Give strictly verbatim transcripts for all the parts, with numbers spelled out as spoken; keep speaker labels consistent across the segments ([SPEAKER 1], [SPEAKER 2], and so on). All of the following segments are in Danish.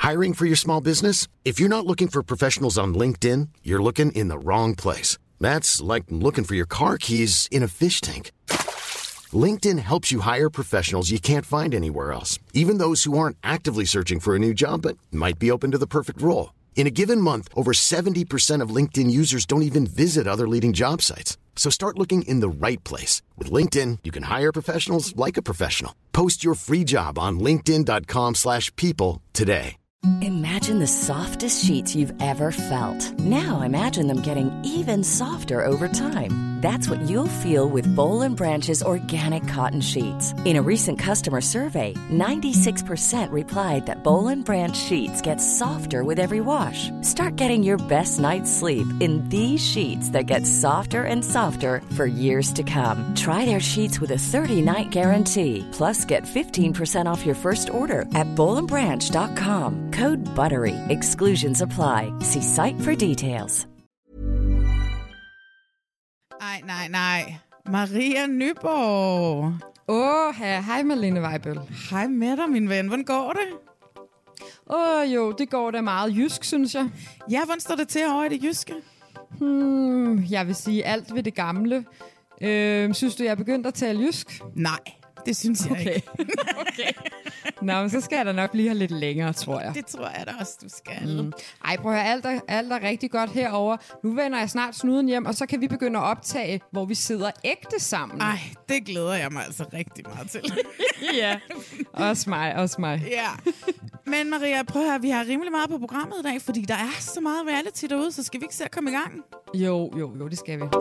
[SPEAKER 1] Hiring for your small business? If you're not looking for professionals on LinkedIn, you're looking in the wrong place. That's like looking for your car keys in a fish tank. LinkedIn helps you hire professionals you can't find anywhere else, even those who aren't actively searching for a new job but might be open to the perfect role. In a given month, over seventy percent of LinkedIn users don't even visit other leading job sites. So start looking in the right place. With LinkedIn, you can hire professionals like a professional. Post your free job on linkedin dot com slash people today.
[SPEAKER 2] Imagine the softest sheets you've ever felt. Now imagine them getting even softer over time. That's what you'll feel with Boll and Branch's organic cotton sheets. In a recent customer survey, ninety-six percent replied that Boll and Branch sheets get softer with every wash. Start getting your best night's sleep in these sheets that get softer and softer for years to come. Try their sheets with a thirty-night guarantee. Plus, get fifteen percent off your first order at boll and branch dot com. Code BUTTERY. Exclusions apply. See site for details.
[SPEAKER 3] Nej, nej, nej. Maria Nyborg.
[SPEAKER 4] Åh, oh, hej Malene Weibøl.
[SPEAKER 3] Hej med dig, min ven. Hvordan går det?
[SPEAKER 4] Åh oh, jo, det går da meget jysk, synes jeg.
[SPEAKER 3] Ja, hvordan står det til over i det jyske?
[SPEAKER 4] Hmm, jeg vil sige alt ved det gamle. Øh, synes du, jeg er begyndt at tale jysk?
[SPEAKER 3] Nej, det synes jeg
[SPEAKER 4] okay.
[SPEAKER 3] ikke.
[SPEAKER 4] Okay. Nå, men så skal jeg da nok blive her lidt længere, tror jeg.
[SPEAKER 3] Det tror jeg da også, du skal.
[SPEAKER 4] Mm. Ej, prøv at høre, alt er, alt er rigtig godt herover. Nu vender jeg snart snuden hjem, og så kan vi begynde at optage, hvor vi sidder ægte sammen.
[SPEAKER 3] Ej, det glæder jeg mig altså rigtig meget til.
[SPEAKER 4] Ja, også mig, også mig.
[SPEAKER 3] Ja. Men Maria, prøv at høre, vi har rimelig meget på programmet i dag, fordi der er så meget reality derude, så skal vi ikke se at komme i gang?
[SPEAKER 4] Jo, jo, jo, det skal vi.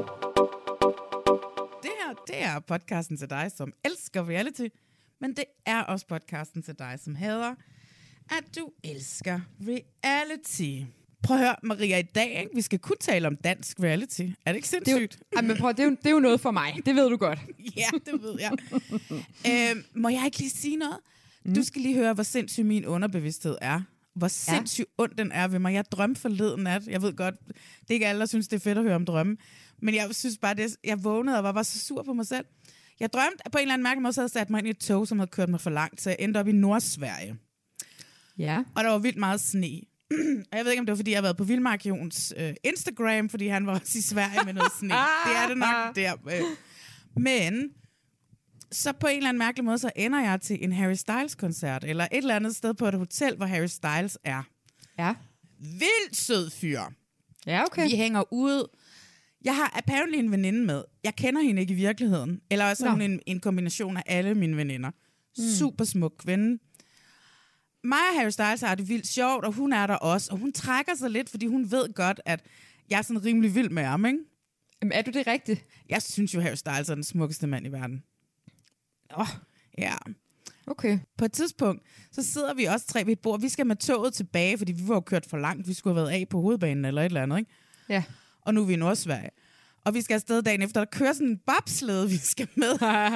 [SPEAKER 3] Det her, det er podcasten til dig, som elsker reality, men det er også podcasten til dig, som hader, at du elsker reality. Prøv at høre, Maria, i dag, ikke? Vi skal kun tale om dansk reality. Er det ikke sindssygt?
[SPEAKER 4] Det er jo, men prøv, det, er jo, det er jo noget for mig. Det ved du godt.
[SPEAKER 3] Ja, det ved jeg. øhm, må jeg ikke lige sige noget? Mm. Du skal lige høre, hvor sindssyg min underbevidsthed er. Hvor sindssygt ja. ond den er ved mig. Jeg drømte forleden nat. Jeg ved godt, det er ikke alle, der synes, det er fedt at høre om drømme. Men jeg synes bare, det, jeg vågnede og var bare så sur på mig selv. Jeg drømte, at på en eller anden mærkelig måde, så havde jeg sat mig ind i et tog, som havde kørt mig for langt, så jeg endte op i Nordsverige.
[SPEAKER 4] Ja.
[SPEAKER 3] Og der var vildt meget sne. Og jeg ved ikke, om det var, fordi jeg har været på Vildmark Jons øh, Instagram, fordi han var også i Sverige med noget sne. Det er det nok der. Øh. Men så på en eller anden mærkelig måde, så ender jeg til en Harry Styles-koncert, eller et eller andet sted på et hotel, hvor Harry Styles er.
[SPEAKER 4] Ja.
[SPEAKER 3] Vildt sød fyr.
[SPEAKER 4] Ja, okay.
[SPEAKER 3] Vi hænger ude. Jeg har apparently en veninde med. Jeg kender hende ikke i virkeligheden. Eller også hun en, en kombination af alle mine veninder. Mm. Super smuk ven. Mig og Harry Styles har det vildt sjovt, og hun er der også. Og hun trækker sig lidt, fordi hun ved godt, at jeg er sådan rimelig vild med ham, ikke?
[SPEAKER 4] Jamen, er du det rigtigt?
[SPEAKER 3] Jeg synes jo, Harry Styles er den smukkeste mand i verden.
[SPEAKER 4] Åh. Oh.
[SPEAKER 3] Ja.
[SPEAKER 4] Okay.
[SPEAKER 3] På et tidspunkt, så sidder vi også tre ved et bord. Vi skal med toget tilbage, fordi vi var jo kørt for langt. Vi skulle have været af på hovedbanen eller et eller andet, ikke?
[SPEAKER 4] Ja.
[SPEAKER 3] Og nu er vi i Nordsverige. Og vi skal afsted dagen efter, der kører sådan en bobslede, vi skal med.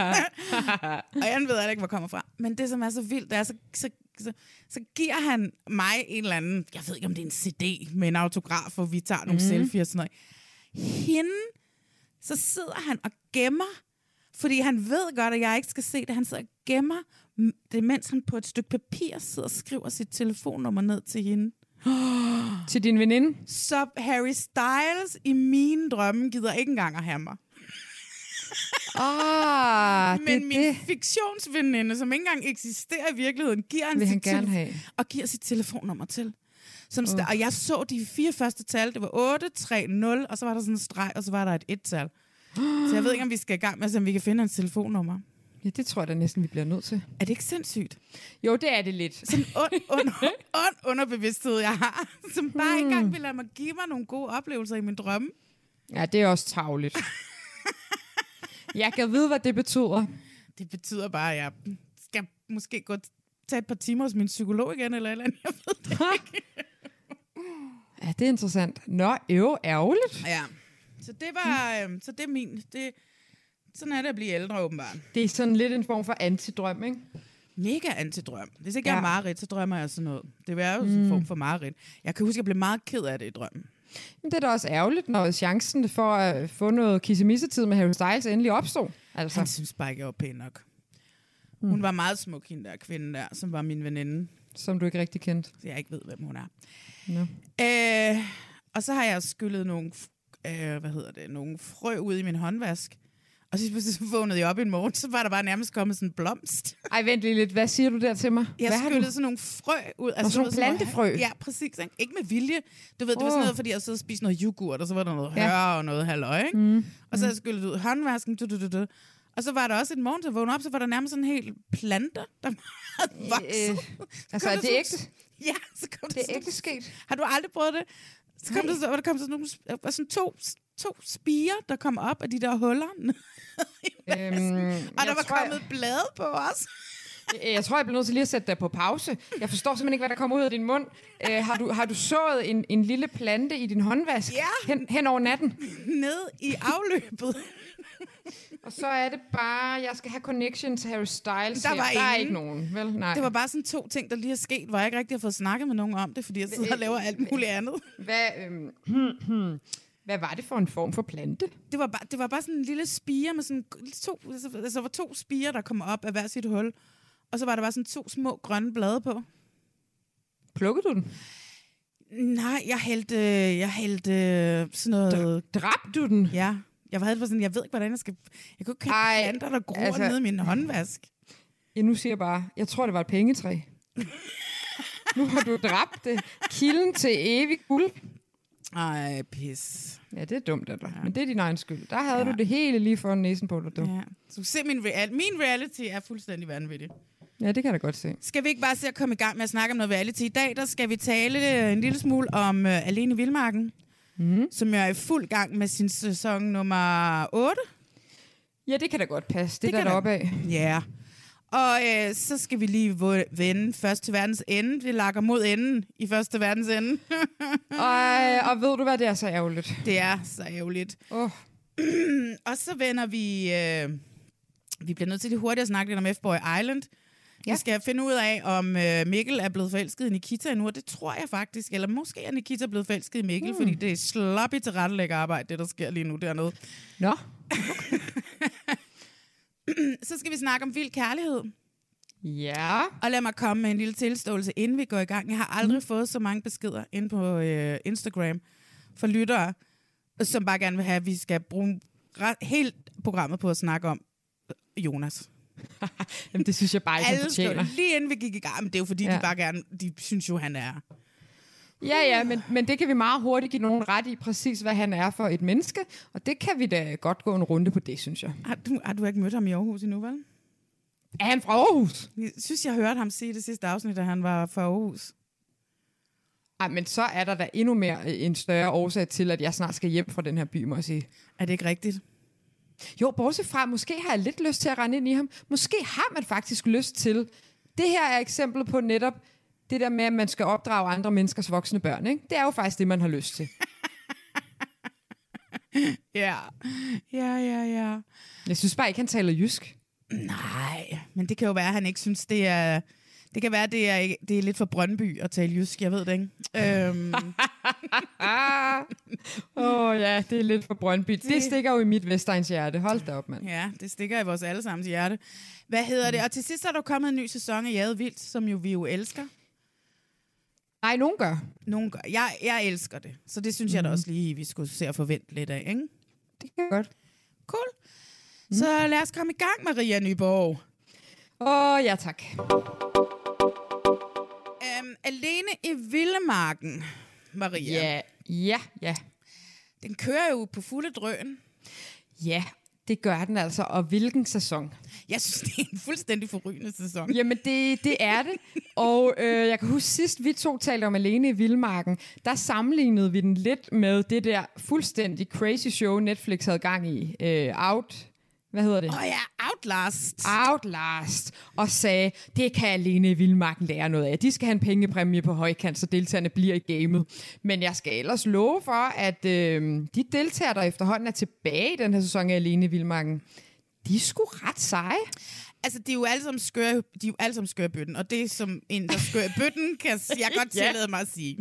[SPEAKER 3] Og jeg ved jeg ikke, hvor kommer fra. Men det, som er så vildt, det er, så, så, så, så giver han mig en eller anden, jeg ved ikke, om det er en C D med en autograf, hvor vi tager nogle mm. selfies og sådan noget. Hende, så sidder han og gemmer, fordi han ved godt, at jeg ikke skal se det. Han sidder og gemmer det, mens han på et stykke papir sidder og skriver sit telefonnummer ned til hende.
[SPEAKER 4] Til din veninde?
[SPEAKER 3] Så Harry Styles i mine drømme gider ikke engang at have mig.
[SPEAKER 4] Ah,
[SPEAKER 3] Men
[SPEAKER 4] det,
[SPEAKER 3] min
[SPEAKER 4] det.
[SPEAKER 3] fiktionsveninde, som ikke engang eksisterer i virkeligheden, giver han,
[SPEAKER 4] Vil
[SPEAKER 3] sit
[SPEAKER 4] han gerne
[SPEAKER 3] telefon-
[SPEAKER 4] have.
[SPEAKER 3] og giver sit telefonnummer til. Som
[SPEAKER 4] Uh.
[SPEAKER 3] sta- og jeg så de fire første tal. Det var otte, tre, nul, og så var der sådan en streg, og så var der et et-tal. Så jeg ved ikke, om vi skal i gang med, om vi kan finde hans telefonnummer.
[SPEAKER 4] Ja, det tror jeg da næsten, vi bliver nødt til.
[SPEAKER 3] Er det ikke sindssygt?
[SPEAKER 4] Jo, det er det lidt.
[SPEAKER 3] Sådan en ond, ond, ond underbevidsthed, jeg har, som bare ikke engang vil lade mig give mig nogle gode oplevelser i min drømme.
[SPEAKER 4] Ja, det er også tarveligt. Jeg kan vide, hvad det betyder.
[SPEAKER 3] Det betyder bare, at jeg skal måske gå tage et par timer hos min psykolog igen, eller eller andet. Jeg ved det ikke.
[SPEAKER 4] Ja, det er interessant. Nå, jo, ærgerligt.
[SPEAKER 3] Ja, så det var, øhm, så det er min, det, sådan er det at blive ældre, åbenbart.
[SPEAKER 4] Det er sådan lidt en form for antidrøm, ikke?
[SPEAKER 3] Mega antidrøm. Hvis ikke
[SPEAKER 4] Ja.
[SPEAKER 3] jeg er mareridt, så drømmer jeg sådan noget. Det er jo mm. en form for mareridt. Jeg kan huske, at jeg blev meget ked af det i drømmen.
[SPEAKER 4] Men det er da også ærgerligt, når chancen for at få noget kissemissetid med Harry Styles endelig opstod. Altså.
[SPEAKER 3] Han synes bare ikke, jeg var pæn nok. Hun mm. var meget smuk, hende der kvinde der, som var min veninde.
[SPEAKER 4] Som du ikke rigtig kendte.
[SPEAKER 3] Jeg ikke ved, hvem hun er.
[SPEAKER 4] No.
[SPEAKER 3] Øh, og så har jeg skyllet nogle, øh, hvad hedder det, nogle frø ud i min håndvask. Og så, så vågnede jeg op en morgen, så var der bare nærmest kommet sådan en blomst.
[SPEAKER 4] Ej, vent lige lidt. Hvad siger du der til mig?
[SPEAKER 3] Jeg
[SPEAKER 4] Hvad
[SPEAKER 3] skyllede sådan nogle frø ud.
[SPEAKER 4] Altså, sådan nogle plantefrø?
[SPEAKER 3] Ja, præcis. Ikke? ikke med vilje. Du ved, det var sådan noget, fordi jeg sad og spiste noget yoghurt, og så var der noget
[SPEAKER 4] ja.
[SPEAKER 3] hør og noget halløj, ikke?
[SPEAKER 4] Mm.
[SPEAKER 3] Og så havde jeg skyllet ud håndvasken. Du, du, du, du. Og så var der også en morgen, så vågnede op, så var der nærmest sådan en hel plante, der havde vokset.
[SPEAKER 4] Øh, altså, er det ægte?
[SPEAKER 3] Ja, så kom
[SPEAKER 4] det er ægte sket.
[SPEAKER 3] Har du aldrig prøvet det? Så kom der, så, der kom sådan, nogle, sådan to, to spirer, der kom op af de der huller. øhm, og der var tror, kommet jeg... blade på os.
[SPEAKER 4] jeg, jeg tror, jeg bliver nødt til lige at sætte dig på pause. Jeg forstår simpelthen ikke, hvad der kommer ud af din mund. Øh, har, du, har du sået en, en lille plante i din håndvask
[SPEAKER 3] ja.
[SPEAKER 4] hen, hen over natten?
[SPEAKER 3] Ned i afløbet.
[SPEAKER 4] Og så er det bare, jeg skal have connection til Harry Styles
[SPEAKER 3] der
[SPEAKER 4] her.
[SPEAKER 3] Var
[SPEAKER 4] der er ikke nogen, vel? Nej.
[SPEAKER 3] Det var bare sådan to ting, der lige er sket, hvor jeg ikke rigtig har fået snakket med nogen om det, fordi jeg sidder og laver alt muligt andet.
[SPEAKER 4] Hvad, øhm, hmm, hmm. Hvad var det for en form for plante?
[SPEAKER 3] Det var bare, det var bare sådan en lille spire med sådan to, altså, altså var to spirer, der kom op af hver sit hul. Og så var der bare sådan to små grønne blade på.
[SPEAKER 4] Plukkede du den?
[SPEAKER 3] Nej, jeg hældte, jeg hældte sådan noget...
[SPEAKER 4] Dræbte du den?
[SPEAKER 3] Ja. Jeg var sådan, jeg ved ikke, hvordan jeg skal... Jeg kunne ikke have planter, der gror altså, nede i min håndvask.
[SPEAKER 4] Ja, nu siger jeg bare, jeg tror, det var et pengetræ. Nu har du dræbt det. Kilden til evig guld.
[SPEAKER 3] Ej, pis.
[SPEAKER 4] Ja, det er dumt af dig. Ja. Men det er din egen skyld. Der havde ja. du det hele lige foran næsen på dig. Du.
[SPEAKER 3] Ja. Så se, min, real- min reality er fuldstændig vanvittig.
[SPEAKER 4] Ja, det kan jeg da godt se.
[SPEAKER 3] Skal vi ikke bare se at komme i gang med at snakke om noget reality? I dag der skal vi tale en lille smule om uh, Alene i Vildmarken, mm. som er i fuld gang med sin sæson nummer otte.
[SPEAKER 4] Ja, det kan da godt passe. Det, det der deroppe af.
[SPEAKER 3] Ja. Og øh, så skal vi lige vende først til verdens ende. Vi lakker mod enden i først til verdens ende.
[SPEAKER 4] og, og ved du hvad, det er så ærgerligt.
[SPEAKER 3] Det er så ærgerligt.
[SPEAKER 4] Oh.
[SPEAKER 3] Og så vender vi... Øh, vi bliver nødt til det hurtigt at snakke lidt om F-Boy Island. Ja. Vi skal finde ud af, om øh, Mikkel er blevet forelsket i Nikita endnu, og det tror jeg faktisk. Eller måske er Nikita blevet forelsket i Mikkel, mm. fordi det er sloppy til rettelægge arbejde, det der sker lige nu dernede.
[SPEAKER 4] Nå.
[SPEAKER 3] Så skal vi snakke om vild kærlighed.
[SPEAKER 4] Ja.
[SPEAKER 3] Og lad mig komme med en lille tilståelse, inden vi går i gang. Jeg har aldrig mm. fået så mange beskeder inde på øh, Instagram for lyttere, som bare gerne vil have, at vi skal bruge ret, helt programmet på at snakke om Jonas.
[SPEAKER 4] Jamen, det synes jeg bare ikke, han fortjener.
[SPEAKER 3] Lige inden vi gik i gang, men det er jo fordi, ja. de bare gerne, de synes jo, han er.
[SPEAKER 4] Ja, ja, men, men det kan vi meget hurtigt give nogen ret i, præcis hvad han er for et menneske, og det kan vi da godt gå en runde på det, synes jeg.
[SPEAKER 3] Har du, har du ikke mødt ham i Aarhus endnu, vel?
[SPEAKER 4] Er han fra Aarhus?
[SPEAKER 3] Jeg synes, jeg hørte ham sige det sidste afsnit, at han var fra Aarhus.
[SPEAKER 4] Ej, men så er der da endnu mere en større årsag til, at jeg snart skal hjem fra den her by, må jeg sige.
[SPEAKER 3] Er det ikke rigtigt?
[SPEAKER 4] Jo, bortset fra, måske har jeg lidt lyst til at rende ind i ham. Måske har man faktisk lyst til. Det her er eksemplet på netop det der med, at man skal opdrage andre menneskers voksne børn, ikke? Det er jo faktisk det, man har lyst til.
[SPEAKER 3] Ja, ja, ja, ja.
[SPEAKER 4] Jeg synes bare ikke, han taler jysk.
[SPEAKER 3] Nej, men det kan jo være, at han ikke synes, det er... Det kan være, at det er, det er lidt for Brøndby at tale jysk. Jeg ved det ikke. Øhm.
[SPEAKER 4] Åh oh, ja, det er lidt for Brøndby. Det, det stikker jo i mit Vestegns hjerte. Hold da op, mand.
[SPEAKER 3] Ja, det stikker i vores allesammens hjerte. Hvad hedder det? Og til sidst er der kommet en ny sæson af Jaget Vildt, som jo vi jo elsker. Nej,
[SPEAKER 4] nogen gør.
[SPEAKER 3] Nogen gør. Jeg, jeg elsker det. Så det synes mm. jeg da også lige, vi skulle se og forvente lidt af, ikke?
[SPEAKER 4] Det kan godt.
[SPEAKER 3] Cool. Mm. Så lad os komme i gang, Maria Nyborg.
[SPEAKER 4] Åh, oh, ja tak.
[SPEAKER 3] Um, Alene i Vildmarken, Maria.
[SPEAKER 4] Ja, ja, ja.
[SPEAKER 3] Den kører jo på fulde drøn.
[SPEAKER 4] Ja, det gør den altså. Og hvilken sæson?
[SPEAKER 3] Jeg synes, det er en fuldstændig forrygende sæson.
[SPEAKER 4] Jamen, det, det er det. Og øh, jeg kan huske sidst, vi to talte om Alene i Vildmarken, der sammenlignede vi den lidt med det der fuldstændig crazy show, Netflix havde gang i. Øh, Out... Hvad hedder det?
[SPEAKER 3] Åh oh ja, Outlast.
[SPEAKER 4] Outlast. Og sagde, det kan Alene i Vildmarken lære noget af. De skal have en pengepræmie på højkant, så deltagerne bliver i gamet. Men jeg skal ellers love for, at øh, de deltagere, der efterhånden er tilbage i den her sæson af Alene i Vildmarken, de er sgu ret seje.
[SPEAKER 3] Altså, de er jo alle sammen skøre, de er jo alle sammen skøre bøtten, og det som en, der skør bøtten, kan jeg godt tillade mig at sige.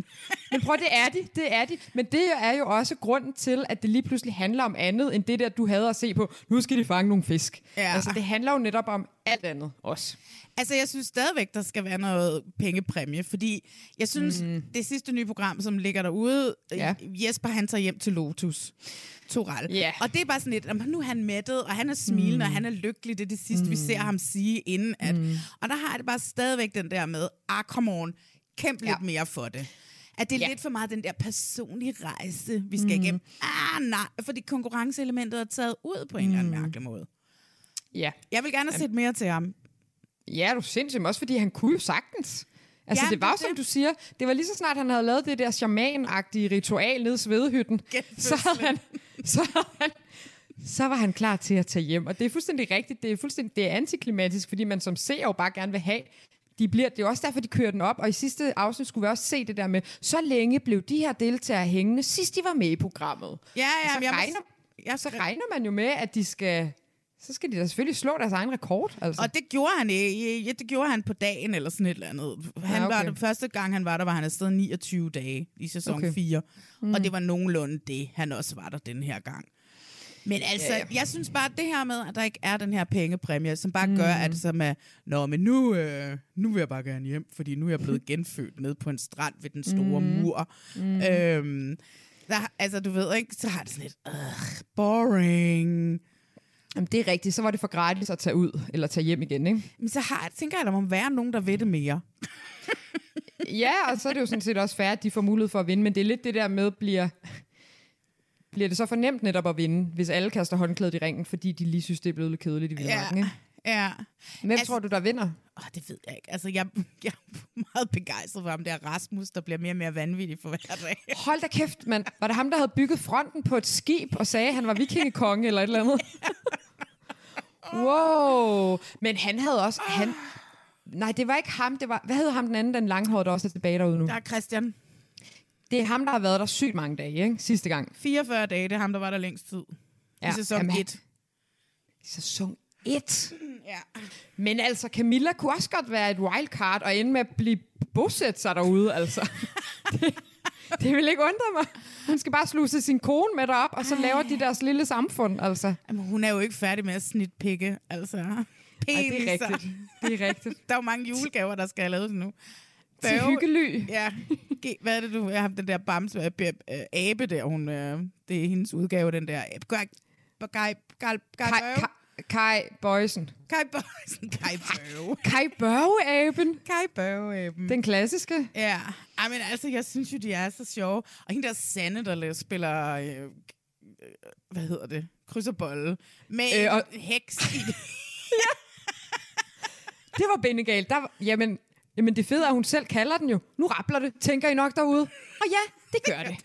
[SPEAKER 4] Men prøv, det er de, det er de. Men det er jo også grunden til, at det lige pludselig handler om andet, end det der, du havde at se på. Nu skal de fange nogle fisk. Ja. Altså, det handler jo netop om alt andet også.
[SPEAKER 3] Altså, jeg synes stadigvæk, der skal være noget pengepræmie, fordi jeg synes, mm. det sidste nye program, som ligger derude, ja. Jesper, han tager hjem til Lotus. Toral. Yeah. Og det er bare sådan lidt, at nu er han mættet, og han er smilende, mm. og han er lykkelig. Det er det sidste, mm. vi ser ham sige inden. At, mm. Og der har jeg det bare stadigvæk den der med, ah, come on, kæmp lidt ja. mere for det. At det er ja. lidt for meget den der personlige rejse, vi skal mm. igennem. Ah, nej, fordi konkurrenceelementet er taget ud på en mm. eller anden mærkelig måde.
[SPEAKER 4] Ja.
[SPEAKER 3] Jeg vil gerne have set mere til ham.
[SPEAKER 4] Ja, du er sindssygt, også fordi han kunne jo sagtens. Altså, ja, det var jo, som du siger, det var lige så snart, han havde lavet det der shaman-agtige ritual nede i Svedehytten, så havde han, så havde han, så var han klar til at tage hjem. Og det er fuldstændig rigtigt, det er fuldstændig det er antiklimatisk, fordi man som seer jo bare gerne vil have, de bliver, det er også derfor, de kører den op, og i sidste afsnit skulle vi også se det der med, så længe blev de her deltagere hængende, sidst de var med i programmet.
[SPEAKER 3] Ja, ja,
[SPEAKER 4] så,
[SPEAKER 3] jeg
[SPEAKER 4] regner, jeg, så regner man jo med, at de skal... Så skal de da selvfølgelig slå deres egen rekord. Altså.
[SPEAKER 3] Og det gjorde han ja, det gjorde han på dagen eller sådan et eller andet. Han ja, okay. var det første gang, han var der, var han afsted niogtyve dage i sæson okay. fire. Mm. Og det var nogenlunde det, han også var der den her gang. Men altså, ja, ja. jeg synes bare, det her med, at der ikke er den her pengepræmie, som bare mm. gør, at det som er, nå, men nu, øh, nu vil jeg bare gerne hjem, fordi nu er jeg blevet genfødt nede på en strand ved den store mm. mur. Mm. Øhm, der, altså, du ved ikke, så har det sådan lidt, øh, boring.
[SPEAKER 4] Jamen, det er rigtigt. Så var det for gratis at tage ud, eller tage hjem igen, ikke?
[SPEAKER 3] Men så har, tænker jeg, der må være nogen, der ved det mere.
[SPEAKER 4] Ja, og så er det jo sådan set også fair, at de får mulighed for at vinde, men det er lidt det der med, bliver, bliver det så for nemt netop at vinde, hvis alle kaster håndklædet i ringen, fordi de lige synes, det er blevet lidt kedeligt i vildmarken, ikke?
[SPEAKER 3] Ja.
[SPEAKER 4] Hvem altså, tror du, der vinder?
[SPEAKER 3] Åh, det ved jeg ikke. Altså, jeg, jeg er meget begejstret for ham der Rasmus, der bliver mere og mere vanvittig for hver dag.
[SPEAKER 4] Hold da kæft, mand. Var det ham, der havde bygget fronten på et skib og sagde, at han var vikingekonge eller et eller andet? Wow. Men han havde også... Han, nej, det var ikke ham. Det var, hvad hedder ham den anden, den langhårede, der også er tilbage derude nu?
[SPEAKER 3] Der er Christian.
[SPEAKER 4] Det er ham, der har været der sygt mange dage, ikke? Sidste gang.
[SPEAKER 3] fireogfyrre dage, det er ham, der var der længst tid. Ja. I sæson et.
[SPEAKER 4] I sæson et?
[SPEAKER 3] Ja.
[SPEAKER 4] Men altså, Camilla kunne også godt være et wildcard og ende med at blive bosætte sig derude, altså. det, det vil ikke undre mig. Hun skal bare sluse sin kone med derop, og så Ej. laver de deres lille samfund, altså.
[SPEAKER 3] Jamen, hun er jo ikke færdig med at snitpikke, altså.
[SPEAKER 4] Ej, det er rigtigt. Det er rigtigt.
[SPEAKER 3] Der er jo mange julegaver, der skal have lavet nu.
[SPEAKER 4] Til hyggelig.
[SPEAKER 3] Ja. Hvad er det, du... Jeg har den der bams, øh, abe der, hun... Øh, det er hendes udgave, den der... Kai... Kai... Kai... Kai...
[SPEAKER 4] Kai Bøjsen.
[SPEAKER 3] Kai Bøjsen. Kai Børge.
[SPEAKER 4] Kai Børge-aben.
[SPEAKER 3] Kai Børge-aben.
[SPEAKER 4] Den klassiske.
[SPEAKER 3] Ja. Ej, men altså, jeg synes jo, de er så sjove. Og hende der Sanne, der spiller... Øh, hvad hedder det? Kryds og bolle. Med øh, og... en heks i det. Ja.
[SPEAKER 4] Det var bindegalt. Der var, jamen, jamen, det fede er, at hun selv kalder den jo. Nu rappler det. Tænker I nok derude? Og ja, det gør det.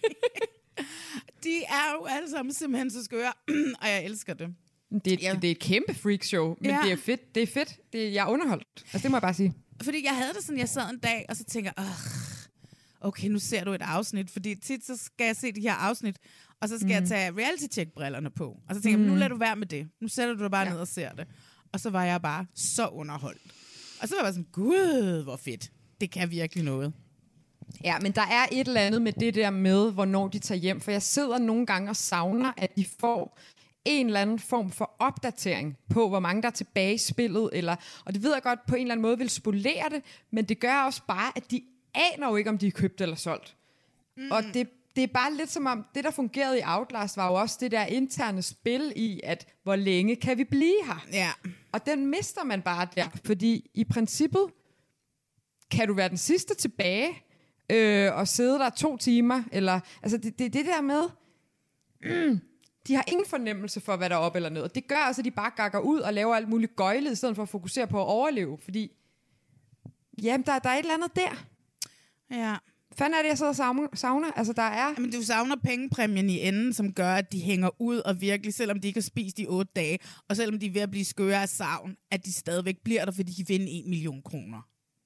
[SPEAKER 3] De er jo alle sammen simpelthen så skøre. Og jeg elsker det.
[SPEAKER 4] Det, ja. det, det er et kæmpe freakshow, men ja. det er fedt. Det er fedt. Det, jeg er underholdt. Altså, det må jeg bare sige.
[SPEAKER 3] Fordi jeg havde det sådan, jeg sad en dag, og så tænker jeg, okay, nu ser du et afsnit. Fordi tit så skal jeg se de her afsnit, og så skal mm. jeg tage reality-check-brillerne på. Og så tænker jeg, mm. nu lader du være med det. Nu sætter du dig bare ja. ned og ser det. Og så var jeg bare så underholdt. Og så var jeg bare sådan, gud, hvor fedt. Det kan virkelig noget.
[SPEAKER 4] Ja, men der er et eller andet med det der med, hvornår de tager hjem. For jeg sidder nogle gange og savner, at de får... en eller anden form for opdatering på, hvor mange der er tilbage i spillet, eller, og det ved jeg godt, på en eller anden måde vil spolere det, men det gør også bare, at de aner jo ikke, om de er købt eller solgt. Mm. Og det, det er bare lidt som om, det der fungerede i Outlast, var jo også det der interne spil i, at hvor længe kan vi blive her?
[SPEAKER 3] Ja.
[SPEAKER 4] Og den mister man bare der, fordi i princippet kan du være den sidste tilbage, øh, og sidde der to timer, eller, altså det, det, det der med... Mm, de har ingen fornemmelse for, hvad der er op eller ned. Og det gør altså, at de bare gakker ud og laver alt muligt gøjlet, i stedet for at fokusere på at overleve. Fordi, jamen, der, der er et eller andet der.
[SPEAKER 3] Ja.
[SPEAKER 4] Fanden er det, jeg sidder og savner? savner? Altså, der er...
[SPEAKER 3] Jamen, du savner pengepræmien i enden, som gør, at de hænger ud, og virkelig, selvom de ikke har spist i otte dage, og selvom de er ved at blive skøre af savn, at de stadigvæk bliver der, fordi de kan vinde en million kroner.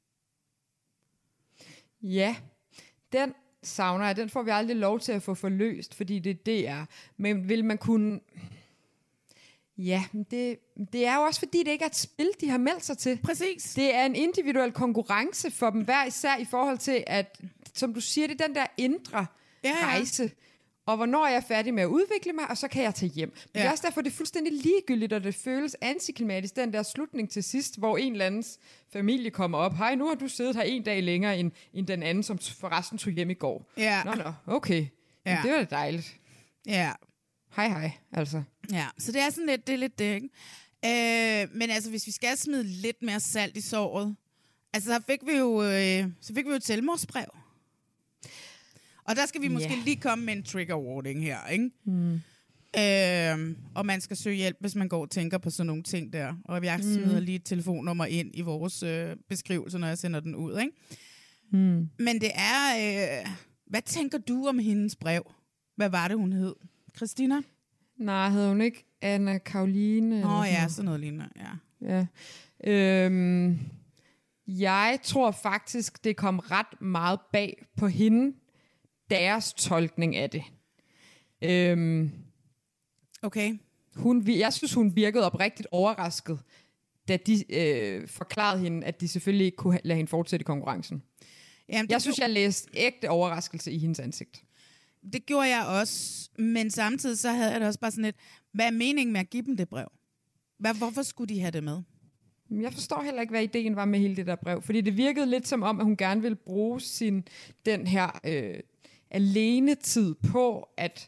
[SPEAKER 4] Ja, den... savner jeg. Den får vi aldrig lov til at få forløst, fordi det det er. Men vil man kunne... Ja, det, det er jo også fordi, det ikke er et spil, de har meldt sig til.
[SPEAKER 3] Præcis.
[SPEAKER 4] Det er en individuel konkurrence for dem hver især i forhold til, at som du siger, det er den der indre
[SPEAKER 3] ja, ja.
[SPEAKER 4] rejse. Og hvornår jeg er færdig med at udvikle mig, og så kan jeg tage hjem. Men ja. Det er også derfor, det er fuldstændig ligegyldigt, og det føles antiklimatisk, den der slutning til sidst, hvor en eller andens familie kommer op. Hej, nu har du siddet her en dag længere, end, end den anden, som forresten tog hjem i går.
[SPEAKER 3] Ja.
[SPEAKER 4] Nå, nå, okay. Ja. Det var da dejligt.
[SPEAKER 3] Ja.
[SPEAKER 4] Hej, hej, altså.
[SPEAKER 3] Ja, så det er sådan lidt det, er lidt det ikke? Øh, men altså, hvis vi skal smide lidt mere salt i såret, altså, så fik vi jo, øh, så fik vi jo et selvmordsbrev. Og der skal vi måske yeah. lige komme med en trigger warning her, ikke? Mm. Øh, og man skal søge hjælp, hvis man går og tænker på sådan nogle ting der. Og jeg smider mm. lige et telefonnummer ind i vores øh, beskrivelse, når jeg sender den ud, ikke? Mm. Men det er... Øh, hvad tænker du om hendes brev? Hvad var det, hun hed? Christina?
[SPEAKER 4] Nej, hed hun ikke Anna Karoline?
[SPEAKER 3] Åh oh, ja, sådan noget lignende, ja.
[SPEAKER 4] ja. Øhm, jeg tror faktisk, det kom ret meget bag på hende, deres tolkning af det. Øhm,
[SPEAKER 3] okay.
[SPEAKER 4] Hun, jeg synes, hun virkede oprigtigt overrasket, da de øh, forklarede hende, at de selvfølgelig ikke kunne lade hende fortsætte konkurrencen. Jamen, jeg synes, jeg læste ægte overraskelse i hendes ansigt.
[SPEAKER 3] Det gjorde jeg også, men samtidig så havde jeg det også bare sådan lidt, hvad er meningen med at give dem det brev? Hvad, hvorfor skulle de have det med?
[SPEAKER 4] Jeg forstår heller ikke, hvad ideen var med hele det der brev, fordi det virkede lidt som om, at hun gerne ville bruge sin, den her øh, alenetid på at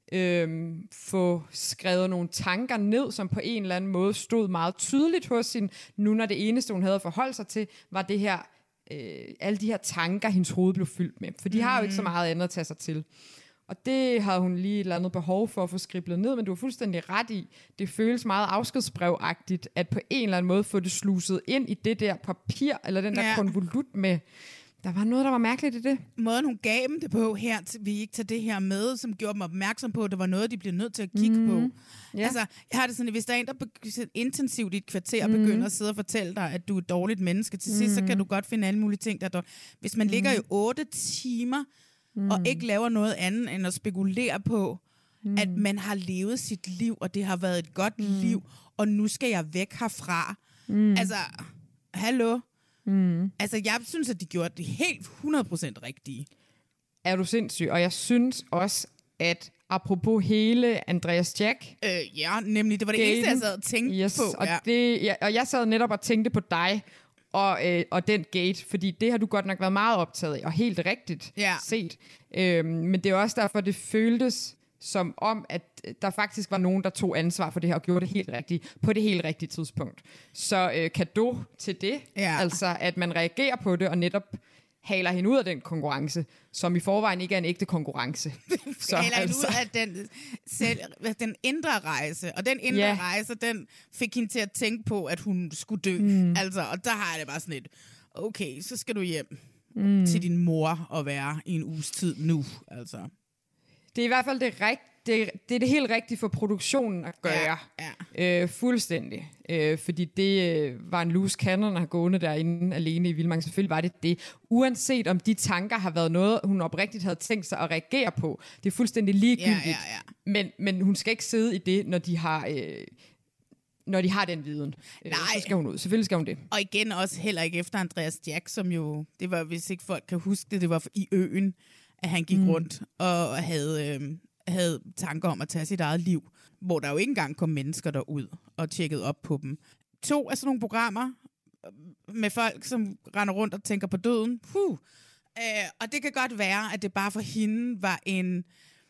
[SPEAKER 4] øh, få skrevet nogle tanker ned, som på en eller anden måde stod meget tydeligt hos hende, nu når det eneste, hun havde at forholde sig til, var det her, øh, alle de her tanker, hendes hoved blev fyldt med. For de mm. har jo ikke så meget andet at tage sig til. Og det havde hun lige et eller andet behov for at få skriblet ned, men du har fuldstændig ret i. Det føles meget afskedsbrevagtigt, at på en eller anden måde få det sluset ind i det der papir, eller den der ja. konvolut med... Der var noget, der var mærkeligt i det.
[SPEAKER 3] Måden, hun gav dem det på her, vi ikke tager det her med, som gjorde dem opmærksom på, at det var noget, de bliver nødt til at kigge mm. på. Ja. Altså, jeg har det sådan, at hvis der er en, der be- intensivt i et kvarter mm. begynder at sidde og fortælle dig, at du er et dårligt menneske, til sidst, mm. så kan du godt finde alle mulige ting, der er dårligt. Hvis man mm. ligger i otte timer, mm. og ikke laver noget andet, end at spekulere på, mm. at man har levet sit liv, og det har været et godt mm. liv, og nu skal jeg væk herfra. Mm. Altså, hallo? Mm. Altså, jeg synes, at de gjorde det helt hundrede procent rigtige.
[SPEAKER 4] Er du sindssyg? Og jeg synes også, at apropos hele Andreas Jack...
[SPEAKER 3] Øh, ja, nemlig. Det var det gaten, eneste, jeg sad og tænkte
[SPEAKER 4] yes,
[SPEAKER 3] på.
[SPEAKER 4] Og,
[SPEAKER 3] ja.
[SPEAKER 4] det, ja, og jeg sad netop og tænkte på dig og, øh, og den gate, fordi det har du godt nok været meget optaget af, og helt rigtigt ja. set. Øhm, men det er også derfor, det føltes som om, at der faktisk var nogen, der tog ansvar for det her og gjorde det helt rigtigt, på det helt rigtige tidspunkt. Så øh, cadeau til det, ja. altså at man reagerer på det, og netop haler hende ud af den konkurrence, som i forvejen ikke er en ægte konkurrence.
[SPEAKER 3] Så haler altså. hende ud af den, selv, den indre rejse, og den indre ja. rejse, den fik hende til at tænke på, at hun skulle dø. Mm. Altså, og der har jeg det bare sådan et, okay, så skal du hjem mm. til din mor og være i en uges tid nu, altså. Det er
[SPEAKER 4] i hvert fald det rigtige. Det, det er det helt rigtige for produktionen at gøre. Ja, ja. Øh, fuldstændig. Øh, fordi det øh, var en loose cannon at have gående derinde alene i Vildmarken. Selvfølgelig var det det. Uanset om de tanker har været noget, hun oprigtigt havde tænkt sig at reagere på. Det er fuldstændig ligegyldigt. Ja, ja, ja. Men, men hun skal ikke sidde i det, når de har... Øh, når de har den viden. Nej. Så skal hun ud. Selvfølgelig skal hun det.
[SPEAKER 3] Og igen også heller ikke efter Andreas Jack, som jo... Det var, hvis ikke folk kan huske det, det var i Øen, at han gik mm. rundt og havde... Øh, havde tanker om at tage sit eget liv, hvor der jo ikke engang kom mennesker derud og tjekkede op på dem. To af sådan nogle programmer med folk, som render rundt og tænker på døden. Huh. Øh, og det kan godt være, at det bare for hende var en,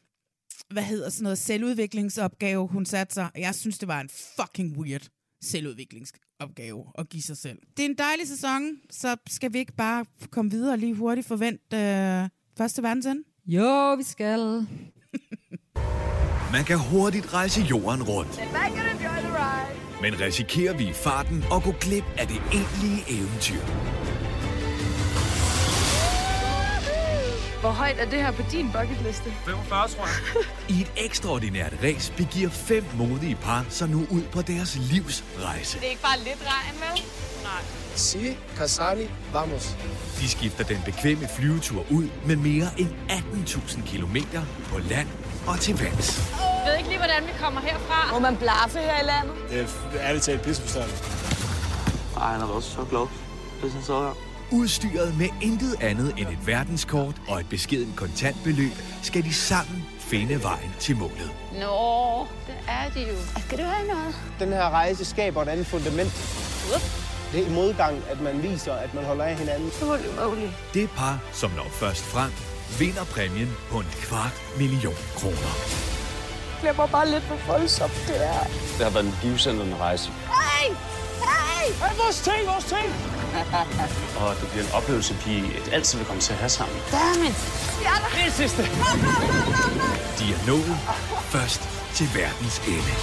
[SPEAKER 3] hvad hedder sådan noget, selvudviklingsopgave, hun satte sig. Jeg synes, det var en fucking weird selvudviklingsopgave at give sig selv. Det er en dejlig sæson, så skal vi ikke bare komme videre og lige hurtigt forvente øh, første verdensende?
[SPEAKER 4] Jo, vi skal.
[SPEAKER 5] Man kan hurtigt rejse jorden rundt. Men risikerer vi i farten at gå glip af det egentlige eventyr?
[SPEAKER 6] Hvor højt er det her på din bucketliste?
[SPEAKER 7] femogfyrre, tror jeg.
[SPEAKER 5] I et ekstraordinært race begiver fem modige par sig nu ud på deres livs rejse.
[SPEAKER 6] Det er ikke bare lidt regn, vel? Nej.
[SPEAKER 7] Si, Casari, vamos.
[SPEAKER 5] De skifter den bekvemme flyvetur ud med mere end atten tusind kilometer på land og til vands.
[SPEAKER 6] Jeg ved ikke lige, hvordan vi kommer herfra. Må man blaffe her i landet?
[SPEAKER 7] Det er ærligt talt pisseforstående.
[SPEAKER 8] Ej, han er også så glad. Det er sådan så her.
[SPEAKER 5] Udstyret med intet andet end et verdenskort og et beskeden kontantbeløb, skal de sammen finde vejen til målet.
[SPEAKER 6] Nå, det er det jo. Skal du have noget?
[SPEAKER 7] Den her rejse skaber et andet fundament. Det er i modgang, at man viser, at man holder af hinanden.
[SPEAKER 5] Det par, som når først frem, vinder præmien på en kvart million kroner.
[SPEAKER 6] Det var bare lidt for voldsomt, det her.
[SPEAKER 8] Det har været en livsændrende rejse.
[SPEAKER 6] Hey! Hey!
[SPEAKER 7] Hey, vores ting, vores ting!
[SPEAKER 8] Og det bliver en oplevelse, vi altid vil komme til at have sammen.
[SPEAKER 6] Dammit!
[SPEAKER 7] Det er sidste.
[SPEAKER 5] De er nået først til verdens ende.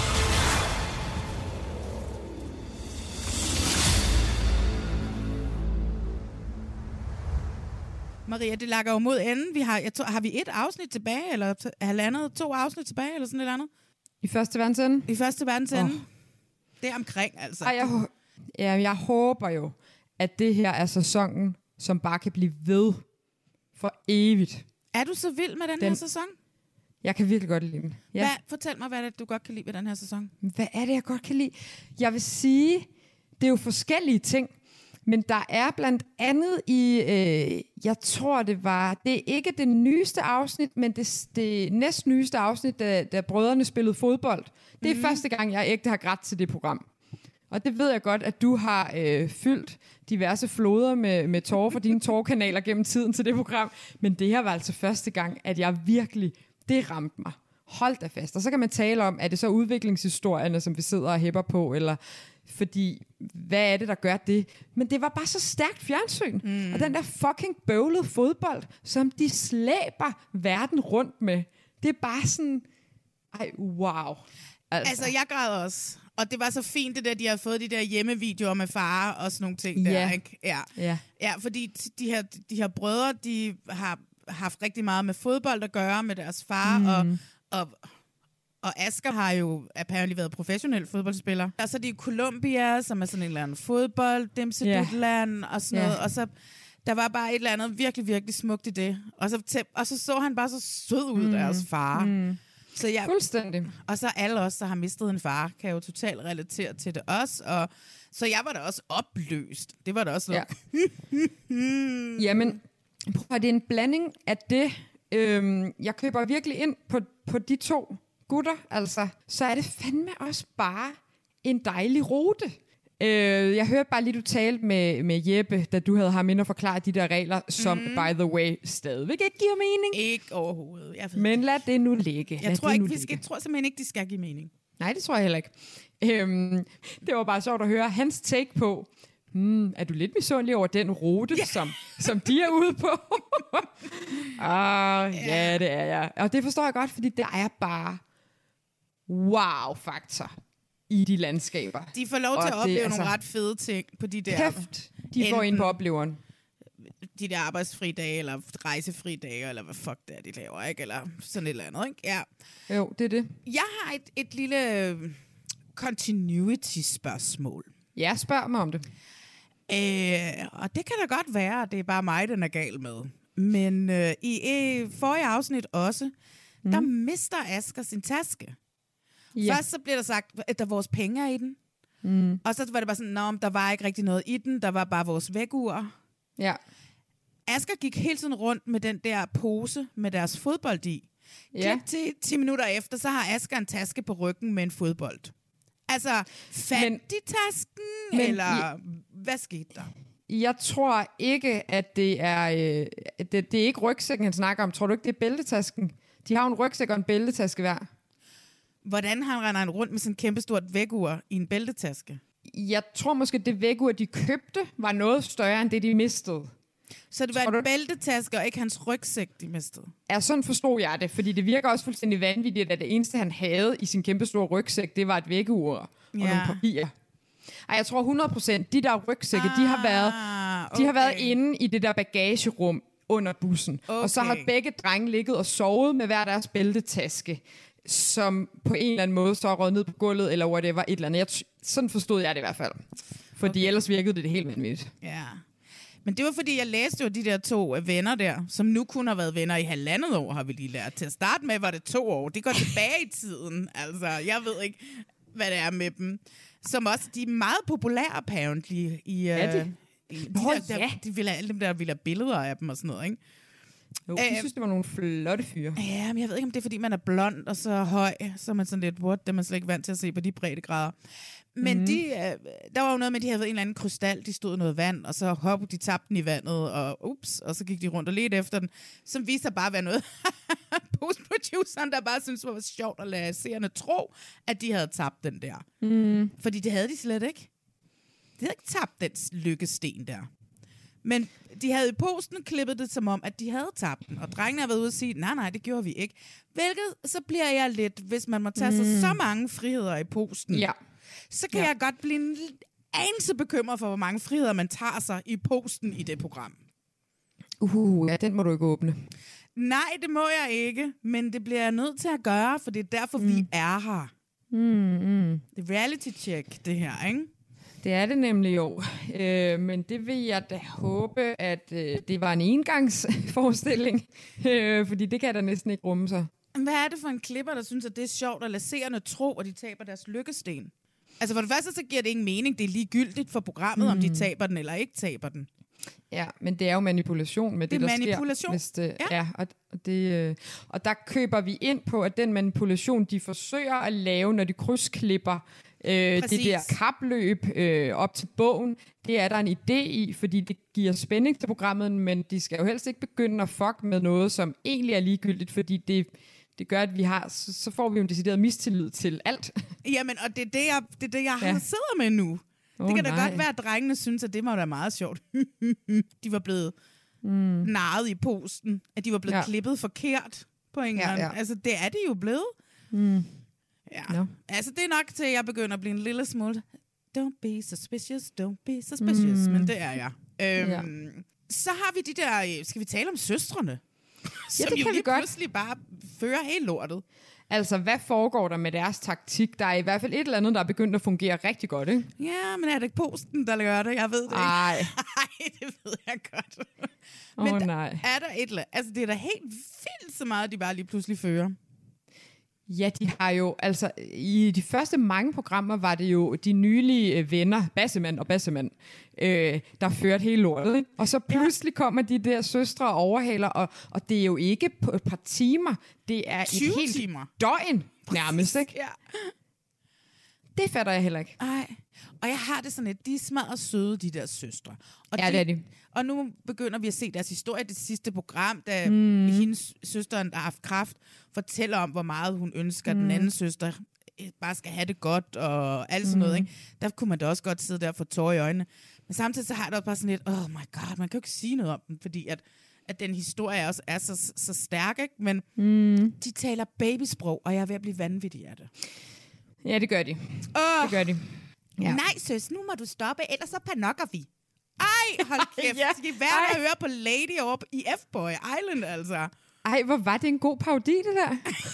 [SPEAKER 3] Maria, det lakker jo mod enden. Vi har, jeg tror, har vi et afsnit tilbage, eller t- halvandet, to afsnit tilbage, eller sådan et eller andet?
[SPEAKER 4] I første verdensende?
[SPEAKER 3] I første verdensende.
[SPEAKER 4] Oh.
[SPEAKER 3] Det er omkring, altså.
[SPEAKER 4] Ej, jeg, ja, jeg håber jo, at det her er sæsonen, som bare kan blive ved for evigt.
[SPEAKER 3] Er du så vild med den, den her sæson?
[SPEAKER 4] Jeg kan virkelig godt lide den. Ja.
[SPEAKER 3] Hvad, fortæl mig, hvad det er, du godt kan lide ved den her sæson.
[SPEAKER 4] Hvad er det, jeg godt kan lide? Jeg vil sige, det er jo forskellige ting. Men der er blandt andet i, øh, jeg tror det var, det er ikke det nyeste afsnit, men det, det næst nyeste afsnit, da, da brødrene spillede fodbold. Det er mm. første gang, jeg ægte har grædt til det program. Og det ved jeg godt, at du har øh, fyldt diverse floder med, med tårer fra dine tårerkanaler gennem tiden til det program. Men det her var altså første gang, at jeg virkelig, det ramte mig. Hold da fast. Og så kan man tale om, er det så udviklingshistorierne, som vi sidder og hæpper på, eller fordi, hvad er det, der gør det? Men det var bare så stærkt fjernsyn. Mm. Og den der fucking bøvlede fodbold, som de slæber verden rundt med, det er bare sådan, ej, wow.
[SPEAKER 3] Altså, altså jeg græd også. Og det var så fint, det der, de har fået de der hjemmevideoer med far og sådan nogle ting der,
[SPEAKER 4] ja.
[SPEAKER 3] ikke? Ja.
[SPEAKER 4] Ja.
[SPEAKER 3] Ja, fordi de her, de her brødre, de har haft rigtig meget med fodbold at gøre med deres far, mm. og, og, og Asger har jo apparently været professionel fodboldspiller. Og så er de i Colombia, som er sådan en eller anden fodbold, Dimsedutland yeah. og sådan noget, yeah. og så der var bare et eller andet virkelig, virkelig smukt i det. Og så, og så så han bare så sød ud, mm. deres far. Mm. Så jeg,
[SPEAKER 4] Fuldstændig.
[SPEAKER 3] Og så alle os, der har mistet en far, kan jo totalt relatere til det også. Og, så jeg var da også opløst. Det var da også noget.
[SPEAKER 4] Ja. Jamen, prøv, det er en blanding af det. Øhm, jeg køber virkelig ind på, på de to gutter. Altså, så er det fandme også bare en dejlig rute. Øh, jeg hørte bare lige, du talte med, med Jeppe, da du havde ham inde og forklare de der regler, som, mm. by the way, stadigvæk ikke giver mening.
[SPEAKER 3] Ikke overhovedet. Jeg
[SPEAKER 4] Men lad det nu ligge.
[SPEAKER 3] Jeg tror, ikke, vi skal, jeg tror simpelthen ikke, de skal give mening.
[SPEAKER 4] Nej, det tror jeg heller ikke. Øhm, det var bare sjovt at høre hans take på, hmm, er du lidt misundelig over den rute, yeah. som, som de er ude på? ah, ja, det er jeg. Og det forstår jeg godt, fordi det er bare wow-faktor i de landskaber.
[SPEAKER 3] De får lov til og at opleve det, altså, nogle ret fede ting på de der...
[SPEAKER 4] Kæft, de får ind på opleveren.
[SPEAKER 3] De der arbejdsfri dage, eller rejsefri dage, eller hvad fuck det er, de laver, ikke? Eller sådan et eller andet, ikke? Ja.
[SPEAKER 4] Jo, det er det.
[SPEAKER 3] Jeg har et, et lille continuity-spørgsmål.
[SPEAKER 4] Ja, spørg mig om det.
[SPEAKER 3] Øh, og det kan da godt være, at det er bare mig, den er gal med. Men øh, i øh, forrige afsnit også, mm. der mister Asger sin taske. Ja. Først så bliver der sagt, at der er vores penge er i den. Mm. Og så var det bare sådan, at der var ikke rigtig noget i den, der var bare vores vægur.
[SPEAKER 4] Ja.
[SPEAKER 3] Asger gik hele tiden rundt med den der pose med deres fodbold i.
[SPEAKER 4] Ja.
[SPEAKER 3] Klip til ti minutter efter, så har Asger en taske på ryggen med en fodbold. Altså, fandt men, de tasken, men, eller I, hvad skete der?
[SPEAKER 4] Jeg tror ikke, at det er... Øh, det, det er ikke rygsækken, han snakker om. Tror du ikke, det er bæltetasken? De har en rygsæk og en bæltetaske hver.
[SPEAKER 3] Hvordan han render han rundt med sådan en kæmpestort vægur i en bæltetaske?
[SPEAKER 4] Jeg tror måske, det vægur, de købte, var noget større end det, de mistede.
[SPEAKER 3] Så det var tror en du? bæltetaske og ikke hans rygsæk, de mistede?
[SPEAKER 4] Ja, sådan forstod jeg det, fordi det virker også fuldstændig vanvittigt, at det eneste, han havde i sin kæmpestore rygsæk, det var et vægur og ja. nogle papirer. Ej, jeg tror hundrede procent, de der rygsække, ah, de, har været, okay. de har været inde i det der bagagerum under bussen. Okay. Og så har begge drenge ligget og sovet med hver deres bæltetaske, som på en eller anden måde så er røget ned på gulvet, eller whatever, et eller andet. Jeg t- sådan forstod jeg det i hvert fald. Fordi okay. ellers virkede det det helt vanvittigt.
[SPEAKER 3] Ja. Men det var fordi, jeg læste jo de der to venner der, som nu kun har været venner i halvandet år, har vi lige lært. Til at starte med var det to år. Det går tilbage i tiden. Altså, jeg ved ikke, hvad det er med dem. Som også, de er meget populære apparently i, uh, De,
[SPEAKER 4] Nå,
[SPEAKER 3] der,
[SPEAKER 4] ja.
[SPEAKER 3] der, de ville have alle dem der ville have billeder af dem og sådan noget, ikke?
[SPEAKER 4] Jo, jeg synes, det var nogle flotte fyre.
[SPEAKER 3] Ja, men jeg ved ikke, om det er, fordi man er blond og så høj, så er man sådan lidt, what, det er man slet ikke vant til at se på de breddegrader. Men mm. de, øh, der var jo noget med, at de havde en eller anden krystal, de stod i noget vand, og så hop, de tabte den i vandet, og ups, og så gik de rundt og ledte efter den, som viste sig bare at være noget. Postproduceren, der bare syntes, det var sjovt at lade seerne tro, at de havde tabt den der. Mm. Fordi det havde de slet ikke. De havde ikke tabt den lykkesten der. Men de havde i posten klippet det som om, at de havde tabt den. Og drengene har været ude og sige, nej, nej, det gjorde vi ikke. Hvilket, så bliver jeg lidt, hvis man må tage mm. sig så mange friheder i posten,
[SPEAKER 4] Ja.
[SPEAKER 3] så kan
[SPEAKER 4] ja.
[SPEAKER 3] jeg godt blive en anelse bekymret for, hvor mange friheder man tager sig i posten i det program.
[SPEAKER 4] Uh, ja, den må du ikke åbne.
[SPEAKER 3] Nej, det må jeg ikke, men det bliver jeg nødt til at gøre, for det er derfor, mm. vi er her.
[SPEAKER 4] Mm, mm.
[SPEAKER 3] Det er reality check, det her, ikke?
[SPEAKER 4] Det er det nemlig jo, øh, men det vil jeg da håbe, at øh, det var en engangsforestilling, øh, fordi det kan der næsten ikke rumme sig.
[SPEAKER 3] Hvad er det for en klipper, der synes, at det er sjovt at lade seerne tro, at de taber deres lykkesten? Altså for det første, så giver det ingen mening. Det er ligegyldigt for programmet, mm. om de taber den eller ikke taber den.
[SPEAKER 4] Ja, men det er jo manipulation med det,
[SPEAKER 3] det
[SPEAKER 4] der
[SPEAKER 3] manipulation.
[SPEAKER 4] sker. Det,
[SPEAKER 3] ja.
[SPEAKER 4] ja, og, og, det, øh, og der køber vi ind på, at den manipulation, de forsøger at lave, når de krydsklipper øh, det der kapløb øh, op til bogen, det er der en idé i, fordi det giver spænding til programmet, men de skal jo helst ikke begynde at fuck med noget, som egentlig er ligegyldigt, fordi det... Det gør, at vi har, så, så får vi jo en decideret mistillid til alt.
[SPEAKER 3] Jamen, og det er det, jeg, det er det, jeg ja. har sidder med nu. Oh, det kan da godt være, at drengene synes, at det må da meget sjovt. De var blevet mm. narret i posten. At de var blevet ja. klippet forkert på en ja, ja. Altså, det er de jo blevet. Mm. Ja. No. Altså, det er nok til, at jeg begynder at blive en lille smule. Don't be suspicious, don't be suspicious. Mm. Men det er jeg. Øhm, ja. Så har vi de der, skal vi tale om søstrene? Som ja, det jo kan lige vi pludselig bare fører helt lortet.
[SPEAKER 4] Altså, hvad foregår der med deres taktik? Der er i hvert fald et eller andet, der er begyndt at fungere rigtig godt, ikke?
[SPEAKER 3] Ja, men er det ikke posten, der gør det? Jeg ved det
[SPEAKER 4] Ej.
[SPEAKER 3] ikke. Nej, det ved jeg godt.
[SPEAKER 4] Åh,
[SPEAKER 3] men
[SPEAKER 4] oh,
[SPEAKER 3] der,
[SPEAKER 4] nej.
[SPEAKER 3] er der et eller andet? Altså, det er da helt vildt så meget, de bare lige pludselig fører.
[SPEAKER 4] Ja, de har jo, altså, i de første mange programmer var det jo de nylige venner, Bassemand og Bassemand, øh, der førte hele lortet, ikke? Og så pludselig ja. kommer de der søstre og overhaler, og, og det er jo ikke på et par timer, det er et helt
[SPEAKER 3] timer.
[SPEAKER 4] døgn nærmest, ikke?
[SPEAKER 3] Ja.
[SPEAKER 4] Det fatter jeg heller ikke.
[SPEAKER 3] Ej. Og jeg har det sådan lidt, de er smadret søde, de der søstre. Og
[SPEAKER 4] ja,
[SPEAKER 3] de,
[SPEAKER 4] det er de.
[SPEAKER 3] Og nu begynder vi at se deres historie i det sidste program, da mm. hendes søster, der har haft kræft, fortæller om, hvor meget hun ønsker, mm. at den anden søster bare skal have det godt, og alt sådan mm. noget, ikke? Der kunne man da også godt sidde der og få tårer i øjnene. Men samtidig så har jeg da også bare sådan lidt, oh my god, man kan jo ikke sige noget om den, fordi at, at den historie også er så, så stærk, ikke? Men mm. de taler babysprog, og jeg er ved at blive vanvittig af det.
[SPEAKER 4] Ja, det gør de.
[SPEAKER 3] Oh.
[SPEAKER 4] Det gør de.
[SPEAKER 3] Ja. Nej, søs, nu må du stoppe, ellers så panokker vi. Ej, hold kæft. ja. Skal I være at høre på Lady over i F-Boy Island, altså?
[SPEAKER 4] Ej, hvor var det en god parodi, det der.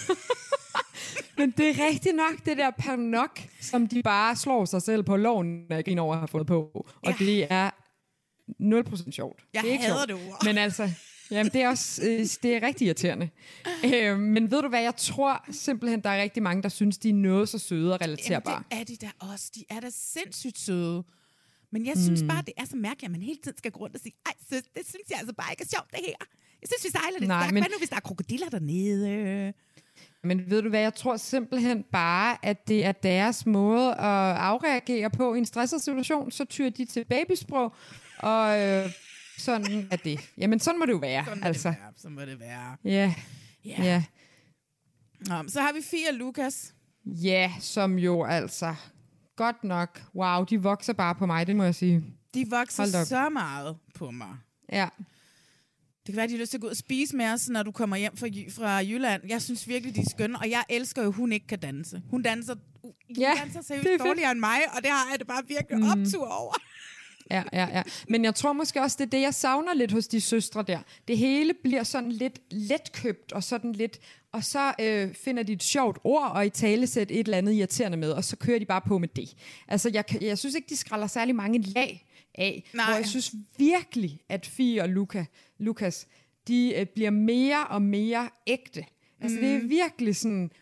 [SPEAKER 4] Men det er rigtigt nok, det der panok, som de bare slår sig selv på loven, jeg griner over at have fået på. Og ja. det er nul procent sjovt.
[SPEAKER 3] Jeg
[SPEAKER 4] det er ikke
[SPEAKER 3] hader
[SPEAKER 4] sjovt.
[SPEAKER 3] det ord.
[SPEAKER 4] Men altså, jamen, det er også øh, det er rigtig irriterende. øh, men ved du hvad, jeg tror simpelthen, der er rigtig mange, der synes, de er noget så søde og relaterbare.
[SPEAKER 3] Jamen, det er de da også. De er da sindssygt søde. Men jeg synes mm. bare, det er så mærkeligt, at man hele tiden skal gå rundt og sige, ej, søs, det synes jeg altså bare ikke er sjovt, det her. Jeg synes, vi sejler lidt stærkt. Men... Hvad nu, hvis der er krokodiller dernede?
[SPEAKER 4] Men ved du hvad, jeg tror simpelthen bare, at det er deres måde at afreagere på i en stresset situation. Så tyrer de til babysprog, og øh, sådan er det. Jamen, sådan må det jo være.
[SPEAKER 3] Sådan må
[SPEAKER 4] altså.
[SPEAKER 3] det være. Sådan må det være.
[SPEAKER 4] Ja.
[SPEAKER 3] Ja.
[SPEAKER 4] ja.
[SPEAKER 3] Nå, så har vi Fie og Lukas.
[SPEAKER 4] Ja, som jo altså... Godt nok. Wow, de vokser bare på mig, det må jeg sige.
[SPEAKER 3] De vokser så meget på mig.
[SPEAKER 4] Ja.
[SPEAKER 3] Det kan være, at de har lyst til at gå ud og spise med os, når du kommer hjem fra, fra Jylland. Jeg synes virkelig, de er skønne, og jeg elsker jo, at hun ikke kan danse. Hun danser, hun
[SPEAKER 4] ja,
[SPEAKER 3] danser seriøst dårligere end mig, og det har jeg det bare virkelig mm. optur over.
[SPEAKER 4] Ja, ja, ja. Men jeg tror måske også, det er det, jeg savner lidt hos de søstre der. Det hele bliver sådan lidt letkøbt, og sådan lidt... Og så øh, finder de et sjovt ord, og i talesæt et eller andet irriterende med, og så kører de bare på med det. Altså, jeg, jeg synes ikke, de skræller særlig mange lag af. Nej. Hvor jeg synes virkelig, at Fie og Luca, Lukas, de øh, bliver mere og mere ægte. Altså, mm. det er virkelig sådan...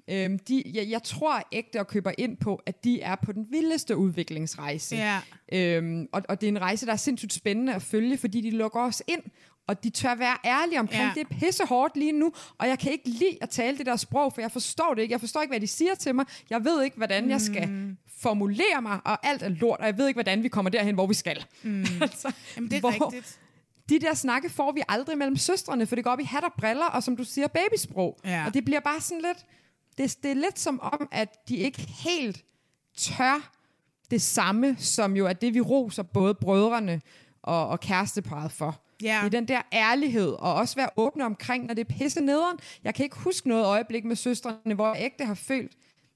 [SPEAKER 4] Øhm, de, jeg, jeg tror ægte og køber ind på, at de er på den vildeste udviklingsrejse.
[SPEAKER 3] Ja.
[SPEAKER 4] Øhm, og, og det er en rejse, der er sindssygt spændende at følge, fordi de lukker os ind, og de tør være ærlige omkring, ja. Det er pissehårdt lige nu, og jeg kan ikke lide at tale det der sprog, for jeg forstår det ikke. Jeg forstår ikke, hvad de siger til mig. Jeg ved ikke, hvordan mm. jeg skal formulere mig, og alt er lort, og jeg ved ikke, hvordan vi kommer derhen, hvor vi skal.
[SPEAKER 3] Mm. altså, Jamen, det er
[SPEAKER 4] hvor,
[SPEAKER 3] rigtigt.
[SPEAKER 4] De der snakke får vi aldrig mellem søstrene, for det går op i hat og briller, og som du siger, babysprog.
[SPEAKER 3] Ja.
[SPEAKER 4] Og det bliver bare sådan lidt... Det, det er lidt som om, at de ikke helt tør det samme, som jo er det, vi roser både brødrene og, og kæresteparret for. Yeah. Det er den der ærlighed, og også være åbne omkring, når det er pisse nederen. Jeg kan ikke huske noget øjeblik med søstrene, hvor jeg ægte har følt,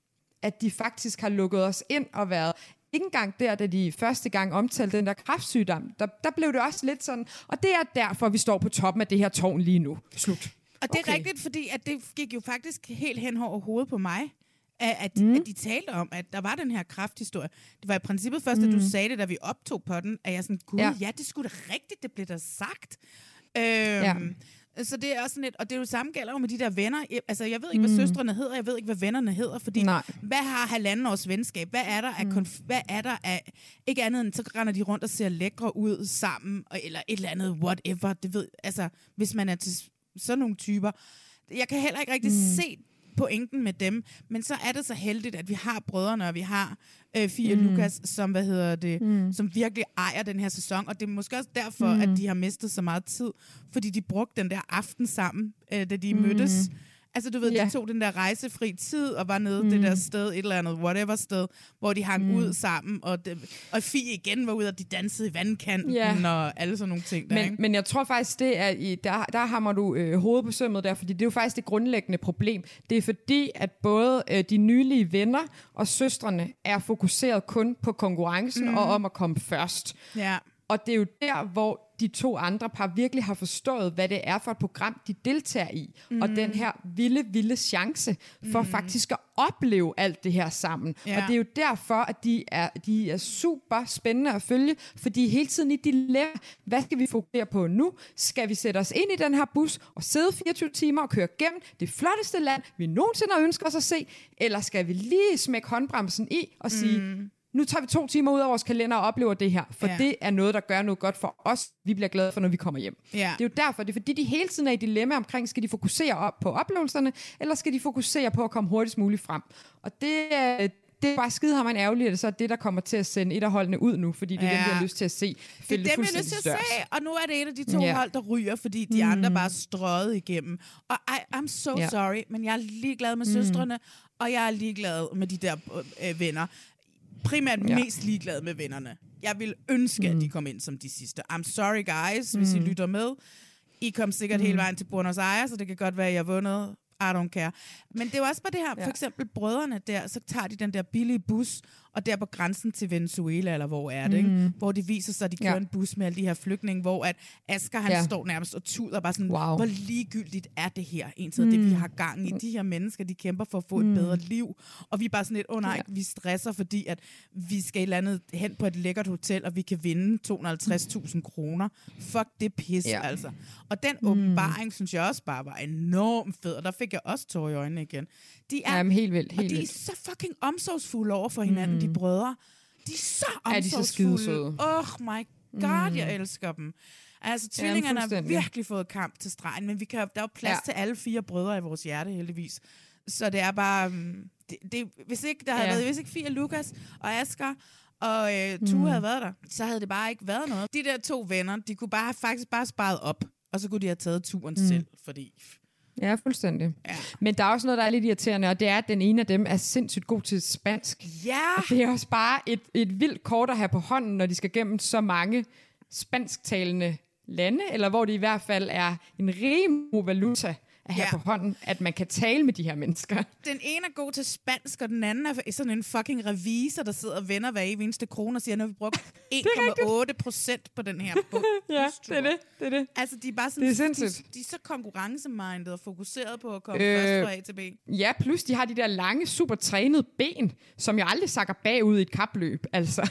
[SPEAKER 4] at de faktisk har lukket os ind og været... Ikke engang der, da de første gang omtalte den der kræftsygdom, der, der blev det også lidt sådan, og det er derfor, vi står på toppen af det her tårn lige nu. Slut.
[SPEAKER 3] Og det er okay. rigtigt, fordi at det gik jo faktisk helt hen over hovedet på mig, at, at, mm. at de talte om, at der var den her kræfthistorie. Det var i princippet først, mm. at du sagde det, da vi optog på den, at jeg sådan, gud, ja, ja det skulle da rigtigt, det blev da sagt. Øhm, ja. Så det er også sådan lidt, og det er jo samme gælder jo med de der venner. Altså, jeg ved ikke, hvad mm. søstrene hedder, jeg ved ikke, hvad vennerne hedder, fordi Nej. hvad har halvanden års venskab? Hvad er der af, mm. konf- hvad er der af, ikke andet end, så render de rundt og ser lækre ud sammen, eller et eller andet, whatever, det ved, altså, hvis man er til sådan nogle typer. Jeg kan heller ikke rigtig mm. se pointen med dem, men så er det så heldigt, at vi har brødrene, og vi har øh, Fie mm. og Lukas, som, hvad hedder det, mm. som virkelig ejer den her sæson, og det er måske også derfor, mm. at de har mistet så meget tid, fordi de brugte den der aften sammen, øh, da de mm. mødtes. Altså, du ved, yeah. de tog den der rejsefri tid, og var nede mm. det der sted, et eller andet, whatever sted, hvor de hang mm. ud sammen, og, det, og Fie igen var ude, og de dansede i vandkanten, yeah. og alle sådan nogle ting der,
[SPEAKER 4] men,
[SPEAKER 3] ikke?
[SPEAKER 4] Men jeg tror faktisk, det er i, der, der hammer du øh, hovedet på sømmet der, fordi det er jo faktisk det grundlæggende problem. Det er fordi, at både øh, de nylige venner og søstrene er fokuseret kun på konkurrencen, mm. og om at komme først.
[SPEAKER 3] Ja.
[SPEAKER 4] Og det er jo der, hvor de to andre par virkelig har forstået, hvad det er for et program, de deltager i. Mm. Og den her vilde, vilde chance for mm. faktisk at opleve alt det her sammen. Ja. Og det er jo derfor, at de er, de er super spændende at følge, fordi hele tiden i dilemma, hvad skal vi fokusere på nu? Skal vi sætte os ind i den her bus og sidde fireogtyve timer og køre gennem det flotteste land, vi nogensinde har ønsket os at se? Eller skal vi lige smække håndbremsen i og sige... Mm. Nu tager vi to timer ud af vores kalender og oplever det her, for ja. det er noget, der gør noget godt for os. Vi bliver glade for, når vi kommer hjem. Ja. Det er jo derfor, det er fordi, de hele tiden er i dilemma omkring, skal de fokusere op på oplevelserne, eller skal de fokusere på at komme hurtigst muligt frem? Og det, det er bare skide ham en ærgerligt, at så er det, der kommer til at sende et af holdene ud nu, fordi det er ja. dem, vi har lyst til at se.
[SPEAKER 3] Det er dem, vi har lyst til at se, og nu er det et af de to ja. hold, der ryger, fordi de mm. andre bare strøget igennem. Og I, I'm so ja. sorry, men jeg er ligeglad med mm. søstrene, og jeg er ligeglad med de der øh, venner. Primært ja. mest ligeglad med vennerne. Jeg vil ønske, mm. at de kom ind som de sidste. I'm sorry guys, hvis mm. I lytter med. I kom sikkert mm. hele vejen til Buenos Aires, så det kan godt være, at jeg har vundet. I don't care. Men det er jo også bare det her, ja. for eksempel brødrene der, så tager de den der billige bus, og der på grænsen til Venezuela, eller hvor er det, mm. ikke? Hvor det viser sig, at de kører ja. en bus med alle de her flygtninge, hvor at Asger, han ja. står nærmest og tuder, bare sådan, wow. hvor ligegyldigt er det her, egentlig, mm. det vi har gang i. De her mennesker, de kæmper for at få mm. et bedre liv, og vi er bare sådan lidt, åh oh, nej, ja. vi stresser, fordi at vi skal et eller andet hen på et lækkert hotel, og vi kan vinde to hundrede og halvtreds tusind kroner. Fuck det pis, ja. altså. Og den mm. åbenbaring, synes jeg også bare var enormt fed, og der fik jeg også tår i øjnene igen. De er,
[SPEAKER 4] Jamen, helt vildt, helt
[SPEAKER 3] og de er
[SPEAKER 4] vildt.
[SPEAKER 3] så fucking omsorgsfulde over for hinanden, mm. de brødre. De er så omsorgsfulde.
[SPEAKER 4] Ja,
[SPEAKER 3] oh my god, mm. jeg elsker dem. Altså, tvillingerne har virkelig fået kamp til stregen, men vi kan, der er jo plads ja. til alle fire brødre i vores hjerte, heldigvis. Så det er bare... Det, det, hvis ikke der havde ja. været, hvis ikke Fie, Lukas og Asger og øh, Tue mm. havde været der, så havde det bare ikke været noget. De der to venner, de kunne bare faktisk bare sparet op, og så kunne de have taget turen mm. selv, fordi...
[SPEAKER 4] Ja, fuldstændig. Ja. Men der er også noget, der er lidt irriterende, og det er, at den ene af dem er sindssygt god til spansk.
[SPEAKER 3] Ja!
[SPEAKER 4] Og det er også bare et, et vildt kort at have på hånden, når de skal gennem så mange spansktalende lande, eller hvor det i hvert fald er en rimelig valuta at have ja. på hånden, at man kan tale med de her mennesker.
[SPEAKER 3] Den ene er god til spansk, og den anden er sådan en fucking revisor, der sidder og vender hver eneste krone og siger, nu har vi brugt en komma otte procent på den her bog.
[SPEAKER 4] Ja, det er det, det er det.
[SPEAKER 3] Altså, de er bare sådan,
[SPEAKER 4] det er de,
[SPEAKER 3] de er så konkurrencemindet og fokuseret på at komme øh, først fra A til B.
[SPEAKER 4] Ja, plus de har de der lange, super trænede ben, som jo aldrig sakker bagud i et kapløb, altså.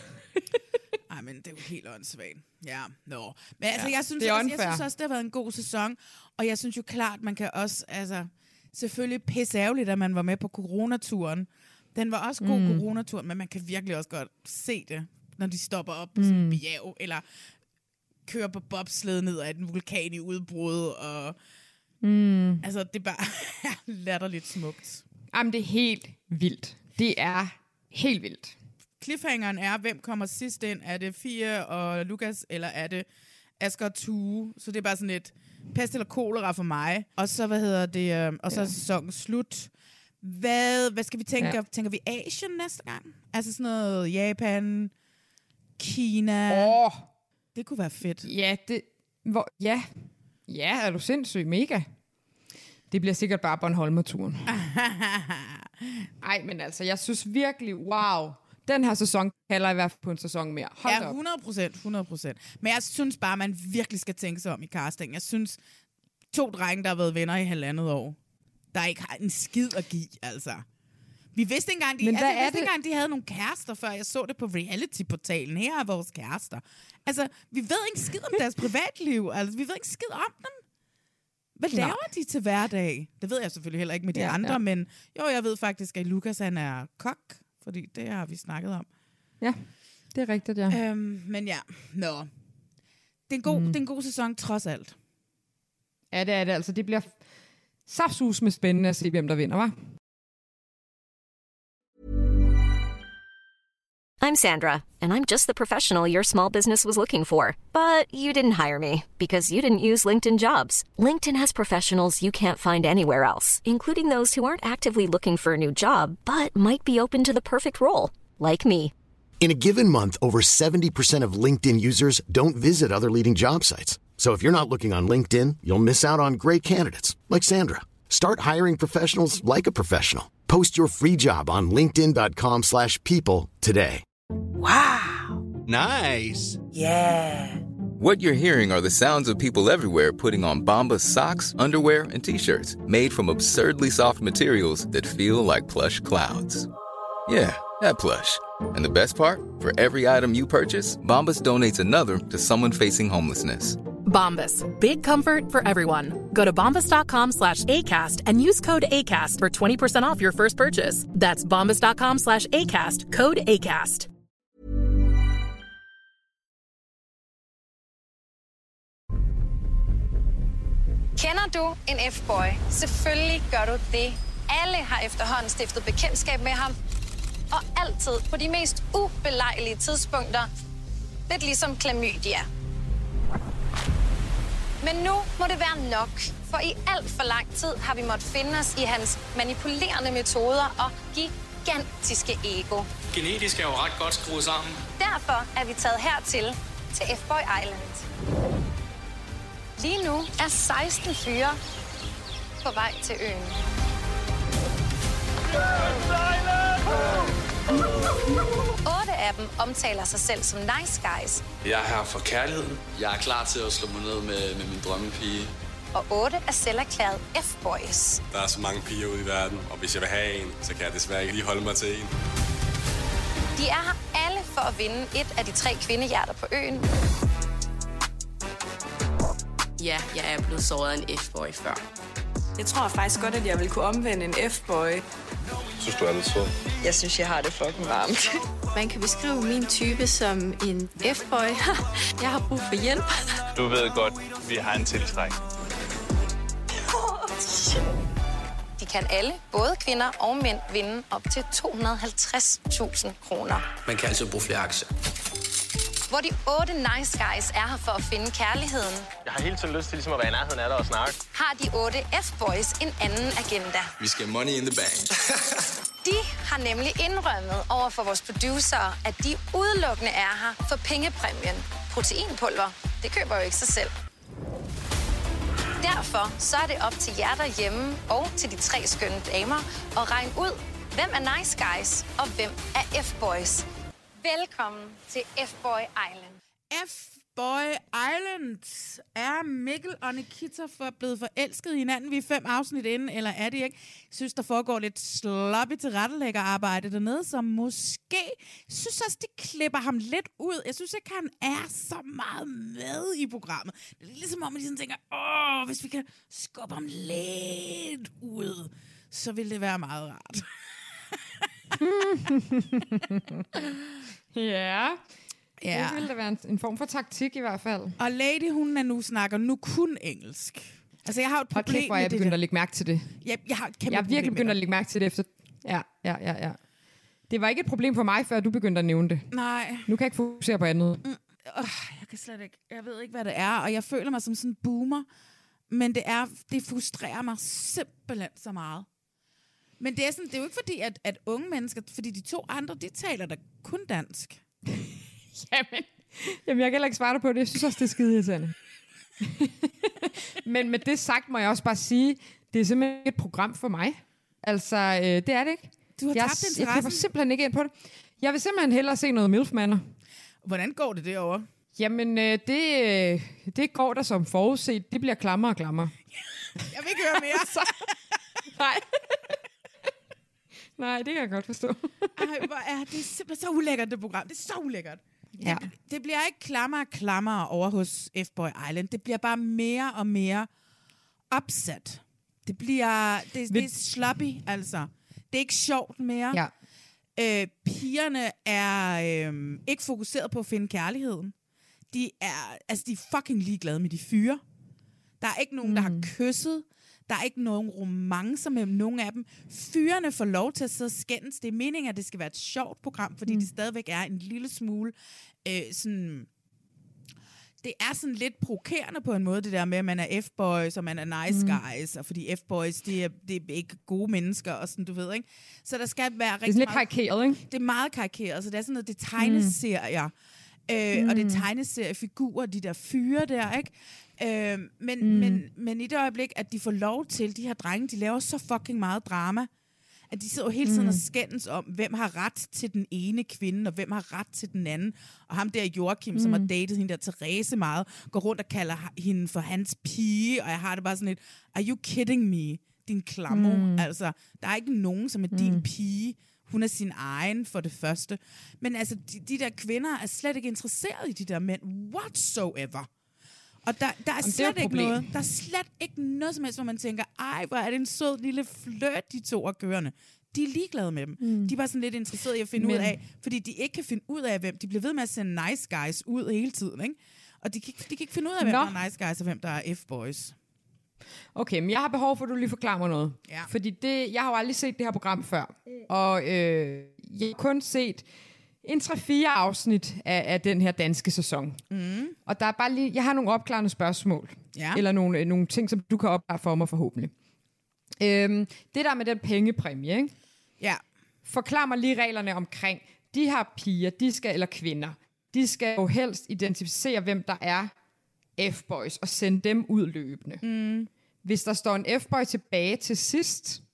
[SPEAKER 3] Ej, men det er jo helt åndssvagt. Ja, nå. No. Men altså,
[SPEAKER 4] ja,
[SPEAKER 3] jeg, synes
[SPEAKER 4] også,
[SPEAKER 3] jeg synes også, det har været en god sæson. Og jeg synes jo klart, man kan også, altså... selvfølgelig pisseærgerligt, at man var med på coronaturen. Den var også god mm. coronatur, men man kan virkelig også godt se det, når de stopper op på mm. sådan en bjerg, eller kører på bobsled ned ad en vulkan i udbrud, og mm. altså, det er bare latterligt smukt.
[SPEAKER 4] Jamen, det er helt vildt. Det er helt vildt.
[SPEAKER 3] Cliffhangeren er, hvem kommer sidst ind? Er det Fie og Lukas, eller er det Asger og Tue? Så det er bare sådan et pest eller kolera for mig. Og så, hvad hedder det, øh, og så ja. er sæsonen slut. Hvad, hvad skal vi tænke? Ja. Tænker vi Asien næste gang? Altså sådan noget Japan, Kina.
[SPEAKER 4] Åh.
[SPEAKER 3] Det kunne være fedt.
[SPEAKER 4] Ja, det, hvor, ja. ja, er du sindssyg? Mega. Det bliver sikkert bare Bornholmer-turen. Ej, men altså, jeg synes virkelig, wow. Den her sæson kalder i hvert fald på en sæson mere. Hold
[SPEAKER 3] ja, hundrede procent, hundrede procent. Men jeg synes bare, man virkelig skal tænke sig om i casting. Jeg synes, to drenge, der har været venner i halvandet år, der ikke har en skid at give, altså. Vi vidste ikke engang, de, altså, jeg vidste ikke engang, de havde nogle kærester, før jeg så det på reality-portalen. Her er vores kærester. Altså, vi ved ikke skid om deres privatliv. Altså, vi ved ikke skid om dem. Hvad laver Nej. de til hverdag? Det ved jeg selvfølgelig heller ikke med de ja, andre, ja. men jo, jeg ved faktisk, at Lukas, han er kok, fordi det har vi snakket om.
[SPEAKER 4] Ja, det er rigtigt, ja.
[SPEAKER 3] Øhm, men ja, nå. Det er en god, mm. det er en god sæson, trods alt.
[SPEAKER 4] Ja, det er det. Altså, det bliver saftsus med spændende at se, hvem der vinder, hva'?
[SPEAKER 9] I'm Sandra, and I'm just the professional your small business was looking for. But you didn't hire me because you didn't use LinkedIn Jobs. LinkedIn has professionals you can't find anywhere else, including those who aren't actively looking for a new job, but might be open to the perfect role, like me.
[SPEAKER 1] In a given month, over seventy percent of LinkedIn users don't visit other leading job sites. So if you're not looking on LinkedIn, you'll miss out on great candidates like Sandra. Start hiring professionals like a professional. Post your free job on linkedin dot com slash people today.
[SPEAKER 10] Wow. Nice.
[SPEAKER 11] Yeah. What you're hearing are the sounds of people everywhere putting on Bombas socks, underwear, and T-shirts made from absurdly soft materials that feel like plush clouds. Yeah, that plush. And the best part? For every item you purchase, Bombas donates another to someone facing homelessness.
[SPEAKER 12] Bombas. Big comfort for everyone. Go to bombas dot com slash ACAST and use code ACAST for twenty percent off your first purchase. That's bombas dot com slash ACAST. Code ACAST.
[SPEAKER 13] Kender du en F-boy? Selvfølgelig gør du det. Alle har efterhånden stiftet bekendtskab med ham. Og altid på de mest ubelejlige tidspunkter. Lidt ligesom klamydia. Men nu må det være nok. For i alt for lang tid har vi måttet finde os i hans manipulerende metoder og gigantiske ego.
[SPEAKER 14] Genetisk er jo ret godt skruet sammen.
[SPEAKER 13] Derfor er vi taget hertil til F-boy Island. Lige nu er seksten fyre på vej til øen. Otte af dem omtaler sig selv som nice guys.
[SPEAKER 14] Jeg er her for kærligheden. Jeg er klar til at slå mig ned med, med min drømmepige.
[SPEAKER 13] Og otte er selv erklæret F-boys.
[SPEAKER 14] Der er så mange piger ude i verden, og hvis jeg vil have en, så kan jeg desværre ikke lige holde mig til en.
[SPEAKER 13] De er her alle for at vinde et af de tre kvindehjerter på øen.
[SPEAKER 15] Ja, jeg er blevet såret af en F-boy før.
[SPEAKER 16] Jeg tror faktisk godt, at jeg vil kunne omvende en F-boy.
[SPEAKER 14] Synes du er lidt sød?
[SPEAKER 16] Jeg synes, jeg har det fucking varmt.
[SPEAKER 17] Man kan beskrive min type som en F-boy. Jeg har brug for hjælp.
[SPEAKER 14] Du ved godt, vi har en tiltræk.
[SPEAKER 13] De kan alle, både kvinder og mænd, vinde op til to hundrede og halvtreds tusind kroner.
[SPEAKER 14] Man kan altså bruge flere aktier.
[SPEAKER 13] Hvor de otte nice guys er her for at finde kærligheden.
[SPEAKER 7] Jeg har hele tiden lyst til ligesom at være i nærheden af dig og snakke.
[SPEAKER 13] Har de otte F-boys en anden agenda.
[SPEAKER 14] Vi skal money in the bank.
[SPEAKER 13] De har nemlig indrømmet over for vores producer, at de udelukkende er her for pengepræmien. Proteinpulver, det køber jo ikke sig selv. Derfor så er det op til jer derhjemme og til de tre skønne damer at regne ud, hvem er nice guys og hvem er F-boys. Velkommen til F-boy Island.
[SPEAKER 3] Boy Island. Er Mikkel og Nikita for blevet forelsket i hinanden? Vi er fem afsnit inde, eller er det ikke? Jeg synes, der foregår lidt sloppy tilrettelæggerarbejde dernede, som måske... Jeg synes også, de klipper ham lidt ud. Jeg synes ikke, han er så meget med i programmet. Det er ligesom om, at de sådan tænker, åh, hvis vi kan skubbe ham lidt ud, så vil det være meget rart.
[SPEAKER 4] Ja...
[SPEAKER 3] Ja.
[SPEAKER 4] Det ville da være en, en form for taktik i hvert fald.
[SPEAKER 3] Og Lady, hun er nu snakker nu kun engelsk. Altså, jeg har et problem
[SPEAKER 4] okay, hvor jeg
[SPEAKER 3] med det.
[SPEAKER 4] begyndt at lægge mærke til det.
[SPEAKER 3] Jeg, jeg har kæmpe
[SPEAKER 4] Jeg er virkelig begyndt at lægge mærke til det efter... Ja, ja, ja, ja. Det var ikke et problem for mig, før du begyndte at nævne det.
[SPEAKER 3] Nej.
[SPEAKER 4] Nu kan jeg ikke fokusere på andet.
[SPEAKER 3] Mm, øh, jeg kan slet ikke... Jeg ved ikke, hvad det er, og jeg føler mig som sådan en boomer. Men det er... Det frustrerer mig simpelthen så meget. Men det er, sådan, det er jo ikke fordi, at, at unge mennesker... Fordi de to andre, de taler da kun dansk.
[SPEAKER 4] Jamen, jamen, jeg kan heller ikke svare dig på det. Jeg synes også, det er skide irriterende. Men med det sagt, må jeg også bare sige, det er simpelthen ikke et program for mig. Altså, øh, det er det ikke.
[SPEAKER 3] Du har
[SPEAKER 4] jeg,
[SPEAKER 3] tabt interessen.
[SPEAKER 4] Jeg køber simpelthen ikke ind på det. Jeg vil simpelthen hellere se noget Milfmander.
[SPEAKER 3] Hvordan går det derovre?
[SPEAKER 4] Jamen, øh, det, øh, det går der som forudset. Det bliver klammer og klammer.
[SPEAKER 3] Jeg vil ikke høre mere.
[SPEAKER 4] Så, nej. Nej, det kan jeg godt forstå.
[SPEAKER 3] Ej, hvor er det simpelthen så ulækkert, det program. Det er så ulækkert.
[SPEAKER 4] Ja.
[SPEAKER 3] Det, det bliver ikke klammer og klammer over hos F-Boy Island. Det bliver bare mere og mere upset. Det bliver... Det, det er sloppy, altså. Det er ikke sjovt mere.
[SPEAKER 4] Ja.
[SPEAKER 3] Øh, pigerne er øh, ikke fokuseret på at finde kærligheden. De er, altså, de er fucking ligeglade med de fyre. Der er ikke nogen, mm. der har kysset. Der er ikke nogen romancer mellem nogen af dem. Fyrene får lov til at sidde og skændes. Det er meningen, at det skal være et sjovt program, fordi mm. det stadigvæk er en lille smule øh, sådan... Det er sådan lidt provokerende på en måde, det der med, at man er F-boys, og man er nice guys, mm. og fordi F-boys, det er, det er ikke gode mennesker, og sådan, du ved, ikke? Så der skal være rigtig
[SPEAKER 4] det er lidt karikeret, ikke?
[SPEAKER 3] Det er meget karikeret, så det er sådan noget, det er tegneserier, mm. øh, mm. og det er tegneseriefigurer, de der fyre der, ikke? Øh, men, mm. men, men i det øjeblik, at de får lov til, de her drenge, de laver så fucking meget drama, at de sidder jo hele tiden mm. og skændes om, hvem har ret til den ene kvinde, og hvem har ret til den anden. Og ham der Joachim, mm. som har datet hende der Therese meget, går rundt og kalder hende for hans pige, og jeg har det bare sådan lidt, are you kidding me, din klammer? Mm. Altså, der er ikke nogen, som er mm. din pige. Hun er sin egen for det første. Men altså, de, de der kvinder er slet ikke interesseret i de der mænd, whatsoever. Og der, der er
[SPEAKER 4] Jamen,
[SPEAKER 3] slet
[SPEAKER 4] er
[SPEAKER 3] ikke noget, der er slet ikke noget som helst, hvor man tænker, ej, hvor er det en sød lille flørt, de to er kørende. De er ligeglade med dem. Mm. De er bare sådan lidt interesserede i at finde Men. ud af, fordi de ikke kan finde ud af, hvem. De bliver ved med at sende nice guys ud hele tiden, ikke? Og de kan, de kan ikke finde ud af, hvem Nå. der er nice guys, og hvem der er F-boys.
[SPEAKER 4] Okay, men jeg har behov for, at du lige forklarer mig noget.
[SPEAKER 3] Ja.
[SPEAKER 4] Fordi det, jeg har jo aldrig set det her program før. Mm. Og øh, jeg har kun set en tre-fire afsnit af, af den her danske sæson. Mm. Og der er bare lige, jeg har nogle opklarende spørgsmål. Ja. Eller nogle, øh, nogle ting, som du kan opklare for mig forhåbentlig. Øhm, det der med den pengepræmie, ikke?
[SPEAKER 3] Ja.
[SPEAKER 4] Forklar mig lige reglerne omkring, de her piger, de skal, eller kvinder, de skal jo helst identificere, hvem der er F-boys, og sende dem ud løbende. Mm. Hvis der står en F-boy tilbage til sidst,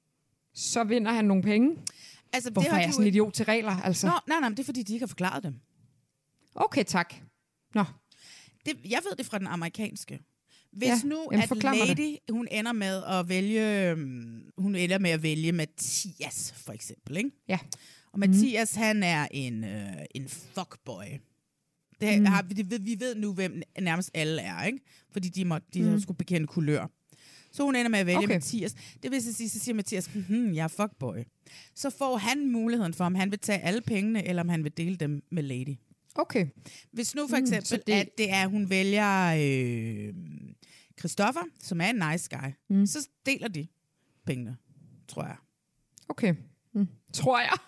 [SPEAKER 4] så vinder han nogle penge.
[SPEAKER 3] Altså,
[SPEAKER 4] Hvorfor
[SPEAKER 3] det
[SPEAKER 4] er jeg sådan en idiot til regler? Altså?
[SPEAKER 3] Nå, nej, nej, det er fordi, de ikke har forklaret dem.
[SPEAKER 4] Okay, tak. Nå.
[SPEAKER 3] Det, jeg ved det fra den amerikanske. Hvis
[SPEAKER 4] ja,
[SPEAKER 3] nu,
[SPEAKER 4] jamen,
[SPEAKER 3] at Lady, hun ender med at vælge, hun ender med at vælge Mathias, for eksempel, ikke?
[SPEAKER 4] Ja.
[SPEAKER 3] Og Mathias, mm. han er en, øh, en fuckboy. Det, mm. har, vi, vi ved nu, hvem nærmest alle er, ikke? Fordi de, må, de mm. skulle bekende kulør. Så hun ender med at vælge okay. Mathias. Det vil sige, så siger Mathias, hm, jeg er fuckboy. Så får han muligheden for, om han vil tage alle pengene, eller om han vil dele dem med Lady.
[SPEAKER 4] Okay.
[SPEAKER 3] Hvis nu for eksempel, mm, det... at det er, hun vælger øh, Christoffer, som er en nice guy, mm. så deler de pengene, tror jeg.
[SPEAKER 4] Okay. Mm. Tror jeg.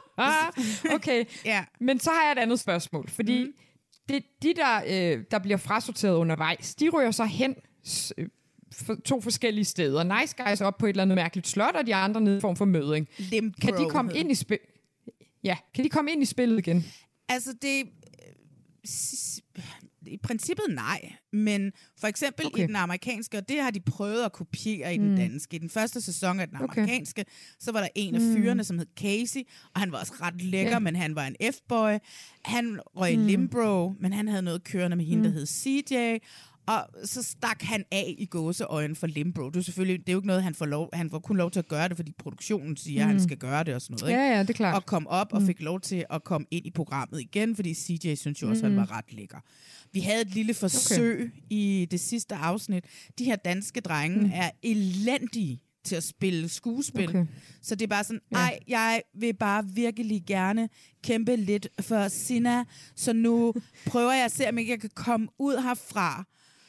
[SPEAKER 4] Okay.
[SPEAKER 3] Ja.
[SPEAKER 4] Men så har jeg et andet spørgsmål, fordi mm. det, de, der, øh, der bliver frasorteret undervejs, de ryger så hen øh, for to forskellige steder. Nice guys op på et eller andet mærkeligt slot, og de andre nede i form for møding.
[SPEAKER 3] Limpro.
[SPEAKER 4] Kan de komme ind i spil? Ja, kan de komme ind i spillet igen?
[SPEAKER 3] Altså, det... i princippet nej, men for eksempel okay. i den amerikanske, og det har de prøvet at kopiere i den mm. danske. I den første sæson af den amerikanske, okay. så var der en af fyrene, mm. som hed Casey, og han var også ret lækker, yeah. men han var en F-boy. Han røg mm. limbro, men han havde noget kørende med hende, mm. der hed C J, og så stak han af i gåseøjen for limbro. Det er selvfølgelig, det er jo ikke noget, han får lov, han får kun lov til at gøre det, fordi produktionen siger, mm. at han skal gøre det og sådan noget. Ikke?
[SPEAKER 4] Ja, ja, det er klart.
[SPEAKER 3] Og kom op mm. og fik lov til at komme ind i programmet igen, fordi C J synes jo også, mm. at han var ret lækker. Vi havde et lille forsøg okay. i det sidste afsnit. De her danske drenge mm. er elendige til at spille skuespil. Okay. Så det er bare sådan, ej, jeg vil bare virkelig gerne kæmpe lidt for Sina, så nu prøver jeg at se, om jeg kan komme ud herfra.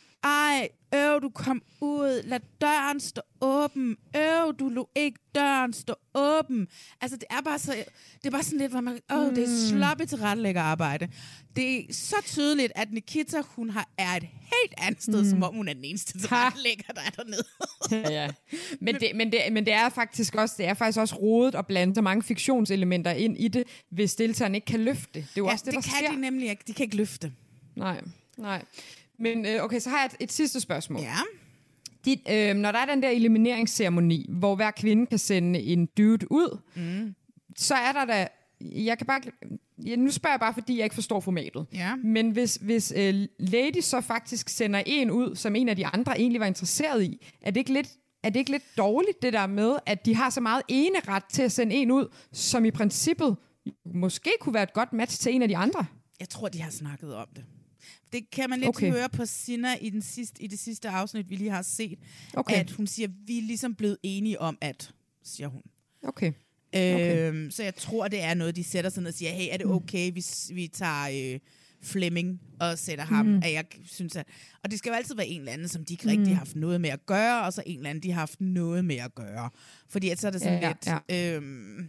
[SPEAKER 3] Ej, øv, du kom ud. Lad døren stå åben. Øv, du lå ikke døren stå åben. Altså, det er bare så... Det er bare sådan lidt, hvor man... Åh, mm. det er sloppy til rettelæggerarbejde. Det er så tydeligt, at Nikita, hun har, er et helt andet sted, mm. som om hun er den eneste til rettelægger, der er dernede.
[SPEAKER 4] ja, ja. Men, det, men, det, men det er faktisk også, det er faktisk også rodet at blande så mange fiktionselementer ind i det, hvis deltagerne ikke kan løfte det. Det er jo
[SPEAKER 3] ja,
[SPEAKER 4] også det,
[SPEAKER 3] det
[SPEAKER 4] der
[SPEAKER 3] kan
[SPEAKER 4] sker.
[SPEAKER 3] de nemlig ikke. De kan ikke løfte.
[SPEAKER 4] Nej, nej. Men øh, okay, så har jeg et, et sidste spørgsmål.
[SPEAKER 3] Ja.
[SPEAKER 4] Dit, øh, når der er den der elimineringsceremoni, hvor hver kvinde kan sende en dude ud, mm. så er der da... Jeg kan bare... Ja, nu spørger jeg bare, fordi jeg ikke forstår formatet.
[SPEAKER 3] Ja.
[SPEAKER 4] Men hvis, hvis øh, Lady så faktisk sender en ud, som en af de andre egentlig var interesseret i, er det ikke lidt... Er det ikke lidt dårligt, det der med, at de har så meget eneret til at sende en ud, som i princippet måske kunne være et godt match til en af de andre?
[SPEAKER 3] Jeg tror, de har snakket om det. Det kan man lidt
[SPEAKER 4] okay.
[SPEAKER 3] høre på Sina i, den sidste, i det sidste afsnit, vi lige har set.
[SPEAKER 4] Okay.
[SPEAKER 3] At hun siger, vi er ligesom blevet enige om, at, siger hun.
[SPEAKER 4] Okay.
[SPEAKER 3] Øhm,
[SPEAKER 4] okay.
[SPEAKER 3] Så jeg tror, det er noget, de sætter sig ned og siger, hey, er det okay, mm. hvis vi tager øh, Flemming og sætter ham? Mm. At jeg synes, at, og det skal jo altid være en eller anden, som de ikke rigtig har haft noget med at gøre, og så en eller anden, de har haft noget med at gøre. Fordi at så er det sådan
[SPEAKER 4] ja,
[SPEAKER 3] lidt...
[SPEAKER 4] Ja.
[SPEAKER 3] Øhm,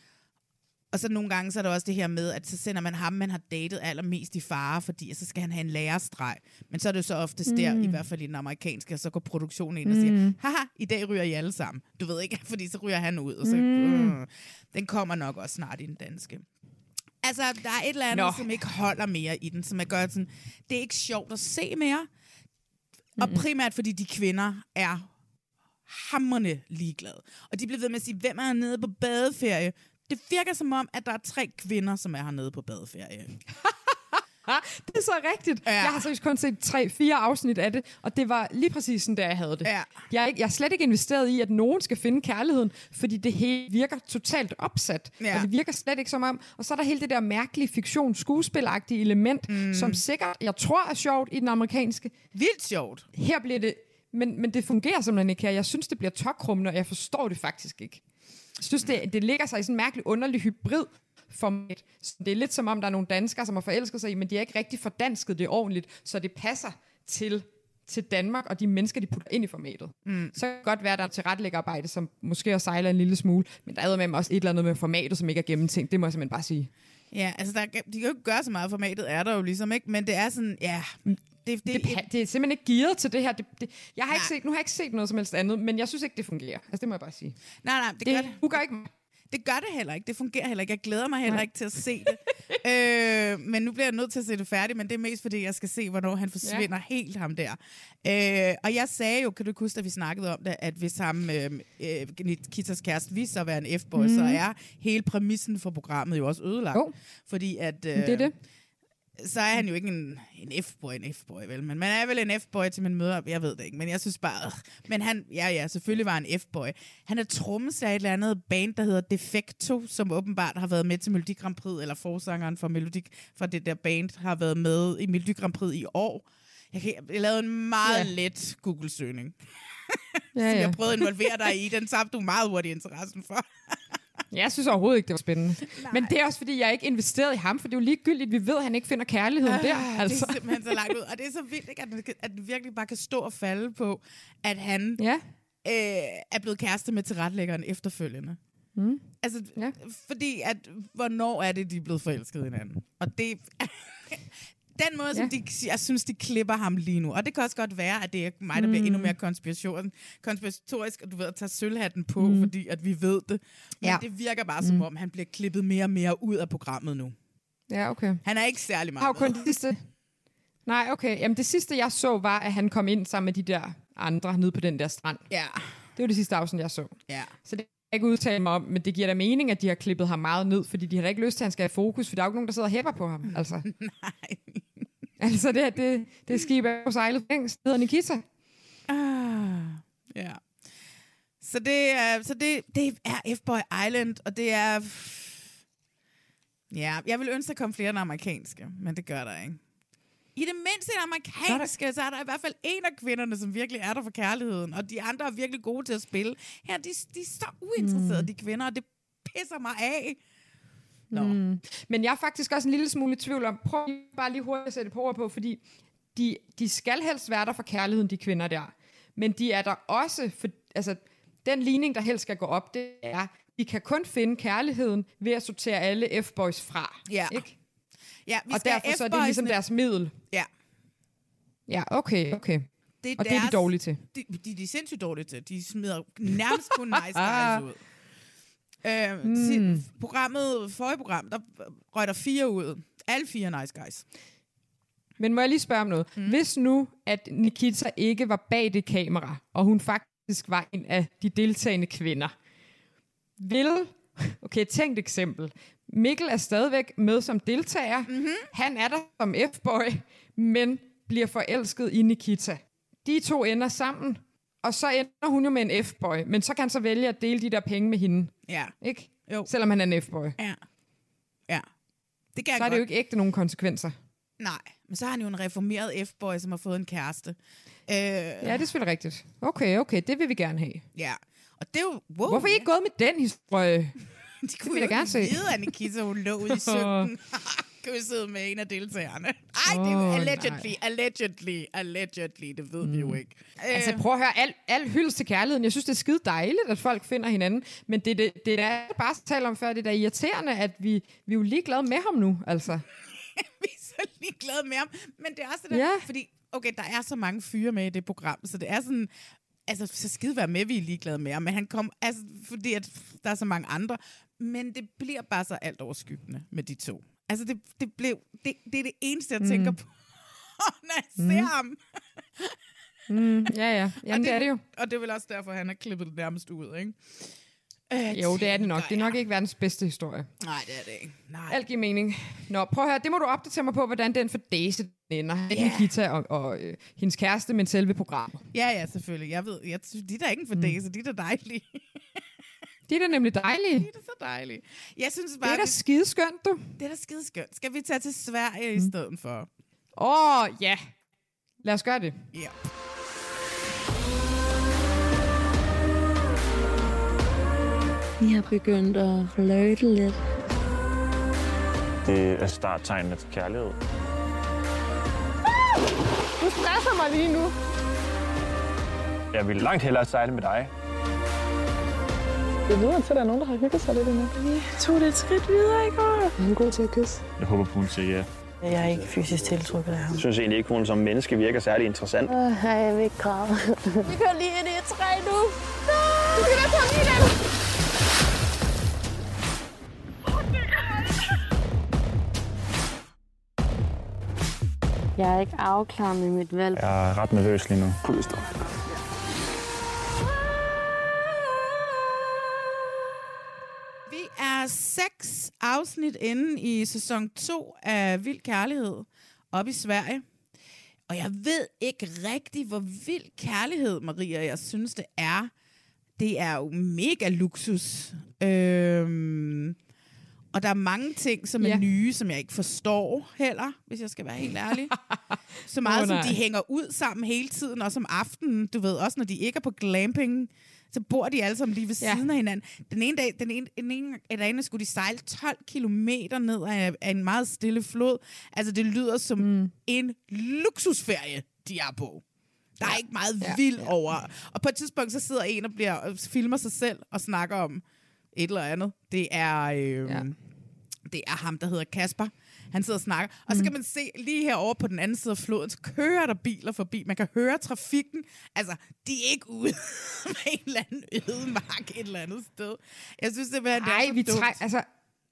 [SPEAKER 3] Og så nogle gange, så er der også det her med, at så sender man ham, man har datet allermest i fare, fordi så skal han have en lærestreg. Men så er det jo så oftest mm. der, i hvert fald i den amerikanske, og så går produktionen ind og siger, mm. haha, i dag ryger I alle sammen. Du ved ikke, fordi så ryger han ud, og så mm. øh, den kommer nok også snart i den danske. Altså, der er et eller andet, Nå. som ikke holder mere i den, som er gør sådan, det er ikke sjovt at se mere. Mm. Og primært, fordi de kvinder er hamrende ligeglade. Og de bliver ved med at sige, hvem er nede på badeferie? Det virker som om, at der er tre kvinder, som er hernede på badeferie.
[SPEAKER 4] Det er så rigtigt.
[SPEAKER 3] Ja.
[SPEAKER 4] Jeg har så kun set tre, fire afsnit af det, og det var lige præcis sådan, der jeg havde det.
[SPEAKER 3] Ja.
[SPEAKER 4] Jeg, er ikke, jeg er slet ikke investeret i, at nogen skal finde kærligheden, fordi det hele virker totalt opsat.
[SPEAKER 3] Ja.
[SPEAKER 4] Og det virker slet ikke som om... Og så er der hele det der mærkelige fiktion-skuespilagtige element, mm. som sikkert, jeg tror, er sjovt i den amerikanske.
[SPEAKER 3] Vildt sjovt.
[SPEAKER 4] Her bliver det... Men, men det fungerer simpelthen ikke her. Jeg synes, det bliver tokrummende, og jeg forstår det faktisk ikke. Jeg synes, det, det ligger sig i sådan en mærkelig underlig hybrid format. Det er lidt som om, der er nogle danskere, som har forelsket sig i, men de har ikke rigtig fordansket det ordentligt, så det passer til, til Danmark og de mennesker, de putter ind i formatet. Mm. Så kan det godt være, der er tilrettelæggerarbejde, som måske også sejler en lille smule, men der er med også et eller andet med formatet, som ikke er gennemtænkt. Det må jeg simpelthen bare sige.
[SPEAKER 3] Ja, altså der, de kan jo ikke gøre så meget, formatet er der jo ligesom, ikke? Men det er sådan, ja...
[SPEAKER 4] Det, det, det, det er simpelthen ikke gearet til det her. Det, det, jeg har ikke set, nu har jeg ikke set noget som helst andet, men jeg synes ikke, det fungerer. Altså, det må jeg bare sige.
[SPEAKER 3] Nej, nej, det,
[SPEAKER 4] det
[SPEAKER 3] gør det.
[SPEAKER 4] Du gør ikke...
[SPEAKER 3] Det gør det heller ikke. Det fungerer heller ikke. Jeg glæder mig heller nej. ikke til at se det. øh, men nu bliver jeg nødt til at se det færdigt, men det er mest fordi, jeg skal se, hvornår han forsvinder ja. helt, ham der. Øh, og jeg sagde jo, kan du huske, at vi snakkede om det, at hvis ham, øh, øh, Nikitas kæreste, viser sig at være en F-boy, mm. så er hele præmissen for programmet jo også ødelagt.
[SPEAKER 4] Oh.
[SPEAKER 3] Fordi at... Øh,
[SPEAKER 4] det er det.
[SPEAKER 3] Så er han jo ikke en, en F-boy, en F-boy, vel? Men man er vel en F-boy til min møder, jeg ved det ikke, men jeg synes bare... Øh. Men han, ja ja, selvfølgelig var en F-boy. Han er trommeslager i et eller andet band, der hedder Defecto, som åbenbart har været med til Melodi Grand Prix, eller forsangeren for, Melodi, for det der band har været med i Melodi Grand Prix i år. Jeg, kan, jeg lavede en meget ja. let Google-søgning. Ja, ja. Så jeg prøvede at involvere dig i, den tabte du meget hurtigt interessen for.
[SPEAKER 4] Jeg synes overhovedet ikke, det var spændende. Nej. Men det er også, fordi jeg ikke investeret i ham, for det er jo ligegyldigt, vi ved, at han ikke finder kærligheden øh, der. Altså.
[SPEAKER 3] Det er simpelthen så langt ud. Og det er så vildt, ikke, at, det, at det virkelig bare kan stå og falde på, at han
[SPEAKER 4] ja.
[SPEAKER 3] øh, er blevet kæreste med tilrettelæggeren efterfølgende.
[SPEAKER 4] Mm.
[SPEAKER 3] Altså,
[SPEAKER 4] ja.
[SPEAKER 3] fordi at, hvornår er det, de er blevet forelsket i hinanden? Og det... Den måde, som ja. de, jeg synes, de klipper ham lige nu. Og det kan også godt være, at det er mig, der mm. bliver endnu mere konspiration, konspiratorisk, og du ved, at tage sølvhatten på, mm. fordi at vi ved det. Men ja. det virker bare som om, han bliver klippet mere og mere ud af programmet nu.
[SPEAKER 4] Ja, okay.
[SPEAKER 3] Han er ikke særlig meget
[SPEAKER 4] har kun de sidste... Nej, okay. Jamen det sidste, jeg så, var, at han kom ind sammen med de der andre nede på den der strand.
[SPEAKER 3] Ja.
[SPEAKER 4] Det var det sidste afsnit, jeg så.
[SPEAKER 3] Ja.
[SPEAKER 4] Så det kan jeg ikke udtale mig om, men det giver da mening, at de har klippet ham meget ned, fordi de har da ikke lyst til, at han skal have fokus, for der er jo ikke nogen, der sidder og hæpper på ham. Altså.
[SPEAKER 3] Nej.
[SPEAKER 4] Altså, det, det, det skib er jo sejlet længst. Det hedder Nikita.
[SPEAKER 3] Ah, ja. Så det er, så det, det er F-Boy Island, og det er... Ja, jeg vil ønske, at der kom flere amerikanske, men det gør der ikke. I det mindste amerikanske, så er, så er der i hvert fald en af kvinderne, som virkelig er der for kærligheden, og de andre er virkelig gode til at spille. Her, de, de er så uinteresserede, mm. de kvinder, og det pisser mig af. Nå.
[SPEAKER 4] Mm. Men jeg er faktisk også en lille smule i tvivl om, prøv bare lige hurtigt at sætte på ord på, fordi de, de skal helst være der for kærligheden, de kvinder der. Men de er der også, for, altså den ligning, der helst skal gå op, det er, de kan kun finde kærligheden ved at sortere alle F-boys fra.
[SPEAKER 3] Ja.
[SPEAKER 4] Ikke?
[SPEAKER 3] Ja, vi
[SPEAKER 4] og derfor så er det ligesom deres middel.
[SPEAKER 3] Ja.
[SPEAKER 4] Ja, okay, okay.
[SPEAKER 3] Det er
[SPEAKER 4] og
[SPEAKER 3] deres,
[SPEAKER 4] det er de dårlige til.
[SPEAKER 3] De, de, de er sindssygt dårlige til. De smider nærmest kun nice guys ud. Øh, mm. til programmet, forrige program, der røg der fire ud. Alle fire nice guys.
[SPEAKER 4] Men må jeg lige spørge om noget? Mm. Hvis nu, at Nikita ikke var bag det kamera, og hun faktisk var en af de deltagende kvinder, vil... Okay, tænkt eksempel. Mikkel er stadigvæk med som deltager. Mm-hmm. Han er der som F-boy, men bliver forelsket i Nikita. De to ender sammen, og så ender hun jo med en F-boy, men så kan han så vælge at dele de der penge med hende.
[SPEAKER 3] Ja.
[SPEAKER 4] Ikke?
[SPEAKER 3] Jo.
[SPEAKER 4] Selvom han er en F-boy.
[SPEAKER 3] Ja. Ja. Det kan
[SPEAKER 4] så er
[SPEAKER 3] godt.
[SPEAKER 4] det jo ikke ægte nogen konsekvenser.
[SPEAKER 3] Nej, men så har han jo en reformeret F-boy, som har fået en kæreste. Øh...
[SPEAKER 4] Ja, det er selvfølgelig rigtigt. Okay, okay, det vil vi gerne have.
[SPEAKER 3] Ja. Og det er jo... Wow,
[SPEAKER 4] Hvorfor er I ikke gået med den historie?
[SPEAKER 3] De kunne jo
[SPEAKER 4] gerne se.
[SPEAKER 3] vide, at Nikita, hun lå ude i søgten. Kyssede med en af deltagerne. Ej, det er jo
[SPEAKER 4] oh,
[SPEAKER 3] allegedly,
[SPEAKER 4] nej.
[SPEAKER 3] allegedly, allegedly, det ved mm. vi jo ikke.
[SPEAKER 4] Altså prøv at høre, al, al hyldest til kærligheden. Jeg synes, det er skide dejligt, at folk finder hinanden. Men det, det, det er bare at tale om før, det er irriterende, at vi, vi er jo ligeglade med ham nu, altså.
[SPEAKER 3] Vi er så ligeglade med ham. Men det er også det der,
[SPEAKER 4] ja.
[SPEAKER 3] fordi, okay, der er så mange fyre med i det program, så det er sådan... Altså, så skide være med, vi er ligeglade med ham, men han kom, altså, fordi at der er så mange andre. Men det bliver bare så alt overskyggende med de to. Altså, det, det, blev, det, det er det eneste, jeg tænker mm. på, når jeg mm. ser ham.
[SPEAKER 4] mm, ja, ja. Jamen, det, det er det jo.
[SPEAKER 3] Og det er vel også derfor, han har klippet det nærmest ud, ikke?
[SPEAKER 4] Øh, jo, det er det nok. Det er nok ikke verdens bedste historie.
[SPEAKER 3] Nej, det er det ikke. Nej.
[SPEAKER 4] Alt giver mening. Nå, prøv at høre. Det må du opdatere mig på, hvordan den fordæse ender. Yeah. Nikita og, og øh, hendes kæreste, men selve programmet.
[SPEAKER 3] Ja, ja, selvfølgelig. Jeg ved, jeg, de der er ikke en fordæse. Mm. De er da dejlige.
[SPEAKER 4] De er da nemlig dejlige.
[SPEAKER 3] De er da så dejlige. Jeg synes bare,
[SPEAKER 4] det er da skideskønt, du.
[SPEAKER 3] Det er da skideskønt. Skal vi tage til Sverige mm. i stedet for?
[SPEAKER 4] Åh, oh, ja. Lad os gøre det.
[SPEAKER 3] Ja. Yeah.
[SPEAKER 18] Vi har begyndt at flirte lidt.
[SPEAKER 19] Det er starttegnene til kærlighed.
[SPEAKER 20] Du stresser mig lige nu.
[SPEAKER 19] Jeg vil langt hellere sejle med dig.
[SPEAKER 20] Det lyder til, at der er nogen, der har hygget sig lidt endnu. Vi tog det et skridt videre i går.
[SPEAKER 18] Han er god til at kysse.
[SPEAKER 19] Jeg håber på, hun siger ja.
[SPEAKER 18] Jeg er ikke fysisk tiltrukket af ham.
[SPEAKER 19] Jeg synes egentlig ikke, hun som menneske virker særlig interessant.
[SPEAKER 18] Uh, jeg vil ikke græde.
[SPEAKER 20] Vi kører lige ind i et træ nu. Du kan da tage lige den.
[SPEAKER 18] Jeg er ikke afklaret med mit valg.
[SPEAKER 19] Jeg er ret nervøs lige nu. Pudsigt.
[SPEAKER 3] Vi er seks afsnit inde i sæson to af Vild Kærlighed op i Sverige. Og jeg ved ikke rigtig, hvor vild kærlighed, Maria, jeg synes, det er. Det er jo mega luksus. Øhm... Og der er mange ting, som er ja. nye, som jeg ikke forstår heller, hvis jeg skal være helt ærlig. Så meget, oh, som de hænger ud sammen hele tiden, også om aftenen. Du ved, også når de ikke er på glamping, så bor de alle sammen lige ved ja. siden af hinanden. Den ene dag, den ene, den ene, den ene skulle de sejle tolv kilometer ned af, af en meget stille flod. Altså, det lyder som mm. en luksusferie, de er på. Der er ja. ikke meget ja. vild ja. over. Og på et tidspunkt, så sidder en og, bliver, og filmer sig selv og snakker om et eller andet. Det er, øh, ja. det er ham, der hedder Kasper. Han sidder og snakker. Og så kan man se lige herovre på den anden side af floden, så kører der biler forbi. Man kan høre trafikken. Altså, de er ikke ude med en eller anden ødemark et eller andet sted. Jeg synes, det er, det
[SPEAKER 4] Ej,
[SPEAKER 3] er
[SPEAKER 4] vi
[SPEAKER 3] dumt.
[SPEAKER 4] træ- altså,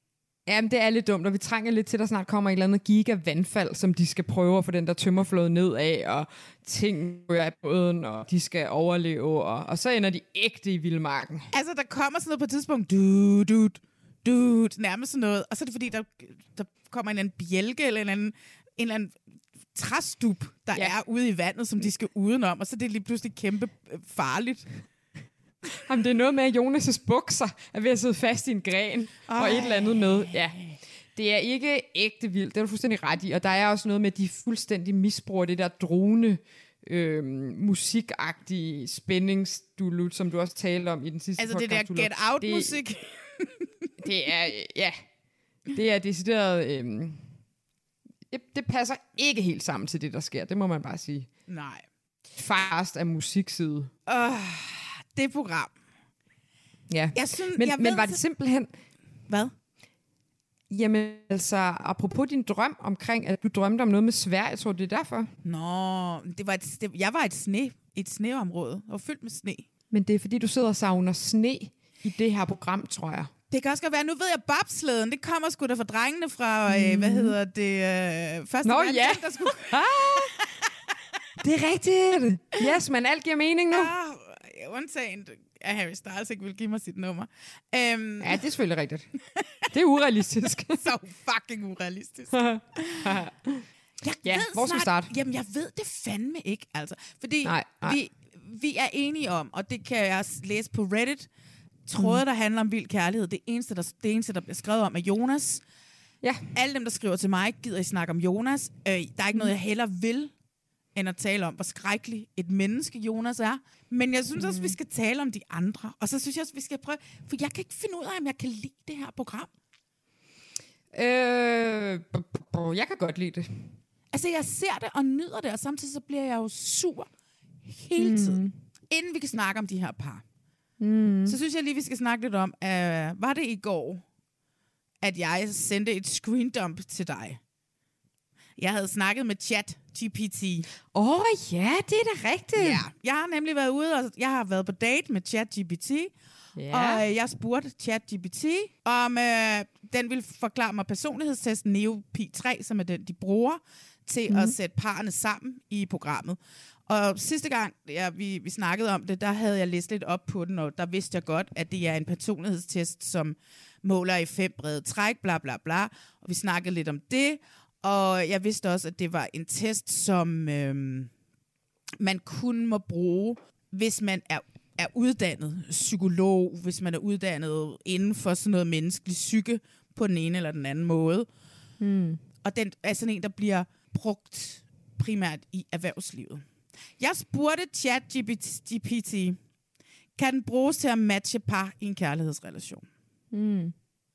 [SPEAKER 4] Jamen, det er lidt dumt, og vi trænger lidt til, at der snart kommer et eller andet giga-vandfald, som de skal prøve at få den der tømmerflåde ned af, og ting rører af båden, og de skal overleve, og, og så ender de ægte i vildmarken.
[SPEAKER 3] Altså, der kommer sådan noget på et tidspunkt, du, du, du, nærmest sådan noget, og så er det fordi, der, der kommer en eller anden bjælke, eller en eller anden, en eller anden træstup, der ja. er ude i vandet, som de skal udenom, og så er det lige pludselig kæmpe farligt.
[SPEAKER 4] Jamen, det er noget med, at Jonas' bukser er ved at sidde fast i en gren, Ej. og et eller andet med, ja. Det er ikke ægte vildt, det er du fuldstændig ret i, og der er også noget med, at de fuldstændig misbruger det der drone, øh, musikagtige spændingsdulut, som du også talte om i den sidste
[SPEAKER 3] altså
[SPEAKER 4] podcast.
[SPEAKER 3] Altså det der Get Out-musik?
[SPEAKER 4] Det, det er, ja, det er decideret, øh, det, det passer ikke helt sammen til det, der sker, det må man bare sige.
[SPEAKER 3] Nej.
[SPEAKER 4] Fast af musikside.
[SPEAKER 3] Uh. Det program.
[SPEAKER 4] Ja,
[SPEAKER 3] jeg synes,
[SPEAKER 4] men,
[SPEAKER 3] jeg
[SPEAKER 4] men
[SPEAKER 3] ved,
[SPEAKER 4] var det simpelthen...
[SPEAKER 3] Hvad?
[SPEAKER 4] Jamen, altså, apropos din drøm omkring, at du drømte om noget med Sverige, jeg tror, det er derfor.
[SPEAKER 3] Nå, det var et, det, jeg var et sne, et sneområde. Jeg var fyldt med sne.
[SPEAKER 4] Men det er, fordi du sidder og savner sne i det her program, tror jeg.
[SPEAKER 3] Det kan også godt være. Nu ved jeg, bobslæden, det kommer sgu da fra drengene fra, mm. øh, hvad hedder det, øh, første
[SPEAKER 4] Nå,
[SPEAKER 3] gang,
[SPEAKER 4] ja.
[SPEAKER 3] der skulle...
[SPEAKER 4] Det er rigtigt. Yes, men alt giver mening nu.
[SPEAKER 3] Ja, undtagen at Harry Styles ikke vil give mig sit nummer. Um,
[SPEAKER 4] ja, det er selvfølgelig rigtigt. Det er urealistisk.
[SPEAKER 3] Så fucking urealistisk. jeg
[SPEAKER 4] ja,
[SPEAKER 3] ved
[SPEAKER 4] hvor skal vi starte?
[SPEAKER 3] Jamen, jeg ved det fandme ikke, altså. Fordi
[SPEAKER 4] nej, nej.
[SPEAKER 3] Vi, vi er enige om, og det kan jeg læse på Reddit, tråde, mm. der handler om vild kærlighed. Det eneste, der, det eneste, der bliver skrevet om, er Jonas.
[SPEAKER 4] Ja.
[SPEAKER 3] Alle dem, der skriver til mig, gider I snakke om Jonas. Øh, der er ikke noget, jeg heller vil, end at tale om, hvor skrækkelig et menneske Jonas er. Men jeg synes også, mm. vi skal tale om de andre. Og så synes jeg også, vi skal prøve... For jeg kan ikke finde ud af, om jeg kan lide det her program.
[SPEAKER 4] Øh, jeg kan godt lide det.
[SPEAKER 3] Altså, jeg ser det og nyder det, og samtidig så bliver jeg jo sur hele mm. tiden. Inden vi kan snakke om de her par.
[SPEAKER 4] Mm.
[SPEAKER 3] Så synes jeg lige, vi skal snakke lidt om, uh, var det i går, at jeg sendte et screendump til dig? Jeg havde snakket med Chat G P T.
[SPEAKER 4] Åh oh, ja, det er da rigtigt.
[SPEAKER 3] Ja, jeg har nemlig været ude, og jeg har været på date med Chat G P T. Ja. Og jeg spurgte Chat G P T, om øh, den ville forklare mig personlighedstesten Neo P tre, som er den, de bruger til mm. at sætte parerne sammen i programmet. Og sidste gang, ja, vi, vi snakkede om det, der havde jeg læst lidt op på den, og der vidste jeg godt, at det er en personlighedstest, som måler i fem brede træk, bla bla bla. Og vi snakkede lidt om det. Og jeg vidste også, at det var en test, som øhm, man kun må bruge, hvis man er, er uddannet psykolog, hvis man er uddannet inden for sådan noget menneskelig psyke på den ene eller den anden måde.
[SPEAKER 4] Mm.
[SPEAKER 3] Og den er sådan en, der bliver brugt primært i erhvervslivet. Jeg spurgte Chat G P T, kan den bruges til at matche par i en kærlighedsrelation?
[SPEAKER 4] Mm.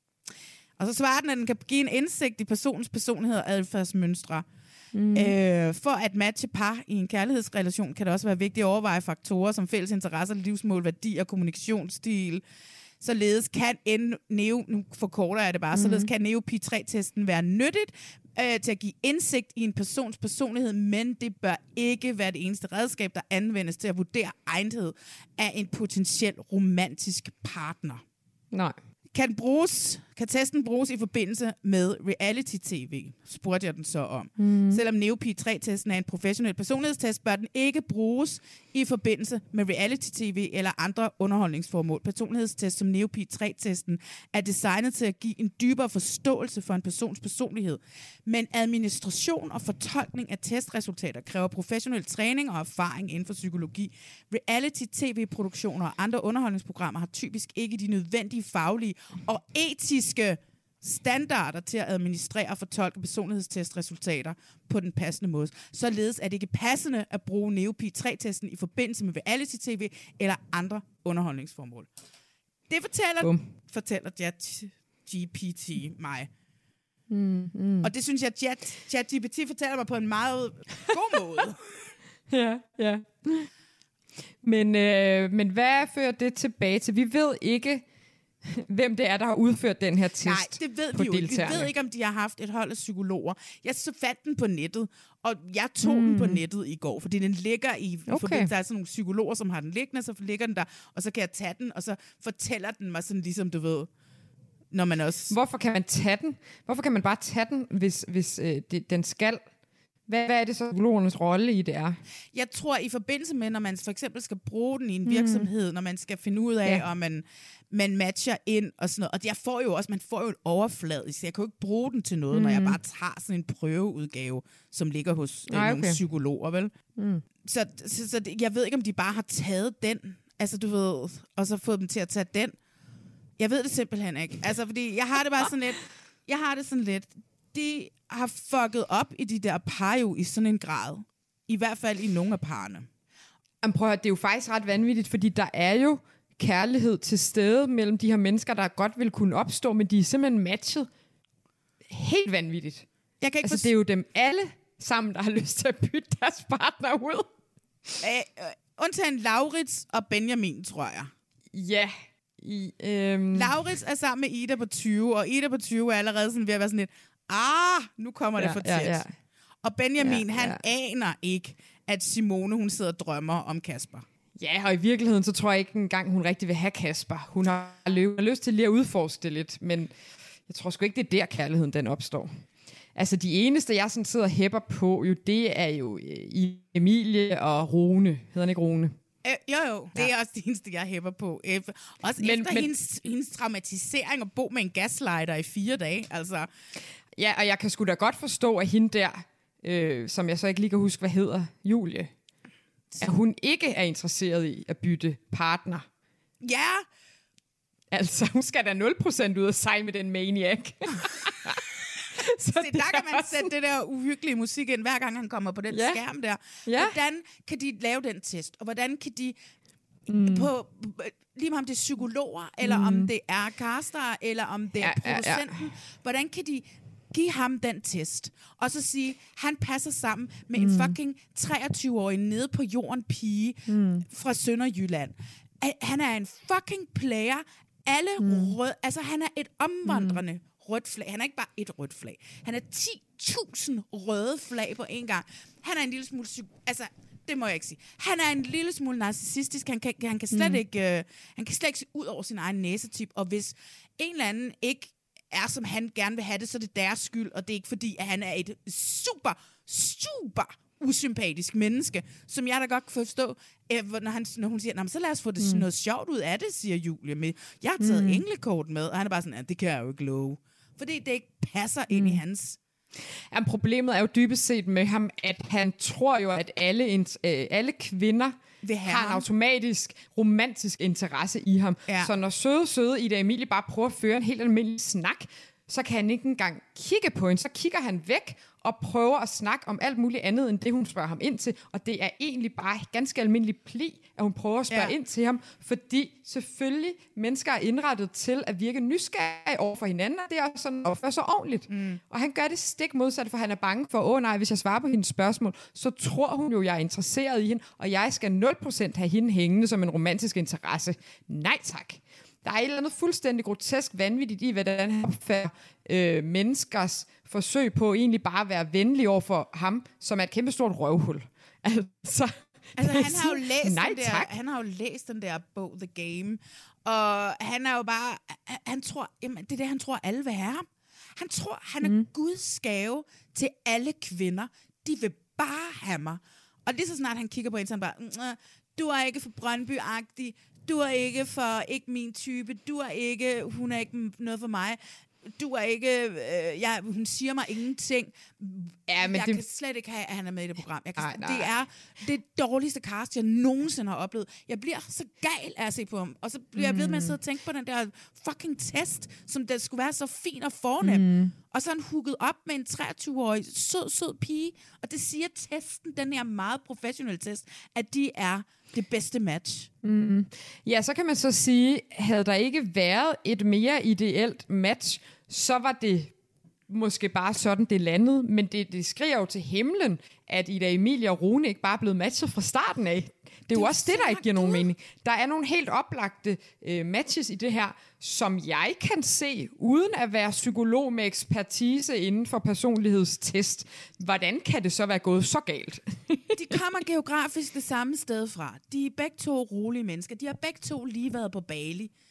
[SPEAKER 3] Og så svarer den, at den kan give en indsigt i personens personlighed og adfærdsmønstre.
[SPEAKER 4] Mm.
[SPEAKER 3] Øh, for at matche par i en kærlighedsrelation, kan det også være vigtigt at overveje faktorer som fælles interesser, livsmål, værdi og kommunikationsstil. Således kan Neo, nu forkorter jeg det bare, mm. således kan Neo P tre-testen være nyttigt øh, til at give indsigt i en persons personlighed, men det bør ikke være det eneste redskab, der anvendes til at vurdere egnethed af en potentiel romantisk partner.
[SPEAKER 4] Nej.
[SPEAKER 3] Kan, bruges, kan testen bruges i forbindelse med reality-tv? Spurgte jeg den så om.
[SPEAKER 4] Mm.
[SPEAKER 3] Selvom Neo P tre-testen er en professionel personlighedstest, bør den ikke bruges i forbindelse med reality-tv eller andre underholdningsformål. Personlighedstest som Neo P tre-testen er designet til at give en dybere forståelse for en persons personlighed. Men administration og fortolkning af testresultater kræver professionel træning og erfaring inden for psykologi. Reality-tv-produktioner og andre underholdningsprogrammer har typisk ikke de nødvendige faglige og etiske standarder til at administrere og fortolke personlighedstestresultater på den passende måde. Således er det ikke passende at bruge Neo P tre-testen i forbindelse med reality-tv eller andre underholdningsformål. Det fortæller, fortæller Chat G P T mig.
[SPEAKER 4] Mm, mm.
[SPEAKER 3] Og det synes jeg, at Chat, Chat G P T fortæller mig på en meget god måde.
[SPEAKER 4] ja, ja. Men, øh, men hvad fører det tilbage til? Vi ved ikke, hvem det er, der har udført den her test.
[SPEAKER 3] Nej, det ved vi jo ikke. Vi ved ikke, om de har haft et hold af psykologer. Jeg så fandt den på nettet, og jeg tog mm. den på nettet i går, fordi den ligger i
[SPEAKER 4] okay.
[SPEAKER 3] forbindelse. Der er sådan nogle psykologer, som har den liggende, så ligger den der, og så kan jeg tage den, og så fortæller den mig sådan ligesom, du ved, når man også...
[SPEAKER 4] Hvorfor kan man tage den? Hvorfor kan man bare tage den, hvis, hvis øh, det, den skal? Hvad, hvad er det så, psykologernes rolle i det er?
[SPEAKER 3] Jeg tror, i forbindelse med, når man for eksempel skal bruge den i en virksomhed, mm. når man skal finde ud af, ja. om man, man matcher ind og sådan noget. Og jeg får jo også, man får jo en overfladisk. Jeg kan jo ikke bruge den til noget, mm. når jeg bare tager sådan en prøveudgave, som ligger hos øh,
[SPEAKER 4] Ej, okay.
[SPEAKER 3] nogle psykologer, vel? Mm. Så, så, så jeg ved ikke, om de bare har taget den, altså du ved, og så fået dem til at tage den. Jeg ved det simpelthen ikke. Altså, fordi jeg har det bare sådan lidt, jeg har det sådan lidt, de har fucket op i de der par jo i sådan en grad. I hvert fald i nogle af parerne.
[SPEAKER 4] Jamen prøv at høre, det er jo faktisk ret vanvittigt, fordi der er jo kærlighed til stede mellem de her mennesker, der godt vil kunne opstå, men de er simpelthen matchet helt vanvittigt.
[SPEAKER 3] Jeg kan ikke
[SPEAKER 4] altså,
[SPEAKER 3] forst-
[SPEAKER 4] det er jo dem alle sammen, der har lyst til at bytte deres partner ud.
[SPEAKER 3] Æh, øh, undtagen Laurits og Benjamin, tror jeg.
[SPEAKER 4] Ja. I, øhm...
[SPEAKER 3] Laurits er sammen med Ida på tyve, og Ida på tyve er allerede sådan ved at være sådan lidt, ah, nu kommer ja, det for tæt. Ja, ja. Og Benjamin, ja, han ja. aner ikke, at Simone, hun sidder og drømmer om Kasper.
[SPEAKER 4] Ja, og i virkeligheden, så tror jeg ikke engang, hun rigtig vil have Kasper. Hun har, lø- har lyst til lige at udforske det lidt, men jeg tror sgu ikke, det er der, kærligheden den opstår. Altså, de eneste, jeg sådan sidder og hæpper på, jo, det er jo Emilie og Rune. Hedder han ikke Rune?
[SPEAKER 3] Øh, jo, jo. Det er også det eneste, jeg hæpper på. Også men, efter men, hendes, hendes traumatisering at bo med en gaslighter i fire dage. Altså.
[SPEAKER 4] Ja, og jeg kan sgu da godt forstå, at hende der, øh, som jeg så ikke lige kan huske, hvad hedder, Julie, at hun ikke er interesseret i at bytte partner.
[SPEAKER 3] Ja.
[SPEAKER 4] Altså, hun skal da nul procent ud og sejle med den maniac.
[SPEAKER 3] Så Se, der kan man sætte det der uhyggelige musik ind, hver gang han kommer på den ja. skærm der. Ja. Hvordan kan de lave den test? Og hvordan kan de, mm. på, lige om det er psykologer, eller mm. om det er caster, eller om det er ja, producenten, ja, ja. hvordan kan de give ham den test, og så sige, han passer sammen med mm. en fucking treogtyve-årig nede på jorden pige mm. fra Sønderjylland. Han er en fucking player. Alle mm. rød, altså han er et omvandrende mm. rødt flag. Han er ikke bare et rødt flag. Han er ti tusind røde flag på en gang. Han er en lille smule... Altså, det må jeg ikke sige. Han er en lille smule narcissistisk. Han kan, han kan slet mm. ikke... Øh, han kan slet ikke se ud over sin egen næsetip. Og hvis en eller anden ikke er, som han gerne vil have det, så er det deres skyld. Og det er ikke fordi, at han er et super, super usympatisk menneske, som jeg da godt kan forstå, øh, når, han, når hun siger, så lad os få det, mm. noget sjovt ud af det, siger Julie. Med. Jeg har taget mm. englekort med, og han er bare sådan, det kan jeg jo ikke love. Fordi det ikke passer mm. ind i hans...
[SPEAKER 4] Jamen, problemet er jo dybest set med ham, at han tror jo, at alle, øh, alle kvinder har en automatisk romantisk interesse i ham. Ja. Så når søde, søde Ida Emilie bare prøver at føre en helt almindelig snak, så kan han ikke engang kigge på hende. Så kigger han væk og prøver at snakke om alt muligt andet, end det, hun spørger ham ind til. Og det er egentlig bare ganske almindelig pli, at hun prøver at spørge ja. ind til ham, fordi selvfølgelig mennesker er indrettet til at virke nysgerrige over for hinanden, og det er også sådan at opføre sig ordentligt. Mm. Og han gør det stik modsat, for han er bange for, åh nej, hvis jeg svarer på hendes spørgsmål, så tror hun jo, jeg er interesseret i hende, og jeg skal nul procent have hende hængende som en romantisk interesse. Nej tak. Der er et eller andet fuldstændig grotesk vanvittigt i, hvordan han opfører øh, menneskers forsøg på egentlig bare at være venlig over for ham, som er et kæmpestort røvhul. Altså,
[SPEAKER 3] altså han, har jo læst nej, den der, han har jo læst den der bog, The Game, og han er jo bare, han tror, jamen, det er det, han tror, alle vil have ham. Han tror, han er mm. Guds gave til alle kvinder. De vil bare have mig. Og lige så snart han kigger på en, så han bare, du er ikke for Brøndby-agtig, du er ikke for ikke min type, du er ikke, hun er ikke noget for mig, du er ikke, øh, ja, hun siger mig ingenting. Ja, men jeg det... kan slet ikke have, at han er med i det program. Jeg kan, ej, nej. Det er det dårligste cast, jeg nogensinde har oplevet. Jeg bliver så gal af at se på ham, og så bliver mm. jeg ved med at sidde og tænke på den der fucking test, som der skulle være så fin og fornem. Mm. Og så er han hooket op med en treogtyve-årig sød, sød pige, og det siger testen, den her meget professionelle test, at de er det bedste match.
[SPEAKER 4] Mm. Ja, så kan man så sige, havde der ikke været et mere ideelt match, så var det måske bare sådan, det landede, men det, det skriger jo til himlen, at Ida Emilie og Rune ikke bare er blevet matchet fra starten af. Det er jo også det, der ikke giver nogen mening. Der er nogle helt oplagte øh, matches i det her, som jeg kan se, uden at være psykolog med ekspertise inden for personlighedstest. Hvordan kan det så være gået så galt?
[SPEAKER 3] De kommer geografisk det samme sted fra. De er begge to rolige mennesker. De har begge to lige været på Bali.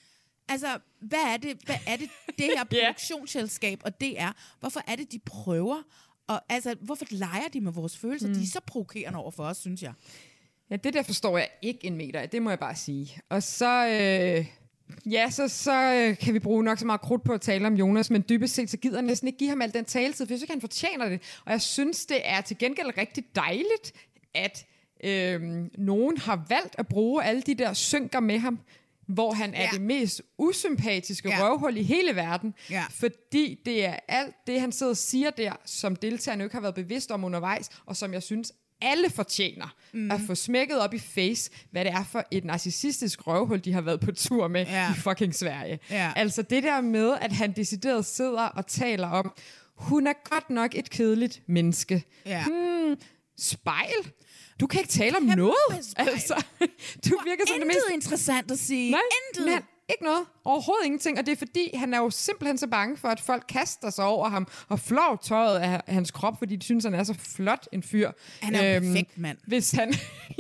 [SPEAKER 3] Altså, hvad er det, hvad er det, det her produktionsselskab og det er? Hvorfor er det, de prøver? Og altså, hvorfor leger de med vores følelser? Mm. De er så provokerende over for os, synes jeg.
[SPEAKER 4] Ja, det der forstår jeg ikke en meter af, det må jeg bare sige. Og så, øh, ja, så, så øh, kan vi bruge nok så meget krudt på at tale om Jonas, men dybest set, så gider jeg næsten ikke give ham al den taletid, for jeg synes ikke, han fortjener det. Og jeg synes, det er til gengæld rigtig dejligt, at øh, nogen har valgt at bruge alle de der synker med ham, hvor han er ja. det mest usympatiske ja. røvhul i hele verden, ja. fordi det er alt det, han sidder og siger der, som deltagerne ikke har været bevidst om undervejs, og som jeg synes, alle fortjener mm. at få smækket op i face, hvad det er for et narcissistisk røvhul, de har været på tur med ja. i fucking Sverige. Ja. Altså det der med, at han decideret sidder og taler om, hun er godt nok et kedeligt menneske. Ja. Hmm, spejl? Du kan ikke tale om Kæmpe noget. Spejl. Altså, du virker som det mest
[SPEAKER 3] interessant at sige.
[SPEAKER 4] Nej,
[SPEAKER 3] intet.
[SPEAKER 4] Men ikke noget. Overhovedet ingenting. Og det er fordi, han er jo simpelthen så bange for, at folk kaster sig over ham og flår tøjet af hans krop, fordi de synes, han er så flot en fyr.
[SPEAKER 3] Han er øhm, en perfekt mand.
[SPEAKER 4] Hvis han...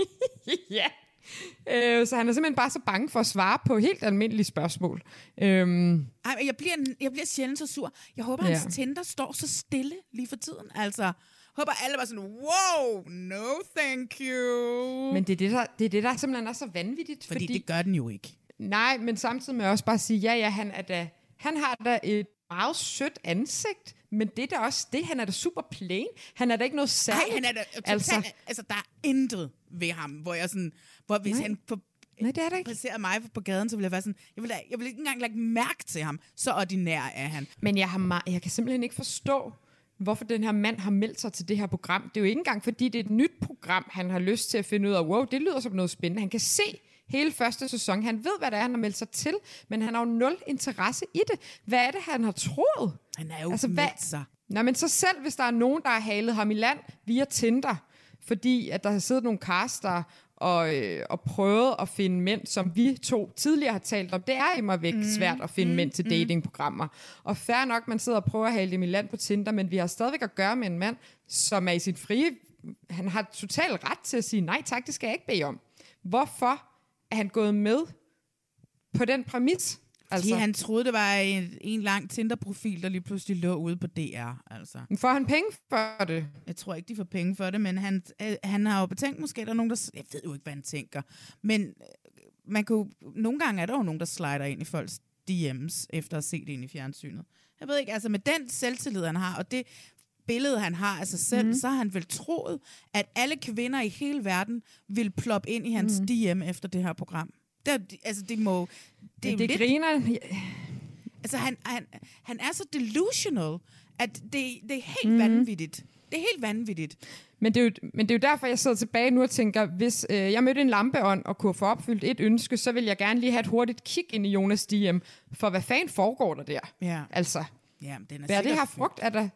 [SPEAKER 4] ja. Øh, så han er simpelthen bare så bange for at svare på helt almindelige spørgsmål. Øhm.
[SPEAKER 3] Ej, jeg bliver, jeg bliver sjældent så sur. Jeg håber, ja. hans Tinder står så stille lige for tiden. Altså... håber alle var sådan, wow, no thank you.
[SPEAKER 4] Men det er det, der, det er det, der simpelthen er så vanvittigt.
[SPEAKER 3] Fordi, fordi det gør den jo ikke.
[SPEAKER 4] Nej, men samtidig med også bare sige, ja, ja, han, er da, han har da et meget sødt ansigt, men det er da også det, han er da super plain. Han er da ikke noget særligt.
[SPEAKER 3] Nej, han er da totalt, altså, altså der er intet ved ham, hvor jeg sådan, hvor hvis nej. han på,
[SPEAKER 4] nej, det er det ikke.
[SPEAKER 3] placerer mig på gaden, så vil jeg være sådan, jeg vil, jeg vil ikke engang lægge mærke til ham. Så ordinær er han.
[SPEAKER 4] Men jeg, har, jeg kan simpelthen ikke forstå, hvorfor den her mand har meldt sig til det her program. Det er jo ikke engang, fordi det er et nyt program, han har lyst til at finde ud af, wow, det lyder som noget spændende. Han kan se hele første sæson. Han ved, hvad det er, han har meldt sig til, men han har jo nul interesse i det. Hvad er det, han har troet?
[SPEAKER 3] Han er jo altså, meldt sig.
[SPEAKER 4] Nå, men så selv, hvis der er nogen, der har halet ham i land via Tinder, fordi at der har siddet nogle caster og, øh, og prøvet at finde mænd, som vi to tidligere har talt om. Det er immer væk mm. svært at finde mm. mænd til datingprogrammer. Og fair nok, man sidder og prøver at hale dem i land på Tinder, men vi har stadigvæk at gøre med en mand, som er i sit frie... Han har totalt ret til at sige, nej tak, det skal jeg ikke bede om. Hvorfor er han gået med på den præmis?
[SPEAKER 3] Altså. Fordi han troede, det var en, en lang Tinder-profil, der lige pludselig lå ude på D R. Altså.
[SPEAKER 4] Får han penge for det?
[SPEAKER 3] Jeg tror ikke, de får penge for det, men han, han har jo betænkt måske, der er nogen, der... Jeg ved jo ikke, hvad han tænker. Men man kunne, nogle gange er der jo nogen, der slider ind i folks D M's, efter at have set det ind i fjernsynet. Jeg ved ikke, altså med den selvtillid, han har, og det billede, han har af sig selv, mm. så har han vel troet, at alle kvinder i hele verden vil ploppe ind i hans mm. D M efter det her program. Det, altså, det må... Det,
[SPEAKER 4] det, det lidt, griner...
[SPEAKER 3] Altså, han, han, han er så delusional, at det, det er helt mm. vanvittigt. Det er helt vanvittigt.
[SPEAKER 4] Men det, er jo, men det er jo derfor, jeg sidder tilbage nu og tænker, hvis øh, jeg mødte en lampeånd og kunne få opfyldt et ønske, så vil jeg gerne lige have et hurtigt kig ind i Jonas D M, for hvad fanden foregår der der?
[SPEAKER 3] Ja.
[SPEAKER 4] Altså,
[SPEAKER 3] ja, den er
[SPEAKER 4] hvad er det her frugt? Er der...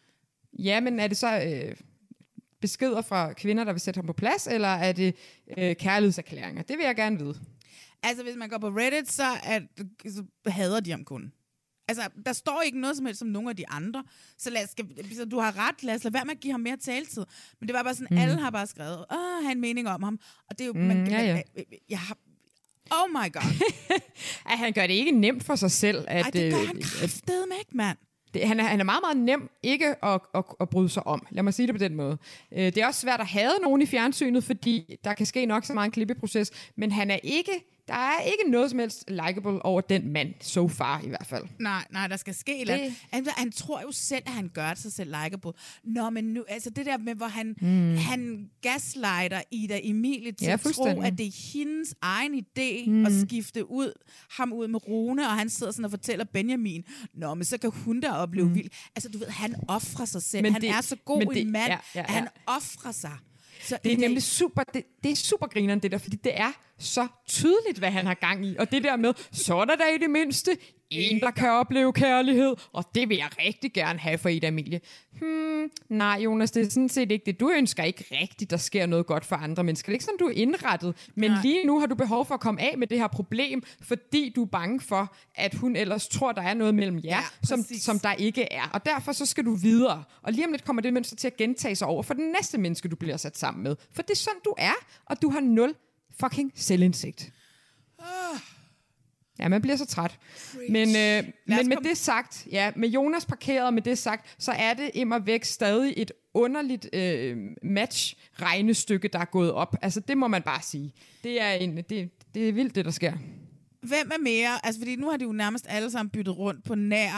[SPEAKER 4] Ja, men er det så... Øh, beskeder fra kvinder, der vil sætte ham på plads, eller er det øh, kærlighedserklæringer? Det vil jeg gerne vide.
[SPEAKER 3] Altså, hvis man går på Reddit, så, er, så hader de ham kun. Altså, der står ikke noget som helst som nogle af de andre. Så, lad os, så du har ret, lad os lade være med at give ham mere taletid. Men det var bare sådan, mm. alle har bare skrevet, åh, have en mening om ham. Og det er jo... Mm, man,
[SPEAKER 4] ja, ja.
[SPEAKER 3] Jeg, jeg har... Oh my god.
[SPEAKER 4] At han gør det ikke nemt for sig selv. At,
[SPEAKER 3] Ej, det gør han kraftedeme ikke, mand.
[SPEAKER 4] Det, han, er, han er meget, meget nem ikke at, at, at bryde sig om. Lad mig sige det på den måde. Øh, det er også svært at have nogen i fjernsynet, fordi der kan ske nok så meget en klippeproces, men han er ikke... Der er ikke noget som helst likable over den mand, so far i hvert fald.
[SPEAKER 3] Nej, nej, der skal ske eller andet. Han, han tror jo selv, at han gør sig selv likable. Nå, men nu, altså det der med, hvor han, mm. han gaslighter Ida Emilie til ja, at tro, at det er hendes egen idé mm. at skifte ud, ham ud med Rune, og han sidder sådan og fortæller Benjamin, nå, men så kan hun da opleve mm. vildt. Altså du ved, han offrer sig selv. Men han det, er så god det, en mand, ja, ja, ja. at han offrer sig. Så
[SPEAKER 4] det er nemlig super, det, det er super grineren det der, fordi det er så tydeligt, hvad han har gang i. Og det der med, så er der da i det mindste en, der kan opleve kærlighed, og det vil jeg rigtig gerne have for Ida Emilie. Hmm, nej Jonas, det er sådan set ikke det. Du ønsker ikke rigtigt, der sker noget godt for andre mennesker. Det er ikke sådan, du er indrettet. Men nej. Lige nu har du behov for at komme af med det her problem, fordi du er bange for, at hun ellers tror, der er noget mellem jer, ja, som, som der ikke er. Og derfor så skal du videre. Og lige om lidt kommer det mønster til at gentage sig over for den næste menneske, du bliver sat sammen med. For det er sådan, du er, og du har nul fucking selvindsigt. Ja, man bliver så træt. Men, øh, men med det sagt, ja, med Jonas parkeret, med det sagt, så er det immer væk stadig et underligt øh, match-regnestykke, der er gået op. Altså, det må man bare sige. Det er, en, det, det er vildt, det der sker.
[SPEAKER 3] Hvem er mere? Altså, fordi nu har de jo nærmest alle sammen byttet rundt på nær,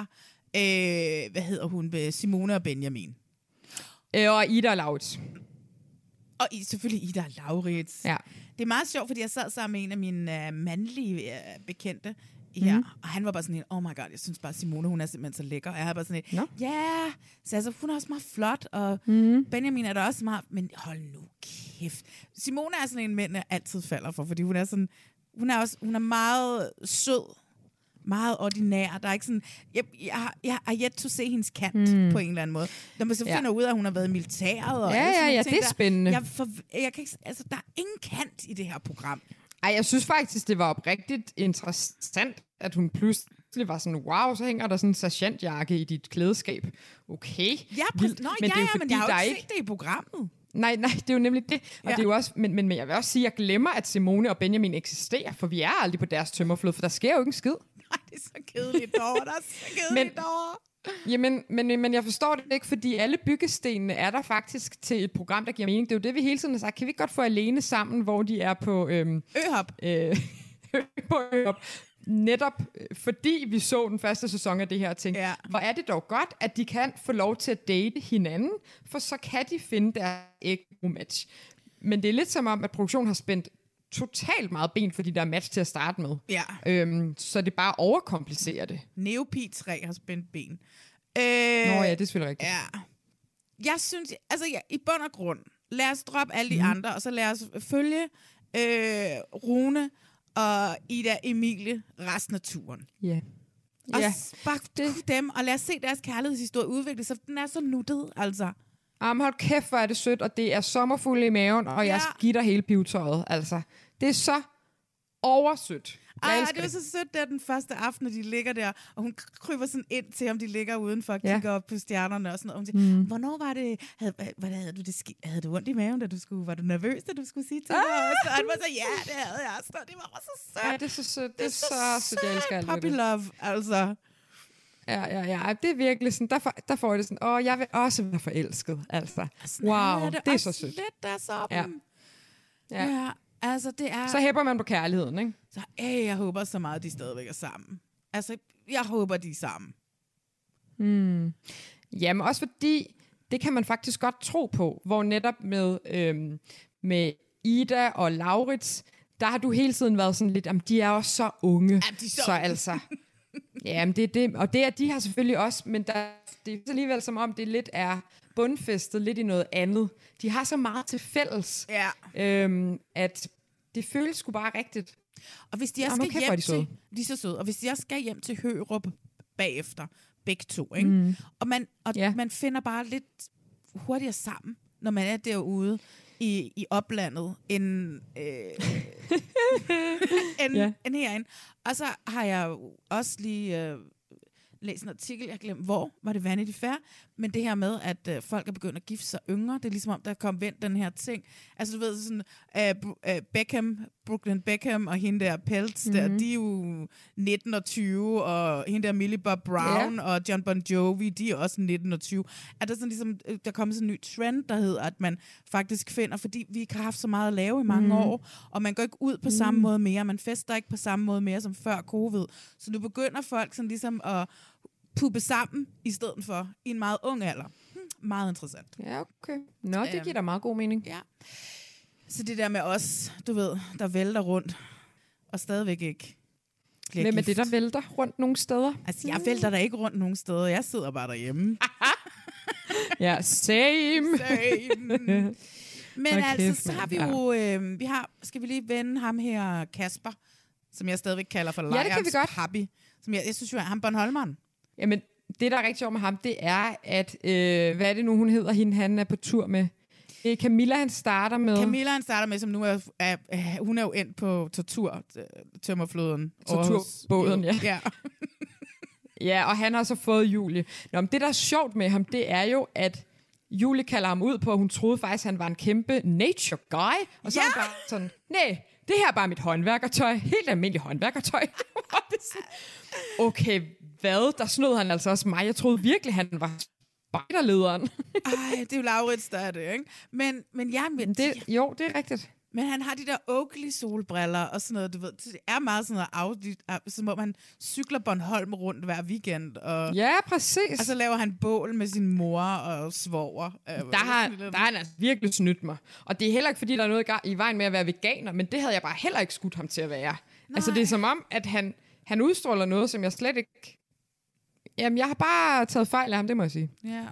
[SPEAKER 3] øh, hvad hedder hun, Simone og Benjamin.
[SPEAKER 4] Øh, og Ida og Laurits.
[SPEAKER 3] Og I, selvfølgelig Ida og Laurits.
[SPEAKER 4] Ja.
[SPEAKER 3] Det er meget sjovt, fordi jeg sad sammen med en af mine uh, mandlige uh, bekendte her, mm. og han var bare sådan en, oh my god, jeg synes bare, Simone, hun er simpelthen så lækker. Og jeg har bare sådan en, ja, no. yeah. Så altså, hun er også meget flot, og mm. Benjamin er der også meget, men hold nu kæft. Simone er sådan en mænd, jeg altid falder for, fordi hun er sådan, hun er også, hun er meget sød, meget ordinær. Der er ikke sådan, jeg, jeg, har, jeg har yet to se hendes kant mm. på en eller anden måde. Når man så finder ja. ud af, at hun har været i militæret. Og
[SPEAKER 4] ja, ja, ja,
[SPEAKER 3] ting,
[SPEAKER 4] det er spændende.
[SPEAKER 3] Jeg, for, jeg kan ikke, altså, der er ingen kant i det her program.
[SPEAKER 4] Ej, jeg synes faktisk, det var oprigtigt interessant, at hun pludselig var sådan, wow, så hænger der sådan en sergeantjakke i dit klædeskab. Okay.
[SPEAKER 3] Ja, vildt. Nå, men ja, det er jo ja, fordi, men jeg har jo ikke set det i programmet.
[SPEAKER 4] Nej, nej, det er jo nemlig det. Og
[SPEAKER 3] ja.
[SPEAKER 4] det er jo også, men, men, men jeg vil også sige, at jeg glemmer, at Simone og Benjamin eksisterer, for vi er aldrig på deres tømmerflod, for der sker jo ikke en skid.
[SPEAKER 3] Nej, det er så kedeligt derovre, der er så kedeligt derovre.
[SPEAKER 4] Jamen, men, men jeg forstår det ikke, fordi alle byggestenene er der faktisk til et program, der giver mening. Det er jo det, vi hele tiden har sagt. Kan vi godt få Alene sammen, hvor de er på... Øhm,
[SPEAKER 3] Øhop.
[SPEAKER 4] Øh, på Øhop. Netop fordi vi så den første sæson af det her ting. Ja. Hvor er det dog godt, at de kan få lov til at date hinanden, for så kan de finde deres ægte match. Men det er lidt som om, at produktionen har spændt totalt meget ben for de der match til at starte med.
[SPEAKER 3] Ja.
[SPEAKER 4] Øhm, så det bare overkomplicerer det.
[SPEAKER 3] Neopi tre har spændt ben.
[SPEAKER 4] Øh, Nå ja, det er selvfølgelig rigtigt.
[SPEAKER 3] Ja. Jeg synes, altså ja, i bund og grund, lad os droppe alle de mm. andre, og så lad os følge øh, Rune og Ida Emilie resten af turen.
[SPEAKER 4] Yeah.
[SPEAKER 3] Og
[SPEAKER 4] ja.
[SPEAKER 3] spark dem, og lad os se deres kærlighedshistorie udvikle sig. Den er så nuttet, altså.
[SPEAKER 4] Jamen hold kæft, hvor er det sødt, og det er sommerfuld i maven, og ja. jeg skitter hele pivetøjet, altså. Det er så oversødt.
[SPEAKER 3] Ej, det var så sødt, der den første aften, når de ligger der, og hun kryber sådan ind til, om de ligger udenfor og kigger ja. op på stjernerne og sådan noget. Og hun siger, mm. hvornår var det, havde, hvad, havde, du det ski- havde du ondt i maven, da du skulle, var du nervøs, da du skulle sige til ah! mig? Og han var så, ja, det havde jeg også, det var så sødt.
[SPEAKER 4] Ja, det er så sødt, det, det er så, så sødt, jeg elsker alt
[SPEAKER 3] puppy love, altså.
[SPEAKER 4] Ja, ja, ja, det er virkelig sådan, der får, der får det sådan, åh, jeg vil også være forelsket, altså. Wow,
[SPEAKER 3] er det,
[SPEAKER 4] det er så sødt.
[SPEAKER 3] Lidt der så
[SPEAKER 4] ja.
[SPEAKER 3] Ja. ja. Altså, det er...
[SPEAKER 4] Så hæpper man på kærligheden, ikke?
[SPEAKER 3] Så øh, jeg håber så meget, de stadigvæk er sammen. Altså, jeg håber, de er sammen.
[SPEAKER 4] Hmm. Jamen, også fordi, det kan man faktisk godt tro på, hvor netop med, øhm, med Ida og Laurits, der har du hele tiden været sådan lidt, jamen, de er også så unge.
[SPEAKER 3] Ja, de er så,
[SPEAKER 4] så altså... Jamen, det er det. Og det er de har selvfølgelig også, men der, det er alligevel som om, det lidt er bundfæstet lidt i noget andet. De har så meget til fælles,
[SPEAKER 3] ja.
[SPEAKER 4] øhm, at det føles sgu bare rigtigt.
[SPEAKER 3] Og hvis de også
[SPEAKER 4] Jamen,
[SPEAKER 3] skal
[SPEAKER 4] okay,
[SPEAKER 3] hjem
[SPEAKER 4] de
[SPEAKER 3] til, de er så søde, og hvis de også skal hjem til Hørup bagefter, begge to, ikke? Mm. Og, man, og ja. man finder bare lidt hurtigere sammen, når man er derude i, i oplandet, end, øh, end, ja. end herinde. Og så har jeg også lige øh, læst en artikel, jeg har glemt, hvor var det Vanity Fair, men det her med, at øh, folk er begyndt at gifte sig yngre, det er ligesom om, der kom vendt den her ting. Altså du ved, sådan øh, øh, Beckham, Brooklyn Beckham og hende der Peltz, mm-hmm. der, de er jo nitten og tyve, og hende der Millie Bob Brown yeah. og John Bon Jovi, de er også nitten og tyve. Er der sådan ligesom, der kommer sådan en ny trend, der hedder, at man faktisk finder, fordi vi ikke har haft så meget at lave i mange mm. år, og man går ikke ud på mm. samme måde mere, man fester ikke på samme måde mere som før covid. Så nu begynder folk sådan ligesom at puppe sammen i stedet for i en meget ung alder. Hm, meget interessant.
[SPEAKER 4] Ja, okay. Nå, det giver da meget god mening.
[SPEAKER 3] Ja. Så det der med os, du ved, der vælter rundt, og stadigvæk ikke bliver
[SPEAKER 4] Hvem er
[SPEAKER 3] gift.
[SPEAKER 4] det, der vælter rundt nogle steder?
[SPEAKER 3] Altså, jeg vælter der ikke rundt nogen steder. Jeg sidder bare derhjemme.
[SPEAKER 4] Ja, same.
[SPEAKER 3] Same. Men okay, altså, så har vi jo, øh, vi har, skal vi lige vende ham her, Kasper, som jeg stadigvæk kalder for Lejrens Papi. Som jeg, jeg synes jo, er ham Bornholmeren.
[SPEAKER 4] Jamen, det der er rigtig sjovt med ham, det er, at, øh, hvad er det nu, hun hedder, hende han er på tur med? Det er Camilla, han starter med.
[SPEAKER 3] Camilla, han starter med, som nu er, er, er hun er jo endt på tortur, tømmerfloden.
[SPEAKER 4] Torturbåden, ja.
[SPEAKER 3] Ja.
[SPEAKER 4] Ja, og han har så fået Julie. Nå, men det, der er sjovt med ham, det er jo, at Julie kalder ham ud på, at hun troede faktisk, at han var en kæmpe nature guy. Og så ja! er han bare sådan, nej, det her er bare mit håndværkertøj. Helt almindeligt håndværkertøj. Okay, hvad? Der snød han altså også mig. Jeg troede virkelig, han var spejderlederen.
[SPEAKER 3] Ej, det er jo Laurits, der er det, ikke? Men, men ja, men...
[SPEAKER 4] Det, jo, det er rigtigt.
[SPEAKER 3] Men han har de der Oakley solbriller og sådan noget, du ved. Det er meget sådan noget af, som om han cykler Bornholm rundt hver weekend. Og,
[SPEAKER 4] ja, præcis.
[SPEAKER 3] Og så laver han bål med sin mor og svoger.
[SPEAKER 4] Der har, der har han altså virkelig snydt mig. Og det er heller ikke, fordi der er noget i vejen med at være veganer, men det havde jeg bare heller ikke skudt ham til at være. Nej. Altså, det er som om, at han, han udstråler noget, som jeg slet ikke... Jamen, jeg har bare taget fejl af ham, det må jeg sige.
[SPEAKER 3] Ja.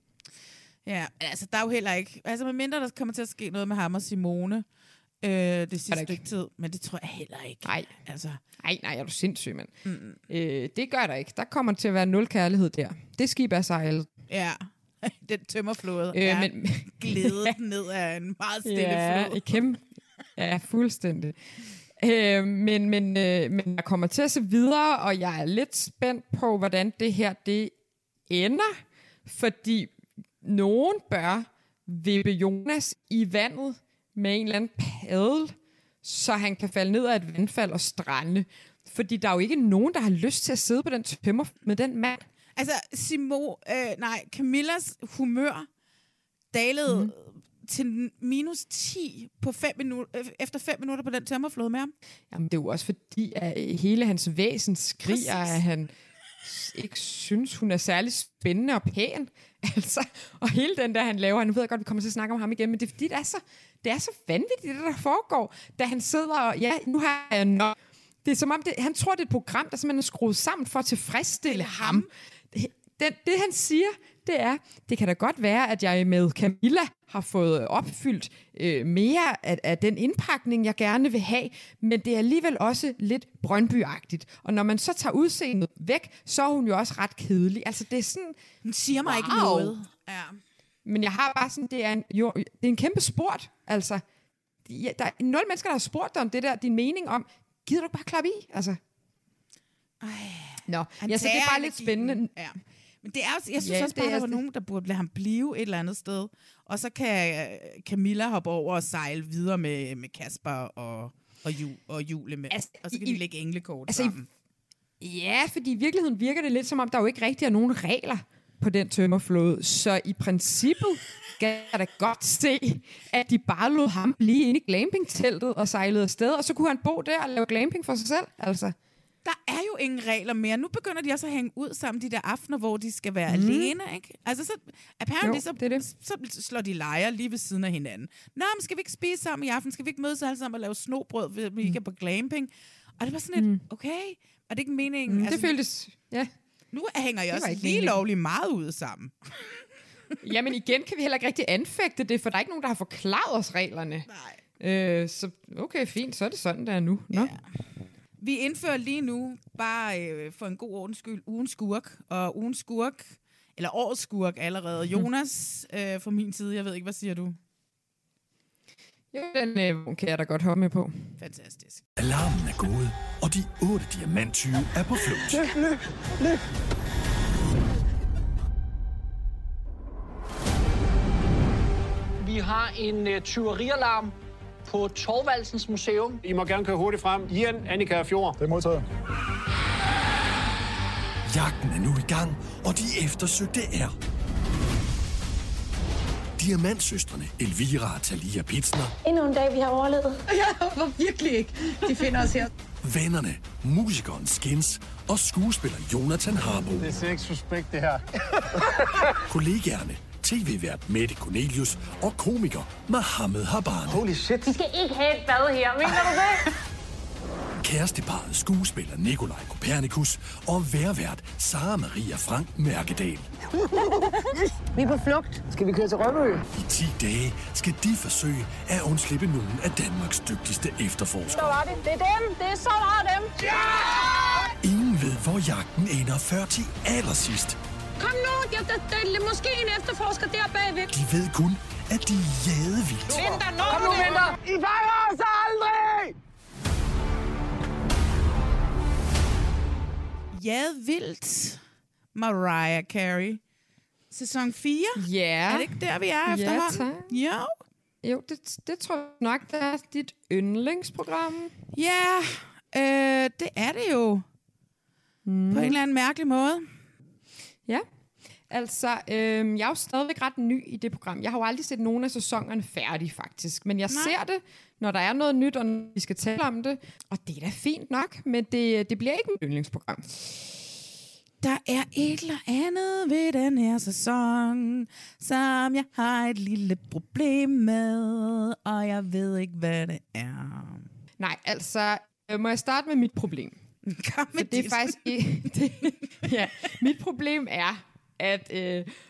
[SPEAKER 3] Ja, altså, der er jo heller ikke... Altså, med mindre der kommer til at ske noget med ham og Simone... Øh, det sidste stykke tid, men det tror jeg heller ikke.
[SPEAKER 4] Nej,
[SPEAKER 3] altså.
[SPEAKER 4] nej, nej, er du sindssyg, mand. Mm. Øh, det gør der ikke. Der kommer til at være nul kærlighed der. Det skib er sejlet.
[SPEAKER 3] Ja, den tømmerflåde
[SPEAKER 4] øh,
[SPEAKER 3] er
[SPEAKER 4] men,
[SPEAKER 3] glædet ned af en meget stille
[SPEAKER 4] ja,
[SPEAKER 3] flod.
[SPEAKER 4] Kæmpe, ja, fuldstændig. Øh, men, men, øh, men jeg kommer til at se videre, og jeg er lidt spændt på, hvordan det her det ender, fordi nogen bør vippe Jonas i vandet med en eller anden padel, så han kan falde ned af et vandfald og strande. Fordi der er jo ikke nogen, der har lyst til at sidde på den tømmer med den mand.
[SPEAKER 3] Altså, Simo, øh, nej, Camillas humør dalede mm. til minus ti på fem minutter, efter fem minutter på den tømmerflåde med ham.
[SPEAKER 4] Jamen, det er jo også fordi, at hele hans væsen skriger, at han ikke synes, hun er særlig spændende og pæn. Altså, og hele den der, han laver, han ved godt, vi kommer til at snakke om ham igen, men det er fordi, det er så, det er så vanvittigt, det der foregår, da han sidder og, ja, nu har jeg nok. Det er som om, det, han tror, det er et program, der simpelthen er skruet sammen for at tilfredsstille ham. Det, det, det han siger, det er, det kan da godt være, at jeg med Camilla har fået opfyldt øh, mere af, af den indpakning, jeg gerne vil have, men det er alligevel også lidt Brøndby-agtigt. Og når man så tager udseendet væk, så er hun jo også ret kedelig. Altså, det er sådan...
[SPEAKER 3] Hun siger mig
[SPEAKER 4] wow.
[SPEAKER 3] ikke noget. Ja.
[SPEAKER 4] Men jeg har bare sådan, det er en, jo, det er en kæmpe sport. Altså, ja, der er nul mennesker, der har spurgt dig om det der, din mening om, gider du bare klappe i? Altså.
[SPEAKER 3] Ej,
[SPEAKER 4] Nå, ja, så det er bare lidt spændende.
[SPEAKER 3] Ja. Men det er også, jeg synes
[SPEAKER 4] ja,
[SPEAKER 3] også bare, der var nogen, der burde lade ham blive et eller andet sted. Og så kan Camilla hoppe over og sejle videre med, med Kasper og, og, Ju, og Julie med. Altså, og så kan i, de lægge englekort altså, sammen.
[SPEAKER 4] I, ja, fordi i virkeligheden virker det lidt som om, der jo ikke rigtig er nogen regler på den tømmerflåde. Så i princippet kan jeg da godt se, at de bare lod ham blive inde i glamping-teltet og sejlede afsted, og så kunne han bo der og lave glamping for sig selv. Altså.
[SPEAKER 3] Der er jo ingen regler mere. Nu begynder de også at hænge ud sammen de der aftener, hvor de skal være mm. alene, ikke? Altså, så, apparently, jo, så, det det. så slår de lejre lige ved siden af hinanden. Nå, men skal vi ikke spise sammen i aften? Skal vi ikke mødes alle sammen og lave snobrød, hvis vi ikke er på glamping? Og det var sådan et, mm. okay, er det ikke meningen?
[SPEAKER 4] Mm,
[SPEAKER 3] altså,
[SPEAKER 4] det føltes, ja.
[SPEAKER 3] Nu hænger jeg også lige lovligt meget ud sammen.
[SPEAKER 4] Jamen igen kan vi heller ikke rigtig anfægte det, for der er ikke nogen, der har forklaret os reglerne.
[SPEAKER 3] Nej.
[SPEAKER 4] Øh, så okay, fint, så er det sådan, der er nu. Nå.
[SPEAKER 3] Ja. Vi indfører lige nu, bare øh, for en god ordens skyld, ugens skurk. Og ugens skurk, eller årets skurk allerede. Jonas, øh, fra min side, jeg ved ikke, hvad siger du?
[SPEAKER 4] Jo, den øh, kan jeg da godt hoppe med på.
[SPEAKER 3] Fantastisk.
[SPEAKER 5] Alarmen er gået, og de otte diamanttyve er på flugt.
[SPEAKER 7] Løb, løb, løb.
[SPEAKER 21] Vi har en uh, tyverialarm på Thorvaldsens Museum.
[SPEAKER 7] I må gerne køre hurtigt frem. Ian, Annika og Fjord.
[SPEAKER 22] Det er modtaget.
[SPEAKER 5] Jagten er nu i gang, og de eftersøgte er... Diamantsøstrene Elvira og Talia Pitsner.
[SPEAKER 18] Endnu en dag, vi har overlevet.
[SPEAKER 23] Jeg håber virkelig ikke, de finder os her.
[SPEAKER 5] Vennerne, musikeren Skins og skuespiller Jonathan Harbo.
[SPEAKER 7] Det ser ikke suspekt, det her.
[SPEAKER 5] Kollegaerne, tv-vært Mette Cornelius og komiker Mohammed Habane.
[SPEAKER 7] Holy shit.
[SPEAKER 23] Vi skal ikke have et bad her, mener du det?
[SPEAKER 5] Kæresteparret skuespiller Nikolaj Kopernikus og værvært Sara Maria Frank Mærkedal.
[SPEAKER 23] Vi er på flugt.
[SPEAKER 7] Skal vi køre til Rømø?
[SPEAKER 5] I ti dage skal de forsøge at undslippe nogle af Danmarks dygtigste efterforskere.
[SPEAKER 23] Så var det. Det er dem. Det er så meget dem.
[SPEAKER 5] Ja! Ingen ved, hvor jagten ender før til allersidst.
[SPEAKER 23] Kom nu, ja, der, der er måske en efterforsker der bagved.
[SPEAKER 5] De ved kun, at de er jadevildt.
[SPEAKER 23] Vinter, når
[SPEAKER 7] Kom nu, Vinter! I fanger os aldrig!
[SPEAKER 3] Jadevildt, Mariah Carey. Sæson fire?
[SPEAKER 4] Ja. Yeah.
[SPEAKER 3] Er det ikke der, vi er efterhånden?
[SPEAKER 4] Ja, jo. Jo, det, det tror jeg nok, det er dit yndlingsprogram.
[SPEAKER 3] Ja, øh, det er det jo.
[SPEAKER 4] Mm.
[SPEAKER 3] På en eller anden mærkelig måde.
[SPEAKER 4] Ja. Altså, øh, jeg er jo stadigvæk ret ny i det program. Jeg har jo aldrig set nogen af sæsonerne færdige, faktisk. Men jeg Nej. ser det, når der er noget nyt, og vi skal tale om det. Og det er da fint nok, men det, det bliver ikke mit yndlingsprogram.
[SPEAKER 3] Der er et eller andet ved den her sæson, som jeg har et lille problem med, og jeg ved ikke, hvad det er.
[SPEAKER 4] Nej, altså, må jeg starte med mit problem?
[SPEAKER 3] Kom med
[SPEAKER 4] det er faktisk ikke... Det, ja, mit problem er, at... Øh,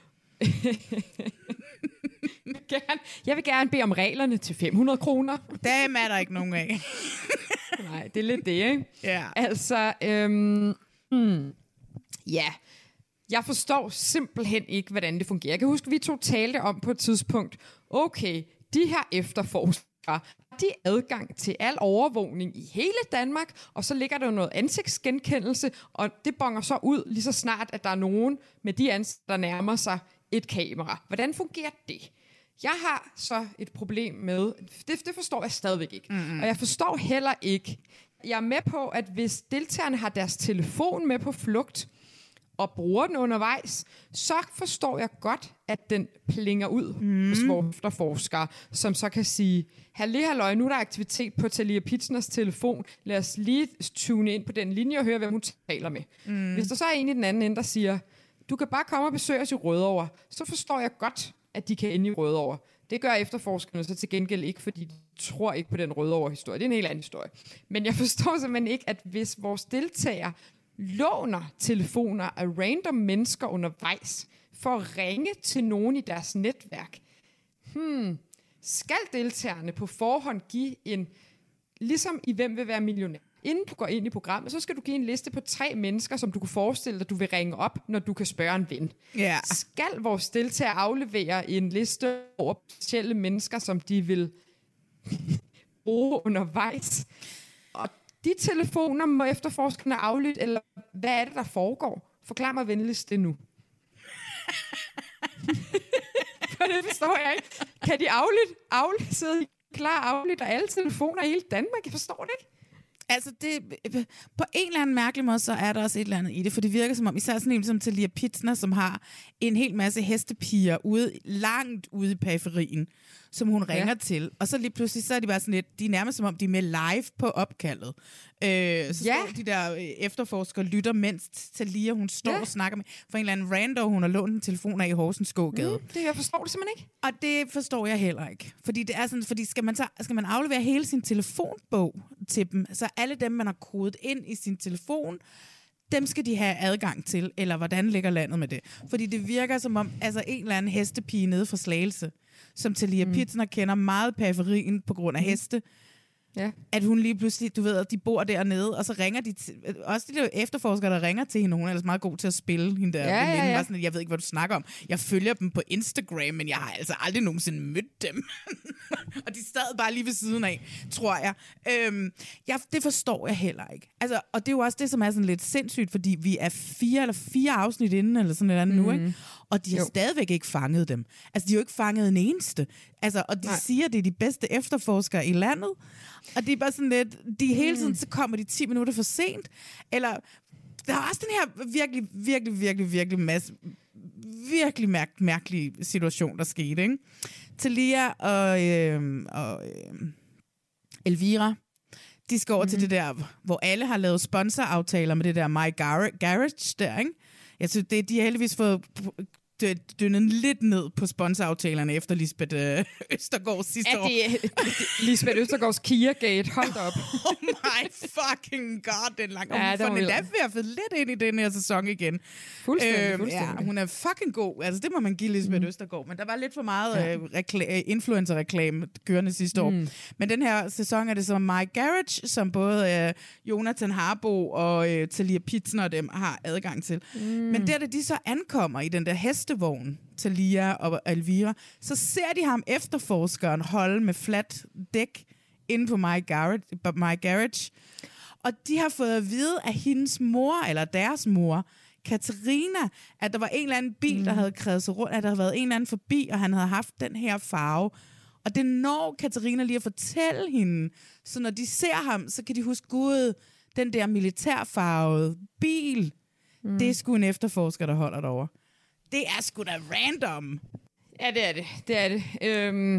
[SPEAKER 4] jeg vil gerne bede om reglerne til fem hundrede kroner.
[SPEAKER 3] Dem er der ikke nogen af.
[SPEAKER 4] Nej, det er lidt det, ikke?
[SPEAKER 3] Ja.
[SPEAKER 4] Altså, øhm, hmm, ja, jeg forstår simpelthen ikke, hvordan det fungerer. Jeg kan huske, vi to talte om på et tidspunkt, okay, de her efterforskere, har de adgang til al overvågning i hele Danmark, og så ligger der jo noget ansigtsgenkendelse, og det bonger så ud lige så snart, at der er nogen med de ansigter, der nærmer sig et kamera. Hvordan fungerer det? Jeg har så et problem med, det, det forstår jeg stadigvæk ikke, mm-hmm. og jeg forstår heller ikke, jeg er med på, at hvis deltagerne har deres telefon med på flugt, og bruger den undervejs, så forstår jeg godt, at den plinger ud mm. hos vores efterforskere, som så kan sige, halli halløj, nu er der aktivitet på Talia Pitsners telefon, lad os lige tune ind på den linje og høre, hvem hun taler med. Mm. Hvis der så er en i den anden ende, der siger, du kan bare komme og besøge os i Rødovre, så forstår jeg godt, at de kan ende i Rødovre. Det gør efterforskerne så til gengæld ikke, fordi de tror ikke på den Rødovre-historie. Det er en helt anden historie. Men jeg forstår simpelthen ikke, at hvis vores deltagere låner telefoner af random mennesker undervejs for at ringe til nogen i deres netværk. Hmm, skal deltagerne på forhånd give en, ligesom i Hvem vil være millionær? Inden du går ind i programmet, så skal du give en liste på tre mennesker, som du kan forestille dig, du vil ringe op, når du kan spørge en ven.
[SPEAKER 3] Yeah.
[SPEAKER 4] Skal vores deltagere aflevere en liste over specielle mennesker, som de vil bruge undervejs? Og de telefoner må efterforskerne aflytte, eller hvad er det, der foregår? Forklar mig venligst det nu. For det forstår jeg ikke. Kan de aflytte, aflytte, sidde klar aflytte alle telefoner i hele Danmark? Jeg forstår det ikke.
[SPEAKER 3] Altså, det, på en eller anden mærkelig måde, så er der også et eller andet i det, for det virker som om, især sådan en som Talia Pitsner, som har en hel masse hestepiger ude, langt ude i periferien, som hun ringer ja. til, og så lige pludselig, så er de bare sådan lidt, de er nærmest som om, de er med live på opkaldet. Øh, så ja. står de der efterforskere lytter, mens Talia, hun står ja. og snakker med, for en eller anden rando, hun har lånt en telefon af i Horsens gågade.
[SPEAKER 4] Mm, det jeg forstår det simpelthen ikke.
[SPEAKER 3] Og det forstår jeg heller ikke. Fordi det er sådan, fordi skal man, så, skal man aflevere hele sin telefonbog til dem, så alle dem, man har kodet ind i sin telefon, dem skal de have adgang til, eller hvordan ligger landet med det? Fordi det virker som om, altså en eller anden hestepige nede fra Slagelse, som Talia mm. Pitsner kender meget periferien på grund af mm. heste, ja. At hun lige pludselig, du ved, at de bor dernede, og så ringer de, t- også de der efterforskere, der ringer til hende, hun er ellers meget god til at spille hende der.
[SPEAKER 4] Ja, ja, ja.
[SPEAKER 3] Sådan, jeg ved ikke, hvad du snakker om. Jeg følger dem på Instagram, men jeg har altså aldrig nogensinde mødt dem. Og de sad bare lige ved siden af, tror jeg. Øhm, jeg. Det forstår jeg heller ikke. Altså, og det er jo også det, som er sådan lidt sindssygt, fordi vi er fire eller fire afsnit inden, eller sådan et andet mm. nu, ikke? Og de har jo. stadigvæk ikke fanget dem. Altså, de har jo ikke fanget en eneste. Altså, og de Nej. siger, at det er de bedste efterforskere i landet. Og det er bare sådan lidt, de hele tiden, så kommer de ti minutter for sent. Eller, der er også den her virkelig, virkelig, virkelig, virkelig masse, virkelig mærk- mærkelig situation, der skete, ikke? Talia og, øh, og øh, Elvira, de skal over mm-hmm. til det der, hvor alle har lavet sponsoraftaler med det der My Gar- Garage der, ikke? Jeg synes, det, de har heldigvis fået dyndet lidt ned på sponsoraftalerne efter Lisbeth øh, Østergaards sidste år.
[SPEAKER 4] Er det Lisbeth Østergaards Kia-gate? Hold op.
[SPEAKER 3] Oh my fucking god, den lang. Og
[SPEAKER 4] ja,
[SPEAKER 3] hun får den endda ved at få lidt ind i den her sæson igen.
[SPEAKER 4] Fuldstændig, øhm, fuldstændig.
[SPEAKER 3] Ja, hun er fucking god. Altså, det må man give Lisbeth mm. Østergaard. Men der var lidt for meget ja. øh, rekla- influencer-reklame kørende sidste år. Mm. Men den her sæson er det så My Garage, som både øh, Jonathan Harbo og øh, Talia Pitsner og dem har adgang til. Mm. Men der, da de så ankommer i den der hestevogn, Talia og Elvira, så ser de ham efterforskeren holde med fladt dæk inde på My Garage, My Garage. Og de har fået at vide af hendes mor, eller deres mor, Katarina, at der var en eller anden bil, mm. der havde krævet sig rundt, at der havde været en eller anden forbi, og han havde haft den her farve. Og det når Katarina lige at fortælle hende. Så når de ser ham, så kan de huske, gud, den der militærfarvede bil, mm. det er sgu en efterforsker, der holder derovre. Det er sgu da random.
[SPEAKER 4] Ja, det er det. Det er det. Øhm,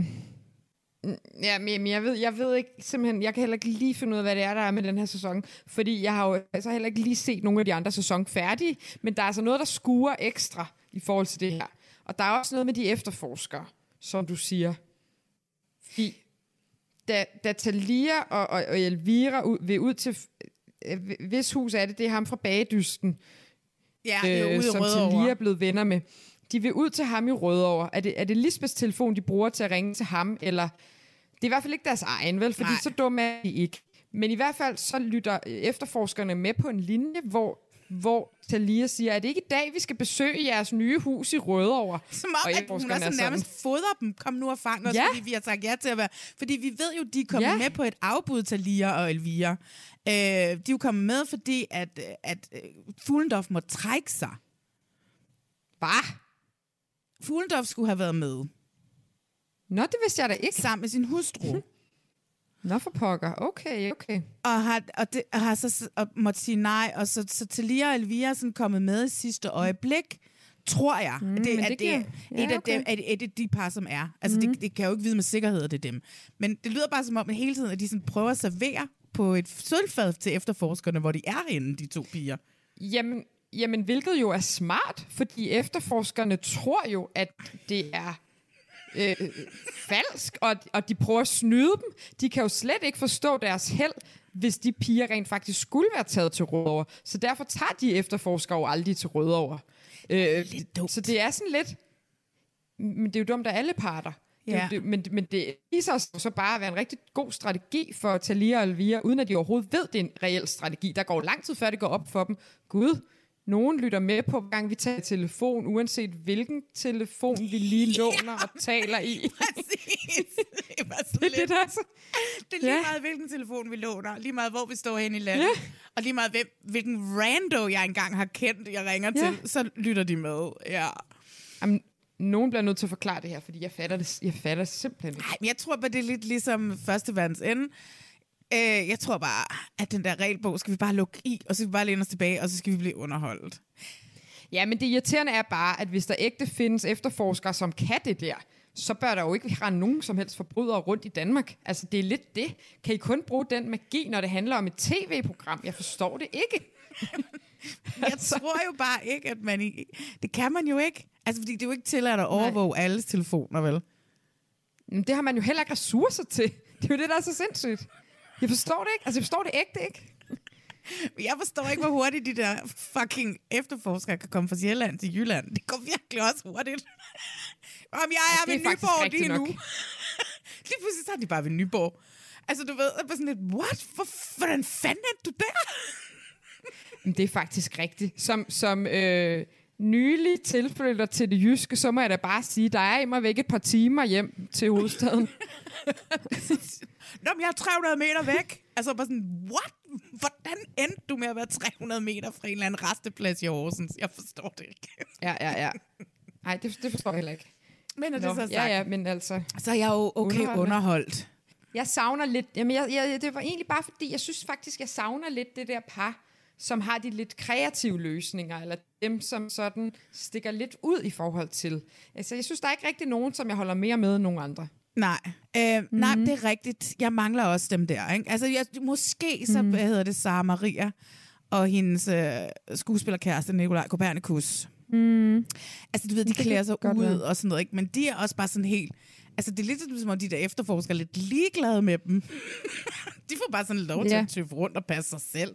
[SPEAKER 4] ja, men jeg ved, jeg ved ikke simpelthen, jeg kan heller ikke lige finde ud af, hvad det er, der er med den her sæson, fordi jeg har jo altså heller ikke lige set nogle af de andre sæsoner færdige, men der er altså noget, der skuer ekstra i forhold til det her. Og der er også noget med de efterforskere, som du siger. Fordi da, da Thalia og, og, og Elvira ud, vil ud til, hvis hus er det, det er ham fra Bagedysten,
[SPEAKER 3] ja, det er
[SPEAKER 4] øh,
[SPEAKER 3] ude
[SPEAKER 4] som Thalia er blevet venner med. De vil ud til ham i Rødovre. Er det, er det Lisbeths telefon, de bruger til at ringe til ham? Eller det er i hvert fald ikke deres egen, vel? Fordi Nej. Så dumme er de ikke. Men i hvert fald så lytter efterforskerne med på en linje, hvor, hvor Thalia siger, at det ikke i dag, vi skal besøge jeres nye hus i Rødovre.
[SPEAKER 3] Som om, at hun er så nærmest fodrer dem. Kom nu og fang os, ja. Fordi vi har sagt ja til at være... Fordi vi ved jo, de er kommet ja. med på et afbud, Thalia og Elvira. Øh, de er jo kommet med, fordi at, at Fuglendorf må trække sig.
[SPEAKER 4] Hvad?
[SPEAKER 3] Fuglendorf skulle have været med.
[SPEAKER 4] Nå, det vidste jeg da ikke.
[SPEAKER 3] Sammen med sin hustru.
[SPEAKER 4] Hm. Nå for pokker. Okay, okay.
[SPEAKER 3] Og har, og det, har så og måtte sige nej, og så, så Thalia og Elvira er sådan kommet med i sidste øjeblik, tror jeg. Mm, det, at det, det er ja, et, af okay. dem, et, et af de par, som er. Altså, mm. det, det kan jeg jo ikke vide med sikkerhed, at det er dem. Men det lyder bare som om, at hele tiden, at de sådan prøver at servere på et sølvfad til efterforskerne, hvor de er henne, de to piger.
[SPEAKER 4] Jamen, jamen, hvilket jo er smart, fordi efterforskerne tror jo, at det er øh, falsk, og, og de prøver at snyde dem. De kan jo slet ikke forstå deres held, hvis de piger rent faktisk skulle være taget til Rødovre. Så derfor tager de efterforskere jo aldrig til Rødovre. Øh, så det er sådan lidt... Men det er jo dumt af alle parter. Ja. Det, det, men, men det viser sig så bare at være en rigtig god strategi for Thalia og Elvira, uden at de overhovedet ved, det er en reel strategi. Der går lang tid før det går op for dem. Gud, nogen lytter med på, hver gang vi tager telefon, uanset hvilken telefon vi lige ja. låner og taler i.
[SPEAKER 3] Præcis. Det er,
[SPEAKER 4] det, er det, der er, så...
[SPEAKER 3] det er lige ja. meget, hvilken telefon vi låner, lige meget, hvor vi står hen i landet, ja. og lige meget, hvem, hvilken rando, jeg engang har kendt, jeg ringer ja. til, så lytter de med. Ja.
[SPEAKER 4] Jamen, nogen bliver nødt til at forklare det her, fordi jeg fatter det, jeg fatter det simpelthen ikke.
[SPEAKER 3] Nej, men jeg tror bare, det er lidt ligesom Første Verdens Ende. Øh, jeg tror bare, at den der regelbog skal vi bare lukke i, og så skal vi bare læne os tilbage, og så skal vi blive underholdt.
[SPEAKER 4] Ja, men det irriterende er bare, at hvis der ægte findes efterforskere, som kan det der, så bør der jo ikke rende nogen som helst forbrydere rundt i Danmark. Altså, det er lidt det. Kan I kun bruge den magi, når det handler om et tv-program? Jeg forstår det ikke.
[SPEAKER 3] Jeg tror jo bare ikke, at man... I... Det kan man jo ikke. Altså, fordi det er jo ikke tilladt at overvåge Nej. alles telefoner, vel?
[SPEAKER 4] Men det har man jo heller ikke ressourcer til. Det er jo det, der er så sindssygt. Jeg forstår det ikke. Altså, jeg forstår det ægte ikke.
[SPEAKER 3] Jeg forstår ikke, hvor hurtigt de der fucking efterforskere kan komme fra Sjælland til Jylland. Det går virkelig også hurtigt. Om jeg er, er ved Nyborg lige nu. Lige pludselig så er de bare ved Nyborg. Altså, du ved, jeg var sådan lidt, what? Hvor, hvordan fanden er du der?
[SPEAKER 4] Det er faktisk rigtigt. Som, som øh, nylig tilflytter til det jyske, så må jeg da bare sige, der er i mig væk et par timer hjem til hovedstaden.
[SPEAKER 3] Nå, men jeg er tre hundrede meter væk. Altså bare sådan, what? Hvordan endte du med at være tre hundrede meter fra en eller anden resteplads i Horsens? Jeg forstår det ikke.
[SPEAKER 4] Ja, ja, ja. Nej, det, det forstår jeg heller ikke.
[SPEAKER 3] Men er det
[SPEAKER 4] Nå,
[SPEAKER 3] så sagt?
[SPEAKER 4] Ja, ja, men altså...
[SPEAKER 3] Så er jeg jo okay underholdt. underholdt.
[SPEAKER 4] Jeg savner lidt... Jamen, jeg, jeg, det var egentlig bare fordi, jeg synes faktisk, jeg savner lidt det der par, som har de lidt kreative løsninger, eller dem, som sådan stikker lidt ud i forhold til. Altså, jeg synes, der er ikke rigtig nogen, som jeg holder mere med end nogen andre.
[SPEAKER 3] Nej, øh, mm-hmm. nej, det er rigtigt. Jeg mangler også dem der. Ikke? Altså, jeg, måske så mm-hmm. hedder det Sara Maria og hendes øh, skuespillerkæreste Nikolaj Kopernikus. Mm. Altså, du ved, de klæder sig ud være. og sådan noget, ikke? Men de er også bare sådan helt... Altså, det er lidt som om de der efterforskere er lidt ligeglade med dem. De får bare sådan lov til yeah. at tøffe rundt og passe sig selv.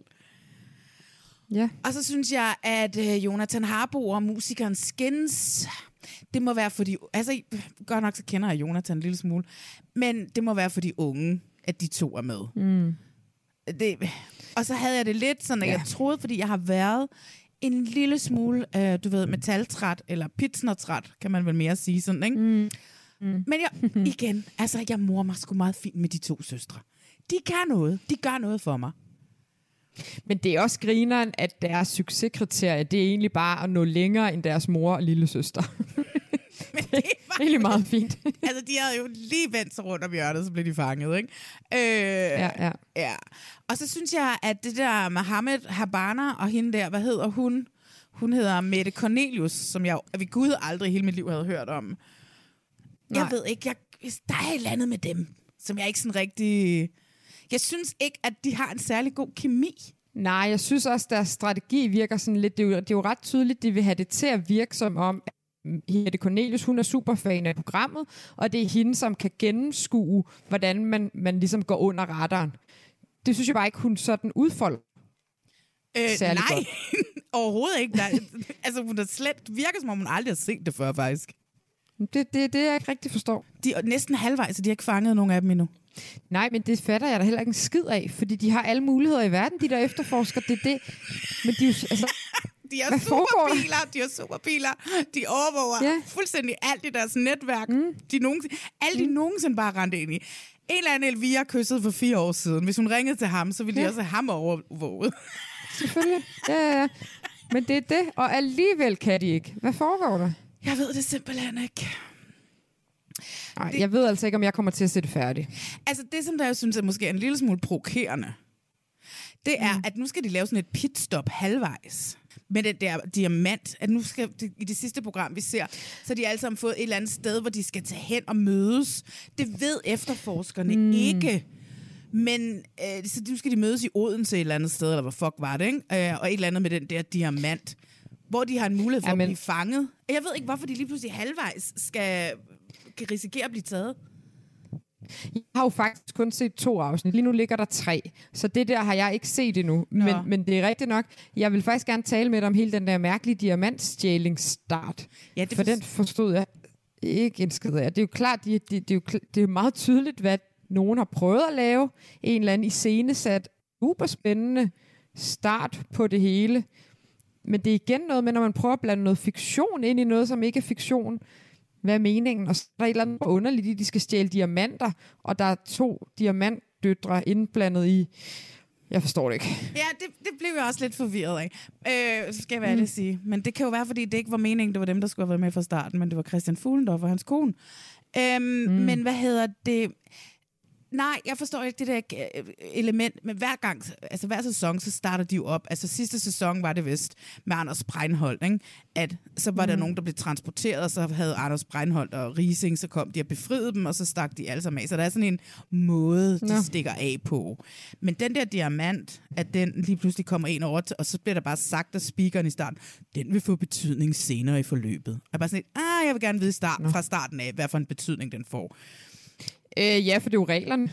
[SPEAKER 4] Ja.
[SPEAKER 3] Og så synes jeg, at øh, Jonathan Harbo og musikeren Skins, det må være for de... Altså, godt nok så kender jeg Jonathan en lille smule, men det må være for de unge, at de to er med. Mm. Det, og så havde jeg det lidt sådan, at ja. jeg troede, fordi jeg har været en lille smule, øh, du ved, metaltræt, eller pitsnertræt, kan man vel mere sige sådan, ikke? Mm. Mm. Men jeg, igen, altså, jeg morer mig sgu meget fint med de to søstre. De kan noget. De gør noget for mig.
[SPEAKER 4] Men det er også grineren, at deres succeskriterie, det er egentlig bare at nå længere end deres mor og lille søster.
[SPEAKER 3] Men det var
[SPEAKER 4] egentlig meget fint.
[SPEAKER 3] Altså, de havde jo lige vendt sig rundt om hjørnet, så blev de fanget, ikke? Øh,
[SPEAKER 4] ja, ja.
[SPEAKER 3] ja. Og så synes jeg, at det der Mohammed Habana og hende der, hvad hedder hun? Hun hedder Mette Cornelius, som jeg ved Gud aldrig i hele mit liv havde hørt om. Nej. Jeg ved ikke, jeg, der er et eller andet med dem, som jeg ikke sådan rigtig... Jeg synes ikke, at de har en særlig god kemi.
[SPEAKER 4] Nej, jeg synes også, at deres strategi virker sådan lidt... Det er jo, det er jo ret tydeligt, de vil have det til at virke som om... Mette Cornelius, hun er superfan af programmet, og det er hende, som kan gennemskue, hvordan man, man ligesom går under radaren. Det synes jeg bare ikke, hun sådan udfolder.
[SPEAKER 3] Øh, nej,
[SPEAKER 4] godt.
[SPEAKER 3] Overhovedet ikke. Der, altså, hun er slet virker, som om hun aldrig har set det før, faktisk.
[SPEAKER 4] Det, det, det jeg ikke rigtig forstår.
[SPEAKER 3] De er næsten halvvejs, så de har ikke fanget nogen af dem endnu.
[SPEAKER 4] Nej, men det fatter jeg da heller ikke en skid af, fordi de har alle muligheder i verden, de der efterforsker. Det er det. Men de er jo, altså,
[SPEAKER 3] de har superbiler, de har superbiler, de overvåger ja. fuldstændig alt i deres netværk. Mm. De nogensinde, alle de mm. nogensinde bare rendte ind i. En eller anden Elvira kyssede for fire år siden. Hvis hun ringede til ham, så ville ja. de også have ham overvåget.
[SPEAKER 4] Selvfølgelig. Ja, ja, ja. Men det er det, og alligevel kan de ikke. Hvad foregår der?
[SPEAKER 3] Jeg ved det simpelthen ikke.
[SPEAKER 4] Nej, det... jeg ved altså ikke, om jeg kommer til at se det færdigt.
[SPEAKER 3] Altså det, som der jeg synes er måske en lille smule provokerende, det er, mm. at nu skal de lave sådan et pitstop halvvejs. Med det der diamant, at nu skal det, i det sidste program, vi ser, så har de alle sammen fået et eller andet sted, hvor de skal tage hen og mødes. Det ved efterforskerne mm. ikke. Men øh, så nu skal de mødes i Odense et eller andet sted, eller hvad fuck var det, ikke? Øh, og et eller andet med den der diamant, hvor de har en mulighed for ja, men... at blive fanget. Jeg ved ikke, hvorfor de lige pludselig halvvejs skal risikere at blive taget.
[SPEAKER 4] Jeg har jo faktisk kun set to afsnit. Lige nu ligger der tre. Så det der har jeg ikke set endnu. Men, men det er rigtigt nok. Jeg vil faktisk gerne tale med dig om hele den der mærkelige diamantstjælingsstart. Ja, det for, for den forstod jeg ikke en skid af. Det er jo klart, det, det, det, er jo, det er meget tydeligt, hvad nogen har prøvet at lave. En eller anden iscenesat, superspændende start på det hele. Men det er igen noget med, når man prøver at blande noget fiktion ind i noget, som ikke er fiktion. Hvad er meningen? Og så er der et eller andet underligt i, at de skal stjæle diamanter, og der er to diamantdøtre indblandet i... Jeg forstår det ikke.
[SPEAKER 3] Ja, det, det blev jeg også lidt forvirret af. Øh, så skal jeg være mm. sige. Men det kan jo være, fordi det ikke var meningen, det var dem, der skulle have været med fra starten, men det var Christian Fuglendorf og hans kone. Øhm, mm. Men hvad hedder det... Nej, jeg forstår ikke det der element, men hver gang, altså hver sæson, så starter de jo op. Altså sidste sæson var det vist med Anders Breinholt, ikke? At så var mm. der nogen, der blev transporteret, og så havde Anders Breinholt og Riising, så kom de og befriede dem, og så stak de alle sammen af. Så der er sådan en måde, de Nå. stikker af på. Men den der diamant, at den lige pludselig kommer ind over, og så bliver der bare sagt af speakeren i starten, den vil få betydning senere i forløbet. Og bare sådan et, ah, jeg vil gerne vide start, fra starten af, hvad for en betydning den får.
[SPEAKER 4] Øh, ja, for det er jo reglerne.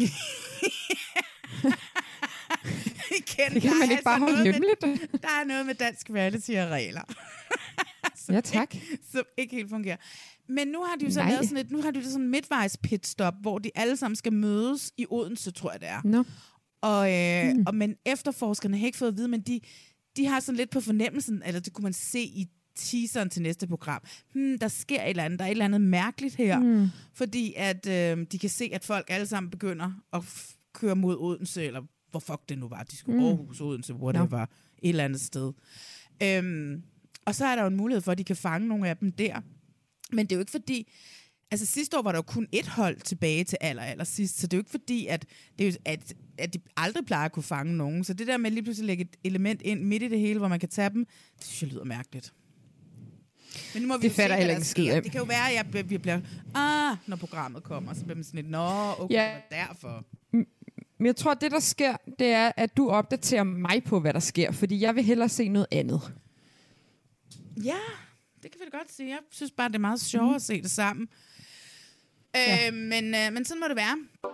[SPEAKER 3] Igen,
[SPEAKER 4] det kan man ikke altså bare holde hemmeligt.
[SPEAKER 3] Der er noget med dansk reality og regler.
[SPEAKER 4] Ja, tak.
[SPEAKER 3] Ikke, som ikke helt fungerer. Men nu har de jo så Nej. lavet sådan et, nu har de jo sådan et midtvejs pitstop, hvor de alle sammen skal mødes i Odense, tror jeg det er.
[SPEAKER 4] No.
[SPEAKER 3] Og, øh, mm. og men efterforskerne har ikke fået at vide, men de, de har sådan lidt på fornemmelsen, eller det kunne man se i teaseren til næste program. Hmm, der sker et eller andet, der er et eller andet mærkeligt her, mm. fordi at øh, de kan se, at folk alle sammen begynder at f- køre mod Odense, eller hvor fuck det nu var, de skulle mm. Aarhus, Odense, hvor det var et eller andet sted. Øhm, og så er der jo en mulighed for, at de kan fange nogle af dem der. Men det er jo ikke fordi, altså sidste år var der jo kun et hold tilbage til aller, aller sidst, så det er jo ikke fordi, at, det er jo, at, at de aldrig plejer at kunne fange nogen. Så det der med lige pludselig at lægge et element ind midt i det hele, hvor man kan tage dem, det synes jeg lyder mærkeligt. Men nu må vi
[SPEAKER 4] det fatter heller ikke skid af.
[SPEAKER 3] Det kan jo være, at jeg, vi bliver, ah, når programmet kommer, så bliver man sådan lidt, nå, okay, ja. derfor.
[SPEAKER 4] Men jeg tror, at det, der sker, det er, at du opdaterer mig på, hvad der sker, fordi jeg vil hellere se noget andet.
[SPEAKER 3] Ja, det kan vi da godt sige. Jeg synes bare, det er meget sjovt mm. at se det sammen. Ja. Øh, men, øh, men sådan må det være.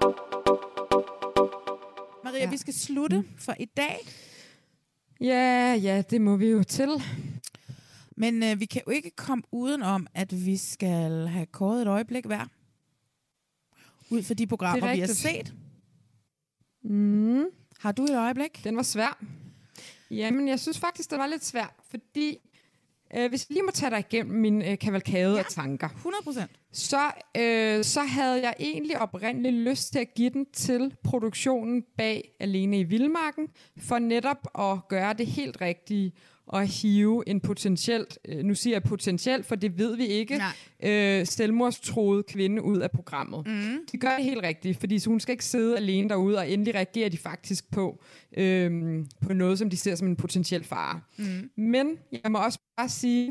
[SPEAKER 3] Maria, ja. vi skal slutte mm. for i dag.
[SPEAKER 4] Ja, ja, det må vi jo til.
[SPEAKER 3] Men øh, vi kan jo ikke komme udenom, at vi skal have kåret et øjeblik hver. Ud for de programmer, vi har set.
[SPEAKER 4] Mm.
[SPEAKER 3] Har du et øjeblik?
[SPEAKER 4] Den var svær. Jamen, jeg synes faktisk, det var lidt svær, fordi øh, hvis vi lige må tage dig igennem min øh, kavalkade
[SPEAKER 3] ja,
[SPEAKER 4] af tanker,
[SPEAKER 3] hundrede procent.
[SPEAKER 4] så, øh, så havde jeg egentlig oprindeligt lyst til at give den til produktionen bag Alene i Vildmarken, for netop at gøre det helt rigtige og hive en potentielt, øh, nu siger jeg potentielt, for det ved vi ikke, øh, selvmordstroede kvinde ud af programmet. Mm. De gør det helt rigtigt, fordi så hun skal ikke sidde alene derude, og endelig reagerer de faktisk på, øh, på noget, som de ser som en potentiel fare. Mm. Men jeg må også bare sige,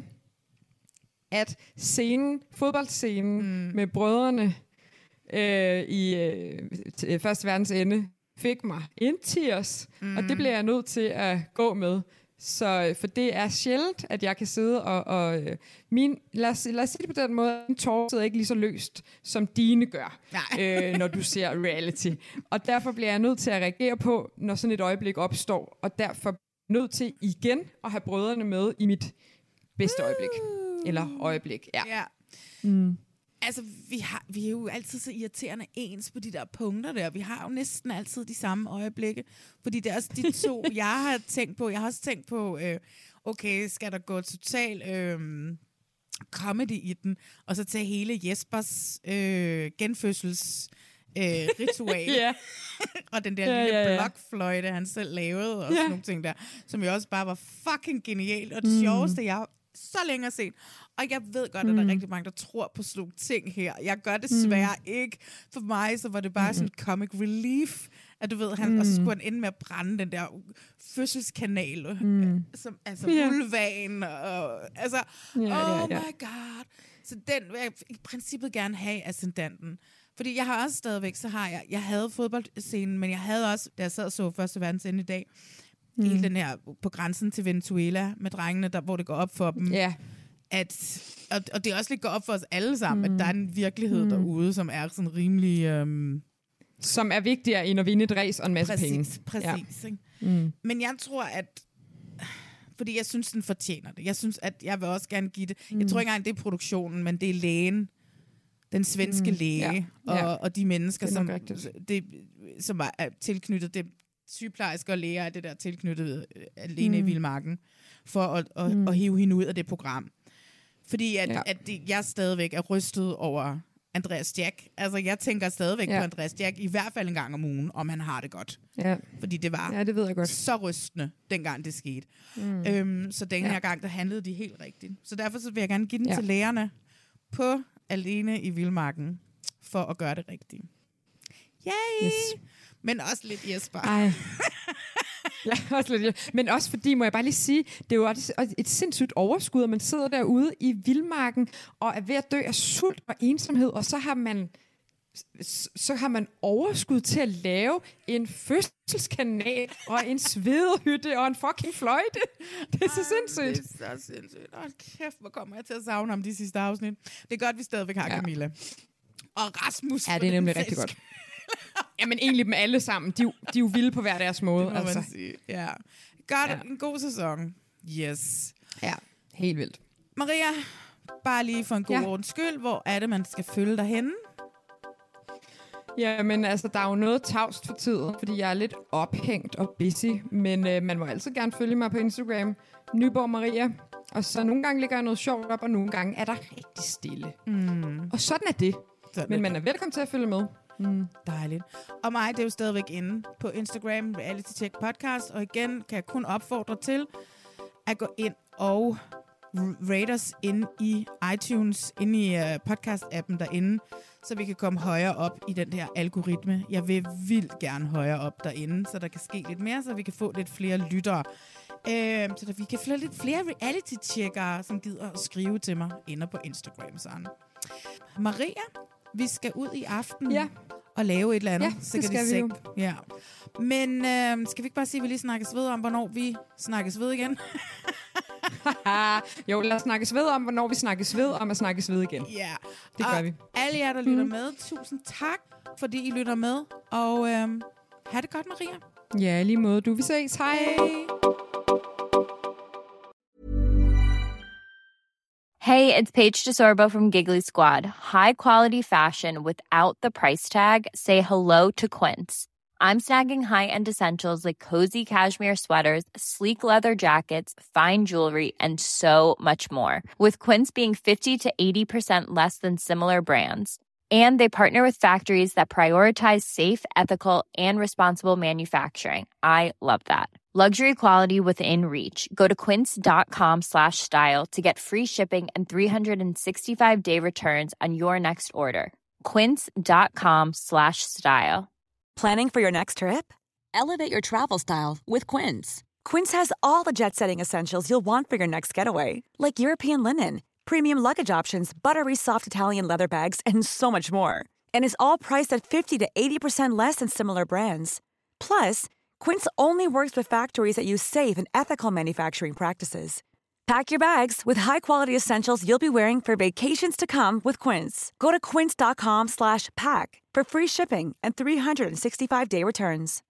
[SPEAKER 4] at scenen, fodboldscenen mm. med brødrene øh, i øh, Første Verdens Ende fik mig indtirs, mm. og det bliver jeg nødt til at gå med. Så, for det er sjældent, at jeg kan sidde og... og min, lad, os, lad os sige det på den måde, min tårer sidder ikke lige så løst, som dine gør, øh, når du ser reality. Og derfor bliver jeg nødt til at reagere på, når sådan et øjeblik opstår, og derfor nødt til igen at have brødrene med i mit bedste øjeblik. Eller øjeblik, ja.
[SPEAKER 3] ja.
[SPEAKER 4] Mm.
[SPEAKER 3] Altså, vi, har, vi er jo altid så irriterende ens på de der punkter der. Vi har jo næsten altid de samme øjeblikke. Fordi det er også de to, jeg har tænkt på. Jeg har også tænkt på, øh, okay, skal der gå total øh, comedy i den, og så tage hele Jespers øh, genfødsels øh, ritual. yeah. og den der
[SPEAKER 4] ja,
[SPEAKER 3] lille
[SPEAKER 4] ja, ja.
[SPEAKER 3] blokfløjte, han selv lavede, og yeah. sådan nogle ting der, som jo også bare var fucking genialt. Og det
[SPEAKER 4] Mm.
[SPEAKER 3] sjoveste, jeg så længe set. Og jeg ved godt, at
[SPEAKER 4] Mm.
[SPEAKER 3] der er rigtig mange, der tror på sådan nogle ting her. Jeg gør det desværre mm. ikke. For mig, så var det bare mm. sådan comic relief, at du ved, han, mm. og så skulle han ende med at brænde den der fødselskanal, mm. som, altså
[SPEAKER 4] Yeah.
[SPEAKER 3] vulvaen, og altså,
[SPEAKER 4] Ja,
[SPEAKER 3] oh
[SPEAKER 4] ja, ja.
[SPEAKER 3] my god. Så den vil jeg i princippet gerne have ascendanten. Fordi jeg har også stadigvæk, så har jeg, jeg havde fodboldscenen, men jeg havde også, da jeg sad og så Første Verdens Ende i dag, Mm. hele den her på grænsen til Venezuela med drengene, der, hvor det går op for dem.
[SPEAKER 4] Yeah.
[SPEAKER 3] At, og, og det er også lidt går op for os alle sammen, mm. at der er en virkelighed
[SPEAKER 4] Mm.
[SPEAKER 3] derude, som er sådan rimelig... Øhm,
[SPEAKER 4] som er vigtigere end at vinde et race og en masse
[SPEAKER 3] præcis,
[SPEAKER 4] penge.
[SPEAKER 3] Præcis,
[SPEAKER 4] Ja.
[SPEAKER 3] ikke?
[SPEAKER 4] Mm.
[SPEAKER 3] Men jeg tror, at... Fordi jeg synes, den fortjener det. Jeg synes, at jeg vil også gerne give det... Mm. Jeg tror ikke engang, det er produktionen, men det er lægen. Den svenske
[SPEAKER 4] Mm.
[SPEAKER 3] læge.
[SPEAKER 4] Ja.
[SPEAKER 3] Og,
[SPEAKER 4] Ja.
[SPEAKER 3] og de mennesker,
[SPEAKER 4] Det er
[SPEAKER 3] som,
[SPEAKER 4] nok rigtigt.
[SPEAKER 3] det, som er tilknyttet det. Sygeplejersker og læger er det der tilknyttet øh, Alene mm. i Vildmarken, for at, at, mm. at hive hende ud af det program. Fordi at, ja. at det, jeg stadigvæk er rystet over Andreas Jack. Altså, jeg tænker stadigvæk ja. på Andreas Jack, i hvert fald en gang om ugen, om han har det godt.
[SPEAKER 4] Ja.
[SPEAKER 3] Fordi det var
[SPEAKER 4] ja, det ved jeg godt.
[SPEAKER 3] så rystende, dengang det skete.
[SPEAKER 4] Mm.
[SPEAKER 3] Øhm, så den her
[SPEAKER 4] Ja.
[SPEAKER 3] gang, der handlede de helt rigtigt. Så derfor så vil jeg gerne give den
[SPEAKER 4] Ja.
[SPEAKER 3] til lægerne på Alene i Vildmarken, for at gøre det rigtigt. Yay! Yes. Men også lidt Jesper.
[SPEAKER 4] Ej. Ja, også lidt. Men også fordi, må jeg bare lige sige, det er jo også et sindssygt overskud, at man sidder derude i vildmarken og er ved at dø af sult og ensomhed, og så har man så har man overskud til at lave en fødselskanal og en svedehytte og en fucking fløjte. Det er så sindssygt.
[SPEAKER 3] Det er så sindssygt. Åh, kæft, hvor kommer jeg til at savne ham de sidste afsnit. Det er godt, vi stadigvæk har ja. Camilla. Og Rasmus.
[SPEAKER 4] Ja, det er nemlig rigtig godt. Jamen egentlig dem alle sammen. De, de er jo vilde på hver deres måde.
[SPEAKER 3] Det må
[SPEAKER 4] altså.
[SPEAKER 3] man sige. Ja. Godt,
[SPEAKER 4] Ja.
[SPEAKER 3] en god sæson. Yes.
[SPEAKER 4] Ja, helt vildt.
[SPEAKER 3] Maria, bare lige for en god
[SPEAKER 4] Ja.
[SPEAKER 3] ordens skyld, hvor er det, man skal følge dig henne?
[SPEAKER 4] Ja, men altså, der er jo noget tavst for tiden, fordi jeg er lidt ophængt og busy, men øh, man må altid gerne følge mig på Instagram, Nyborg Maria, og så nogle gange ligger jeg noget sjovt op, og nogle gange er der rigtig stille.
[SPEAKER 3] Mm.
[SPEAKER 4] Og sådan er det.
[SPEAKER 3] Sådan
[SPEAKER 4] men
[SPEAKER 3] er
[SPEAKER 4] man er velkommen til at følge med. Mm.
[SPEAKER 3] Dejligt. Og mig, det er jo stadigvæk inde på Instagram, Reality Check Podcast, og igen kan jeg kun opfordre til at gå ind og rate os inde i iTunes, inde i uh, podcast-appen derinde, så vi kan komme højere op i den her algoritme. Jeg vil vildt gerne højere op derinde, så der kan ske lidt mere, så vi kan få lidt flere lyttere. Øh, så der, vi kan få lidt flere reality-checkere, som gider at skrive til mig inde på Instagram. Sådan. Maria, vi skal ud i aften
[SPEAKER 4] ja.
[SPEAKER 3] og lave et eller andet.
[SPEAKER 4] Ja, det skal vi jo.
[SPEAKER 3] Ja. Men øh, skal vi ikke bare sige, at vi lige snakkes ved om, hvornår vi snakkes ved igen?
[SPEAKER 4] Jo, lad os snakkes ved om, hvornår vi snakkes ved om at snakkes ved igen.
[SPEAKER 3] Ja.
[SPEAKER 4] Det gør
[SPEAKER 3] og
[SPEAKER 4] vi.
[SPEAKER 3] alle jer, der lytter
[SPEAKER 4] Mm.
[SPEAKER 3] med, tusind tak, fordi I lytter med. Og øh, ha' det godt, Maria.
[SPEAKER 4] Ja, lige måde. Du, vi ses. Hej.
[SPEAKER 3] Hej.
[SPEAKER 2] Hey, it's Paige DeSorbo from Giggly Squad. High quality fashion without the price tag. Say hello to Quince. I'm snagging high-end essentials like cozy cashmere sweaters, sleek leather jackets, fine jewelry, and so much more. With Quince being fifty to eighty percent less than similar brands. And they partner with factories that prioritize safe, ethical, and responsible manufacturing. I love that. Luxury quality within reach. Go to quince.com slash style to get free shipping and three sixty-five day returns on your next order. Quince.com slash style.
[SPEAKER 6] Planning for your next trip? Elevate your travel style with Quince. Quince has all the jet-setting essentials you'll want for your next getaway, like European linen, premium luggage options, buttery soft Italian leather bags, and so much more. And is all priced at fifty to eighty percent less than similar brands. Plus, Quince only works with factories that use safe and ethical manufacturing practices. Pack your bags with high-quality essentials you'll be wearing for vacations to come with Quince. Go to quince.com slash pack for free shipping and three sixty-five day returns.